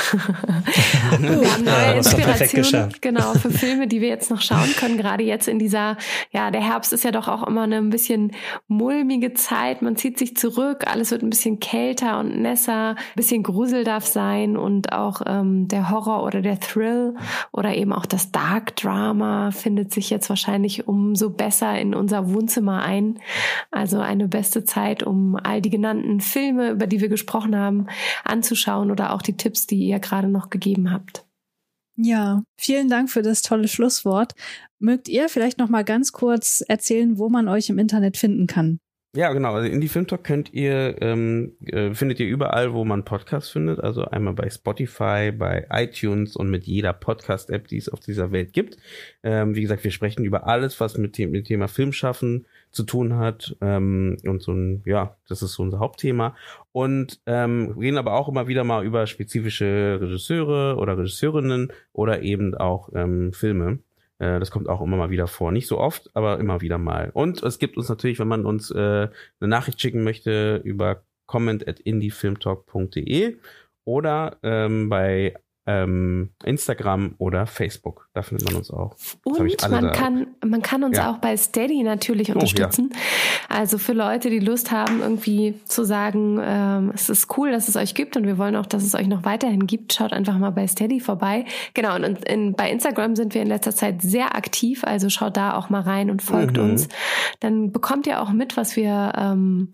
Wir haben neue Ja, das ist doch perfekt Inspirationen, geschafft. genau, für Filme, die wir jetzt noch schauen können. Gerade jetzt in dieser, ja, der Herbst ist ja doch auch immer eine ein bisschen mulmige Zeit. Man zieht sich zurück, alles wird ein bisschen kälter und nässer, ein bisschen Grusel darf sein und auch ähm, der Horror oder der Thrill oder eben auch das Dark Drama findet sich jetzt wahrscheinlich umso besser in unser Wohnzimmer ein. Also eine beste Zeit, um all die genannten Filme, über die wir gesprochen haben, anzuschauen oder auch die Tipps, die ihr gerade noch gegeben habt. Ja, vielen Dank für das tolle Schlusswort. Mögt ihr vielleicht noch mal ganz kurz erzählen, wo man euch im Internet finden kann? Ja, genau. Also Indie Film Talk könnt ihr, ähm, äh, findet ihr überall, wo man Podcasts findet. Also einmal bei Spotify, bei iTunes und mit jeder Podcast-App, die es auf dieser Welt gibt. Ähm, wie gesagt, wir sprechen über alles, was mit dem, mit dem Thema Filmschaffen zu tun hat. Ähm, und so ein, ja, das ist so unser Hauptthema. Und ähm, reden aber auch immer wieder mal über spezifische Regisseure oder Regisseurinnen oder eben auch ähm, Filme. Das kommt auch immer mal wieder vor. Nicht so oft, aber immer wieder mal. Und es gibt uns natürlich, wenn man uns äh, eine Nachricht schicken möchte, über comment at indiefilmtalk punkt de oder ähm, bei ähm, Instagram oder Facebook. Da findet man uns auch. Das hab ich Und alle man da. kann, man kann uns Ja. auch bei Steady natürlich Oh, unterstützen. Also für Leute, die Lust haben, irgendwie zu sagen, ähm, es ist cool, dass es euch gibt und wir wollen auch, dass es euch noch weiterhin gibt, schaut einfach mal bei Steady vorbei. Genau, und in, in, bei Instagram sind wir in letzter Zeit sehr aktiv, also schaut da auch mal rein und folgt Mhm. uns. Dann bekommt ihr auch mit, was wir ähm,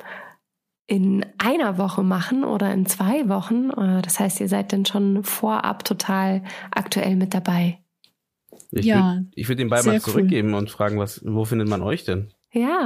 in einer Woche machen oder in zwei Wochen. Das heißt, ihr seid dann schon vorab total aktuell mit dabei. Ich Ja, würde ich würd den Ball sehr mal cool. zurückgeben und fragen, was, wo findet man euch denn? Ja,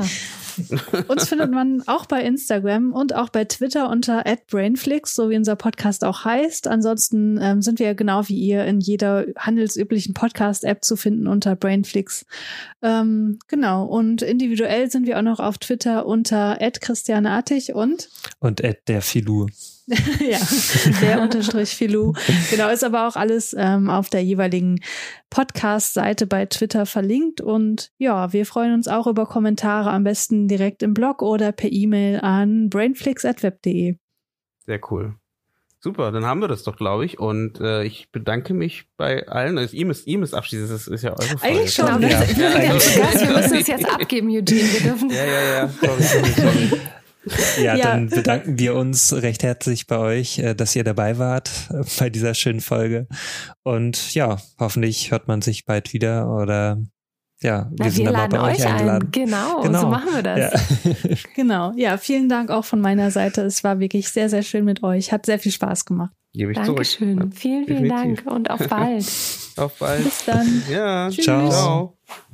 Uns findet man auch bei Instagram und auch bei Twitter unter at brainflix, so wie unser Podcast auch heißt. Ansonsten ähm, sind wir ja genau wie ihr in jeder handelsüblichen Podcast-App zu finden unter Brainflix. Ähm, genau, und individuell sind wir auch noch auf Twitter unter at Christiane Artig und Und Ed der Filou. ja, der Unterstrich Filou. Genau, ist aber auch alles ähm, auf der jeweiligen Podcast-Seite bei Twitter verlinkt. Und ja, wir freuen uns auch über Kommentare, am besten direkt im Blog oder per E-Mail an brainflix at web punkt de. Sehr cool. Super, dann haben wir das doch, glaube ich. Und äh, ich bedanke mich bei allen. Also, ihr müsst, ihr müsst abschließen, das ist, ist ja eure Folge. Eigentlich schon, genau. ne? Wir, Ja. sind ja Ja, zu Gast, wir müssen es jetzt abgeben, Eugene. Wir dürfen. Ja, ja, ja. Sorry, sorry, sorry. Ja, Ja. dann bedanken wir uns recht herzlich bei euch, äh, dass ihr dabei wart äh, bei dieser schönen Folge. Und ja, hoffentlich hört man sich bald wieder oder ja, wir Na, sind wir dann mal laden bei euch euch ein. eingeladen. Genau, Genau. so machen wir das. Ja. Genau, ja, vielen Dank auch von meiner Seite. Es war wirklich sehr, sehr schön mit euch. Hat sehr viel Spaß gemacht. Gebe ich Dankeschön. zurück. Vielen, vielen Definitiv. Dank und auf bald. Auf bald. Bis dann. Ja, Tschüss. Ciao. Ciao.